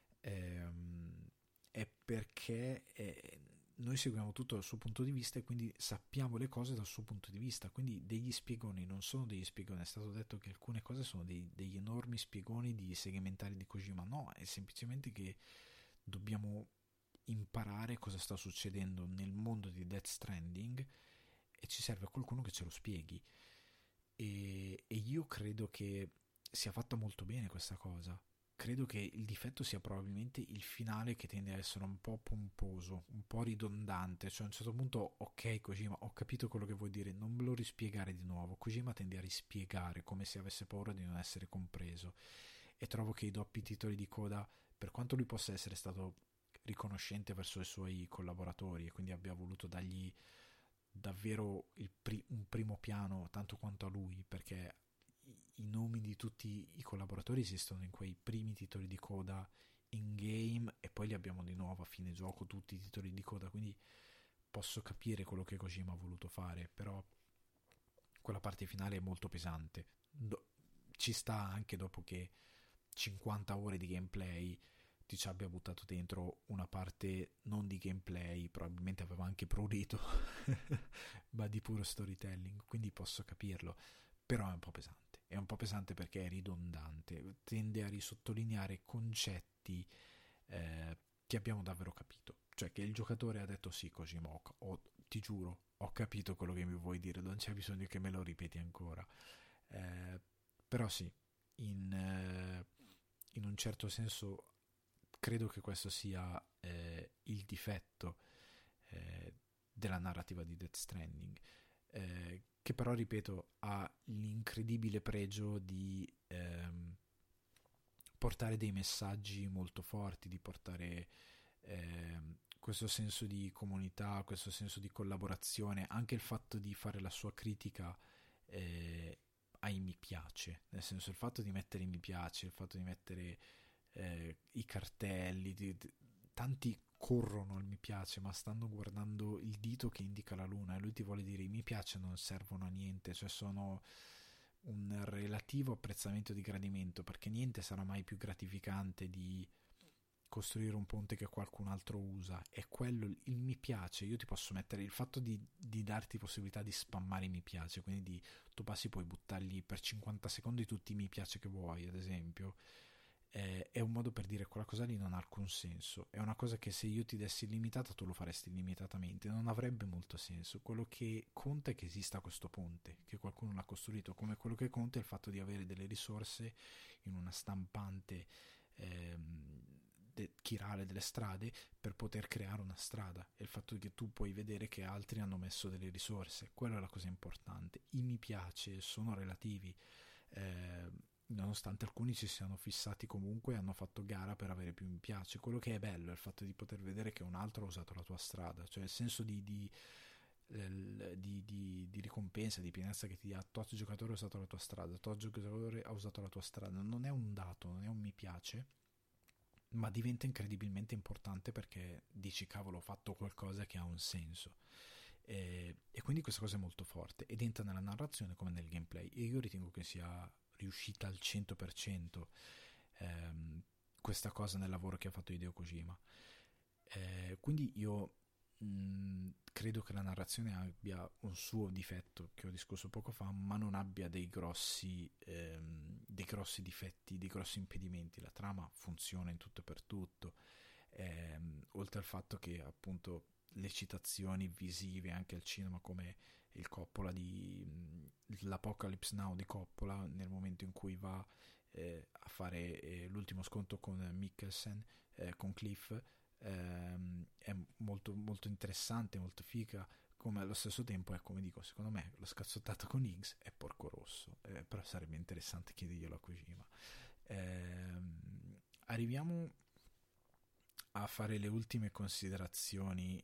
[SPEAKER 1] è perché noi seguiamo tutto dal suo punto di vista, e quindi sappiamo le cose dal suo punto di vista. Quindi degli spiegoni non sono degli spiegoni. È stato detto che alcune cose sono degli enormi spiegoni di segmentari di Kojima. No, è semplicemente che dobbiamo imparare cosa sta succedendo nel mondo di Death Stranding, e ci serve qualcuno che ce lo spieghi. E io credo che sia fatta molto bene questa cosa. Credo che il difetto sia probabilmente il finale, che tende a essere un po' pomposo, un po' ridondante. Cioè, a un certo punto, ok Kojima, ho capito quello che vuoi dire, non me lo rispiegare di nuovo. Kojima tende a rispiegare come se avesse paura di non essere compreso, e trovo che i doppi titoli di coda, per quanto lui possa essere stato riconoscente verso i suoi collaboratori e quindi abbia voluto dargli davvero un primo piano tanto quanto a lui, perché i nomi di tutti i collaboratori esistono in quei primi titoli di coda in game, e poi li abbiamo di nuovo a fine gioco tutti i titoli di coda, quindi posso capire quello che Kojima ha voluto fare, però quella parte finale è molto pesante. Ci sta anche dopo che 50 ore di gameplay ti ci abbia buttato dentro una parte non di gameplay, probabilmente aveva anche prurito ma di puro storytelling, quindi posso capirlo. Però è un po' pesante perché è ridondante, tende a risottolineare concetti che abbiamo davvero capito, cioè che il giocatore ha detto sì Kojima, ti giuro ho capito quello che mi vuoi dire, non c'è bisogno che me lo ripeti ancora. eh, Però sì, in un certo senso credo che questo sia il difetto eh, della narrativa di Death Stranding, che però, ripeto, ha l'incredibile pregio di portare dei messaggi molto forti, di portare questo senso di comunità, questo senso di collaborazione, anche il fatto di fare la sua critica ai mi piace, nel senso, il fatto di mettere i mi piace, il fatto di mettere i cartelli, tanti corrono al mi piace ma stanno guardando il dito che indica la luna, e lui ti vuole dire i mi piace non servono a niente, cioè sono un relativo apprezzamento di gradimento, perché niente sarà mai più gratificante di costruire un ponte che qualcun altro usa. È quello il mi piace. Io ti posso mettere il fatto di darti possibilità di spammare i mi piace, quindi tu passi, puoi buttargli per 50 secondi tutti i mi piace che vuoi, ad esempio. È un modo per dire quella cosa lì non ha alcun senso, è una cosa che se io ti dessi illimitata tu lo faresti illimitatamente, non avrebbe molto senso. Quello che conta è che esista questo ponte, che qualcuno l'ha costruito, come quello che conta è il fatto di avere delle risorse in una stampante chirale delle strade per poter creare una strada, e il fatto che tu puoi vedere che altri hanno messo delle risorse, quella è la cosa importante. I mi piace sono relativi, nonostante alcuni ci siano fissati comunque e hanno fatto gara per avere più mi piace. Quello che è bello è il fatto di poter vedere che un altro ha usato la tua strada, cioè il senso di ricompensa, di pienezza che ti dà tot giocatore ha usato la tua strada, tot giocatore ha usato la tua strada, non è un dato, non è un mi piace, ma diventa incredibilmente importante perché dici cavolo ho fatto qualcosa che ha un senso, e quindi questa cosa è molto forte ed entra nella narrazione come nel gameplay, e io ritengo che sia riuscita al 100% questa cosa nel lavoro che ha fatto Hideo Kojima. Quindi io credo che la narrazione abbia un suo difetto che ho discusso poco fa, ma non abbia dei grossi difetti, dei grossi impedimenti. La trama funziona in tutto e per tutto, oltre al fatto che appunto le citazioni visive anche al cinema, come il Coppola di l'Apocalypse Now di Coppola, nel momento in cui va a fare l'ultimo scontro con Mikkelsen, con Cliff, è molto, molto interessante, molto figa, come allo stesso tempo è, come dico, secondo me lo scazzottato con Higgs è porco rosso, però sarebbe interessante chiederglielo a Kojima. Arriviamo a fare le ultime considerazioni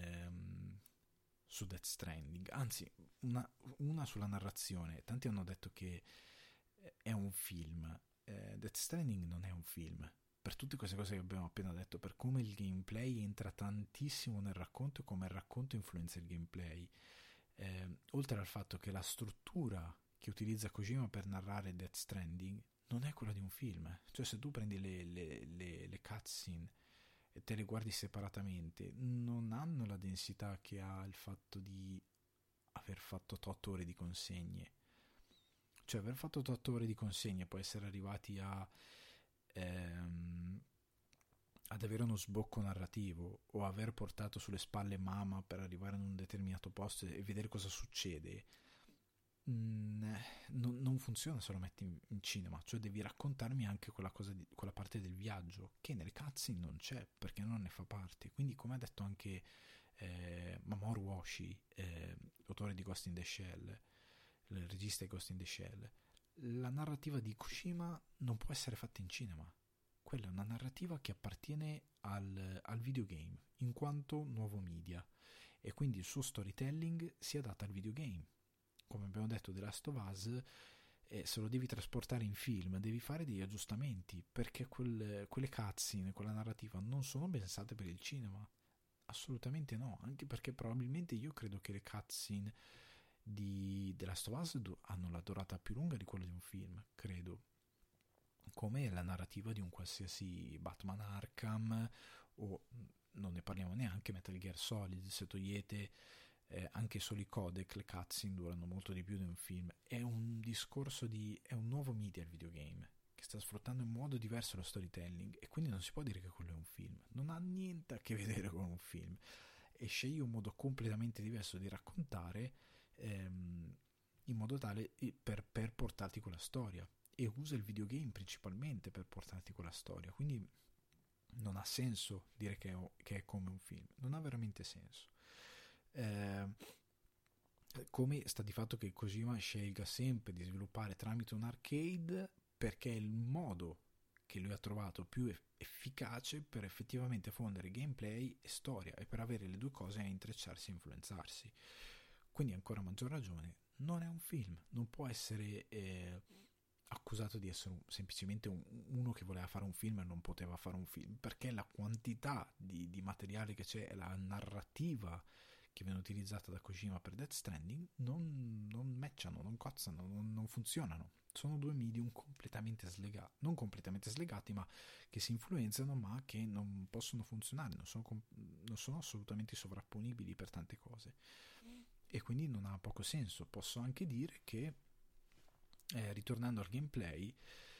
[SPEAKER 1] su Death Stranding, anzi una sulla narrazione. Tanti hanno detto che è un film. Death Stranding non è un film, per tutte queste cose che abbiamo appena detto, per come il gameplay entra tantissimo nel racconto e come il racconto influenza il gameplay, oltre al fatto che la struttura che utilizza Kojima per narrare Death Stranding non è quella di un film. Cioè, se tu prendi le cutscene e te le guardi separatamente, non hanno la densità che ha il fatto di aver fatto 8 ore di consegne. Cioè, aver fatto 8 ore di consegne e poi essere arrivati ad avere uno sbocco narrativo, o aver portato sulle spalle Mama per arrivare in un determinato posto e vedere cosa succede, non funziona se lo metti in cinema. Cioè, devi raccontarmi anche quella parte del viaggio che nelle cutscene non c'è, perché non ne fa parte. Quindi, come ha detto anche Mamoru Oshii, autore di Ghost in the Shell, il regista di Ghost in the Shell, la narrativa di Kojima non può essere fatta in cinema. Quella è una narrativa che appartiene al videogame, in quanto nuovo media, e quindi il suo storytelling si adatta al videogame. Come abbiamo detto, The Last of Us, se lo devi trasportare in film, devi fare degli aggiustamenti, perché quelle cutscene, quella narrativa non sono pensate per il cinema. Assolutamente no, anche perché probabilmente io credo che le cutscene di The Last of Us hanno la durata più lunga di quella di un film, credo, come la narrativa di un qualsiasi Batman Arkham, o non ne parliamo neanche Metal Gear Solid. Se togliete anche solo i codec, le cutscene durano molto di più di un film. È un discorso è un nuovo media il videogame, che sta sfruttando in modo diverso lo storytelling, e quindi non si può dire che quello è un film, non ha niente a che vedere con un film, e sceglie un modo completamente diverso di raccontare, in modo tale per portarti quella storia, e usa il videogame principalmente per portarti quella storia. Quindi non ha senso dire che è come un film, non ha veramente senso. Come sta di fatto che Kojima scelga sempre di sviluppare tramite un arcade, perché è il modo che lui ha trovato più efficace per effettivamente fondere gameplay e storia, e per avere le due cose a intrecciarsi e influenzarsi. Quindi, ancora a maggior ragione, non è un film, non può essere accusato di essere semplicemente uno che voleva fare un film e non poteva fare un film, perché la quantità di materiale che c'è e la narrativa che viene utilizzata da Kojima per Death Stranding non matchano, non cozzano, non funzionano. Sono due medium completamente slegati, non completamente slegati, ma che si influenzano, ma che non possono funzionare, non sono assolutamente sovrapponibili per tante cose, e quindi non ha poco senso. Posso anche dire che, ritornando al gameplay,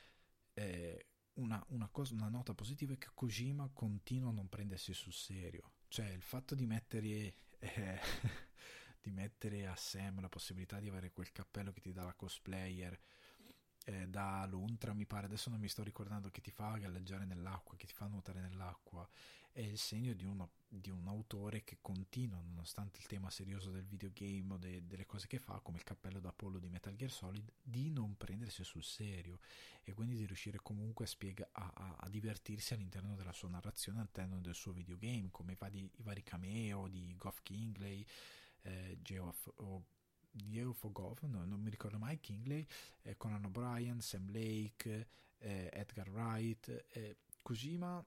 [SPEAKER 1] una nota positiva è che Kojima continua a non prendersi sul serio. Cioè, il fatto di mettere di mettere a Sam la possibilità di avere quel cappello che ti dà la cosplayer, da Luntra, mi pare, adesso non mi sto ricordando, che ti fa galleggiare nell'acqua, che ti fa nuotare nell'acqua, è il segno di un autore che continua, nonostante il tema serioso del videogame o delle cose che fa, come il cappello d'Apollo di Metal Gear Solid, di non prendersi sul serio, e quindi di riuscire comunque a divertirsi all'interno della sua narrazione, all'interno del suo videogame, come i vari cameo di Geoff Keighley, Geoff Gov, no, non mi ricordo mai, Kingley, Conan O'Brien, Sam Lake, Edgar Wright. Kojima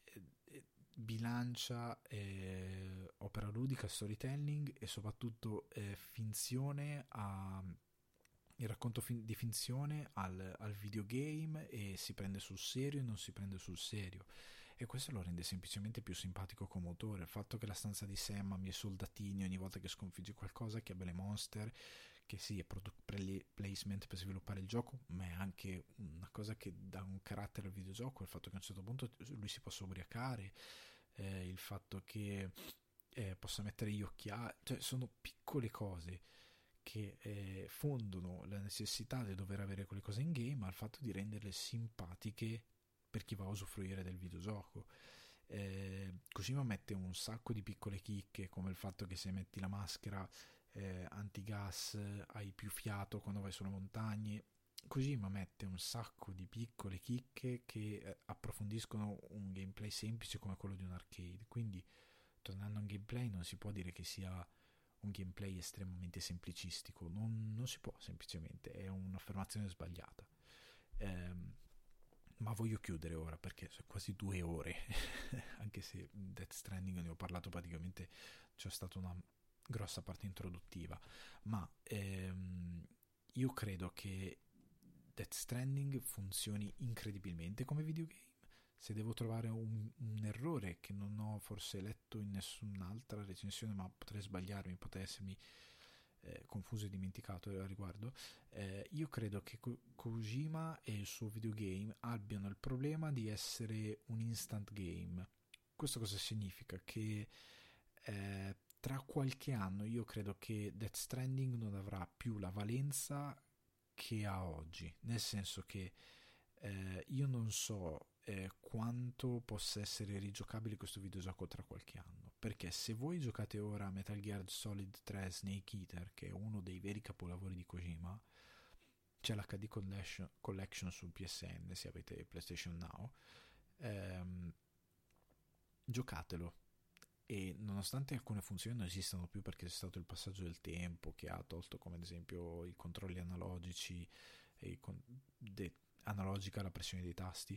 [SPEAKER 1] bilancia opera ludica, storytelling, e soprattutto finzione, il racconto di finzione al videogame, e si prende sul serio e non si prende sul serio. e questo lo rende semplicemente più simpatico come autore. Il fatto che la stanza di Sam abbia i soldatini ogni volta che sconfiggi qualcosa, che abbia le monster, che sì, è product placement per sviluppare il gioco, ma è anche una cosa che dà un carattere al videogioco. Il fatto che a un certo punto lui si possa ubriacare, il fatto che possa mettere gli occhiali, cioè sono piccole cose che fondono la necessità di dover avere quelle cose in game al fatto di renderle simpatiche per chi va a usufruire del videogioco. Kojima mette un sacco di piccole chicche, come il fatto che se metti la maschera antigas hai più fiato quando vai sulle montagne. Kojima mette un sacco di piccole chicche che approfondiscono un gameplay semplice come quello di un arcade. Quindi, tornando a un gameplay, non si può dire che sia un gameplay estremamente semplicistico, non si può, semplicemente, è un'affermazione sbagliata. Ma voglio chiudere ora perché sono quasi 2 ore, anche se Death Stranding ne ho parlato praticamente, c'è stata una grossa parte introduttiva, ma io credo che Death Stranding funzioni incredibilmente come videogame. Se devo trovare un errore che non ho forse letto in nessun'altra recensione, ma potrei sbagliarmi, potrei essermi confuso e dimenticato al riguardo, io credo che Kojima e il suo videogame abbiano il problema di essere un instant game. Questo cosa significa? Che tra qualche anno io credo che Death Stranding non avrà più la valenza che ha oggi, nel senso che io non so quanto possa essere rigiocabile questo videogioco tra qualche anno, perché se voi giocate ora a Metal Gear Solid 3 Snake Eater, che è uno dei veri capolavori di Kojima, c'è l'HD Collection sul PSN se avete PlayStation Now, giocatelo. E nonostante alcune funzioni non esistano più perché c'è stato il passaggio del tempo che ha tolto, come ad esempio i controlli analogici e analogica la pressione dei tasti,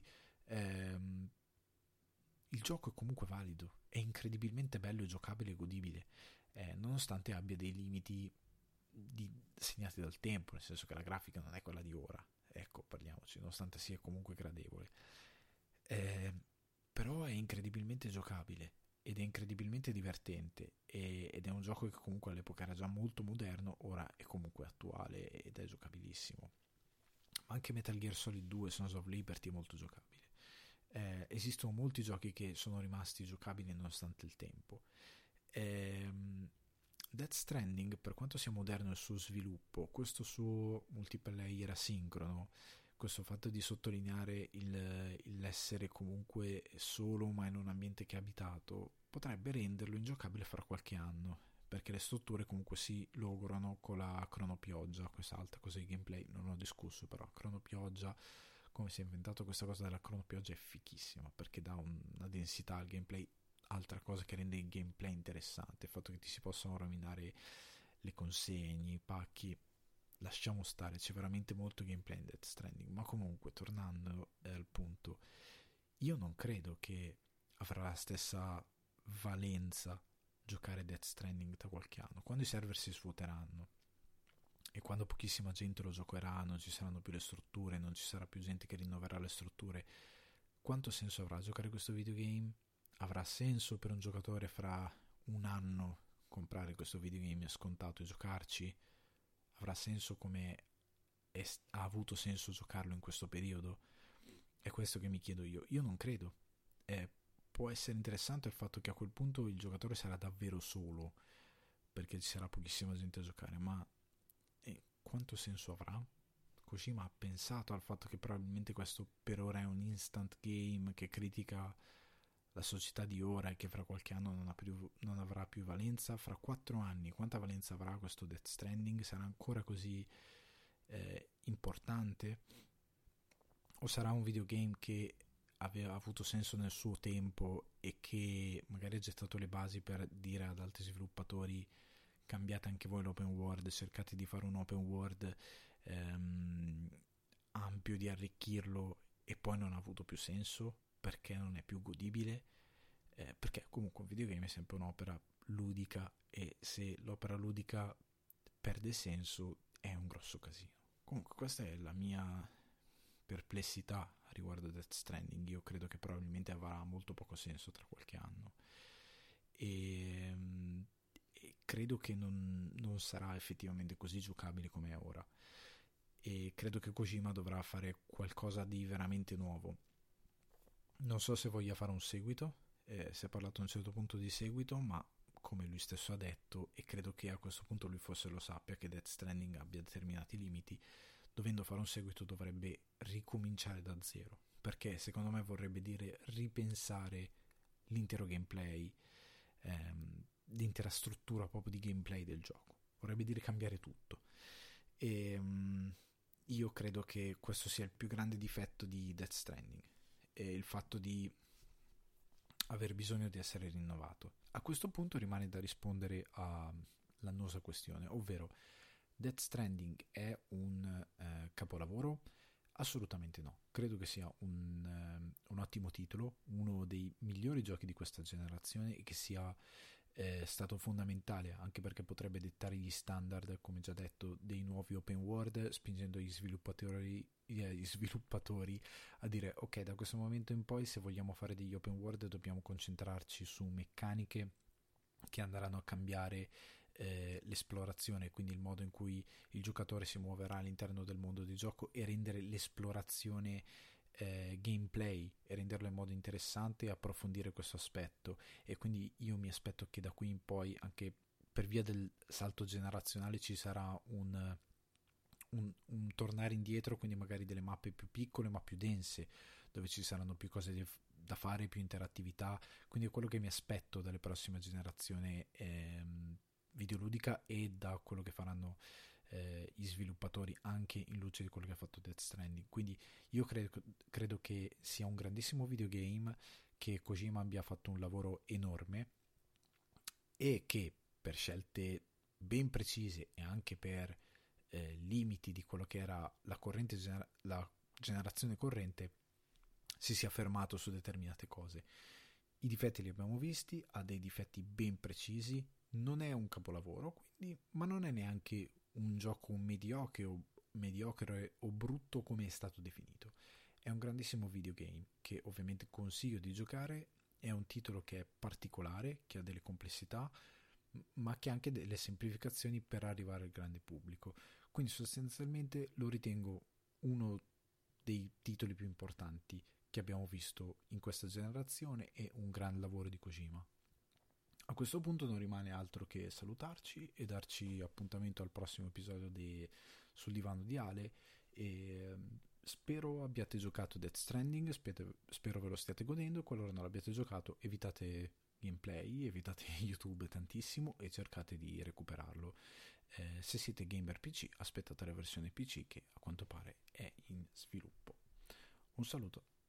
[SPEAKER 1] il gioco è comunque valido, è incredibilmente bello e giocabile e godibile, nonostante abbia dei limiti segnati dal tempo, nel senso che la grafica non è quella di ora, ecco, parliamoci, nonostante sia comunque gradevole. Però è incredibilmente giocabile ed è incredibilmente divertente ed è un gioco che comunque all'epoca era già molto moderno, ora è comunque attuale ed è giocabilissimo. Ma anche Metal Gear Solid 2 Sons of Liberty è molto giocabile. Esistono molti giochi che sono rimasti giocabili nonostante il tempo. Death Stranding, per quanto sia moderno il suo sviluppo, questo suo multiplayer asincrono, questo fatto di sottolineare l'essere comunque solo ma in un ambiente che è abitato, potrebbe renderlo ingiocabile fra qualche anno, perché le strutture comunque si lograno con la cronopioggia, questa altra cosa di gameplay, non ho discusso, però cronopioggia, come si è inventato questa cosa della cronopioggia, è fichissima, perché dà una densità al gameplay, altra cosa che rende il gameplay interessante, il fatto che ti si possano rovinare le consegne, i pacchi. Lasciamo stare, c'è veramente molto gameplay in Death Stranding, ma comunque, tornando al punto, io non credo che avrà la stessa valenza giocare Death Stranding tra qualche anno, quando i server si svuoteranno e quando pochissima gente lo giocherà, non ci saranno più le strutture, non ci sarà più gente che rinnoverà le strutture. Quanto senso avrà giocare questo videogame? Avrà senso per un giocatore fra un anno comprare questo videogame scontato e giocarci? Avrà senso come ha avuto senso giocarlo in questo periodo? È questo che mi chiedo io. Io non credo. Può essere interessante il fatto che a quel punto il giocatore sarà davvero solo, perché ci sarà pochissima gente a giocare, ma quanto senso avrà? Kojima ha pensato al fatto che probabilmente questo per ora è un instant game che critica la società di ora e che fra qualche anno non avrà più valenza. Fra 4 anni quanta valenza avrà questo Death Stranding? Sarà ancora così importante? O sarà un videogame che aveva avuto senso nel suo tempo e che magari ha gettato le basi per dire ad altri sviluppatori: cambiate anche voi l'open world, cercate di fare un open world ampio, di arricchirlo, e poi non ha avuto più senso perché non è più godibile, perché comunque un videogame è sempre un'opera ludica e se l'opera ludica perde senso è un grosso casino. Comunque questa è la mia perplessità riguardo Death Stranding. Io credo che probabilmente avrà molto poco senso tra qualche anno e, e credo che non sarà effettivamente così giocabile come è ora, e credo che Kojima dovrà fare qualcosa di veramente nuovo. Non so se voglia fare un seguito, si è parlato a un certo punto di seguito, ma come lui stesso ha detto, e credo che a questo punto lui forse lo sappia, che Death Stranding abbia determinati limiti, dovendo fare un seguito dovrebbe ricominciare da zero, perché secondo me vorrebbe dire ripensare l'intero gameplay, l'intera struttura proprio di gameplay del gioco, vorrebbe dire cambiare tutto. E io credo che questo sia il più grande difetto di Death Stranding, e il fatto di aver bisogno di essere rinnovato. A questo punto rimane da rispondere all'annosa questione, ovvero Death Stranding è un capolavoro? Assolutamente no. Credo che sia un ottimo titolo, uno dei migliori giochi di questa generazione, e che sia stato fondamentale anche perché potrebbe dettare gli standard, come già detto, dei nuovi open world, spingendo gli sviluppatori a dire ok, da questo momento in poi se vogliamo fare degli open world dobbiamo concentrarci su meccaniche che andranno a cambiare l'esplorazione, quindi il modo in cui il giocatore si muoverà all'interno del mondo di gioco, e rendere l'esplorazione gameplay, e renderlo in modo interessante e approfondire questo aspetto. E quindi io mi aspetto che da qui in poi, anche per via del salto generazionale, ci sarà un tornare indietro, quindi magari delle mappe più piccole ma più dense, dove ci saranno più cose da fare, più interattività. Quindi è quello che mi aspetto dalle prossime generazioni videoludica, e da quello che faranno gli sviluppatori, anche in luce di quello che ha fatto Death Stranding. Quindi io credo che sia un grandissimo videogame, che Kojima abbia fatto un lavoro enorme, e che per scelte ben precise e anche per limiti di quello che era la generazione corrente, si sia fermato su determinate cose. I difetti li abbiamo visti, ha dei difetti ben precisi, non è un capolavoro, quindi, ma non è neanche un gioco mediocre o brutto come è stato definito. È un grandissimo videogame che ovviamente consiglio di giocare. È un titolo che è particolare, che ha delle complessità, ma che ha anche delle semplificazioni per arrivare al grande pubblico. Quindi sostanzialmente lo ritengo uno dei titoli più importanti che abbiamo visto in questa generazione, e un gran lavoro di Kojima. A questo punto non rimane altro che salutarci e darci appuntamento al prossimo episodio sul divano di Ale, e spero abbiate giocato Death Stranding, spero ve lo stiate godendo. Qualora non l'abbiate giocato, evitate gameplay, evitate YouTube tantissimo e cercate di recuperarlo. Se siete gamer PC, aspettate la versione PC, che a quanto pare è in sviluppo. Un saluto.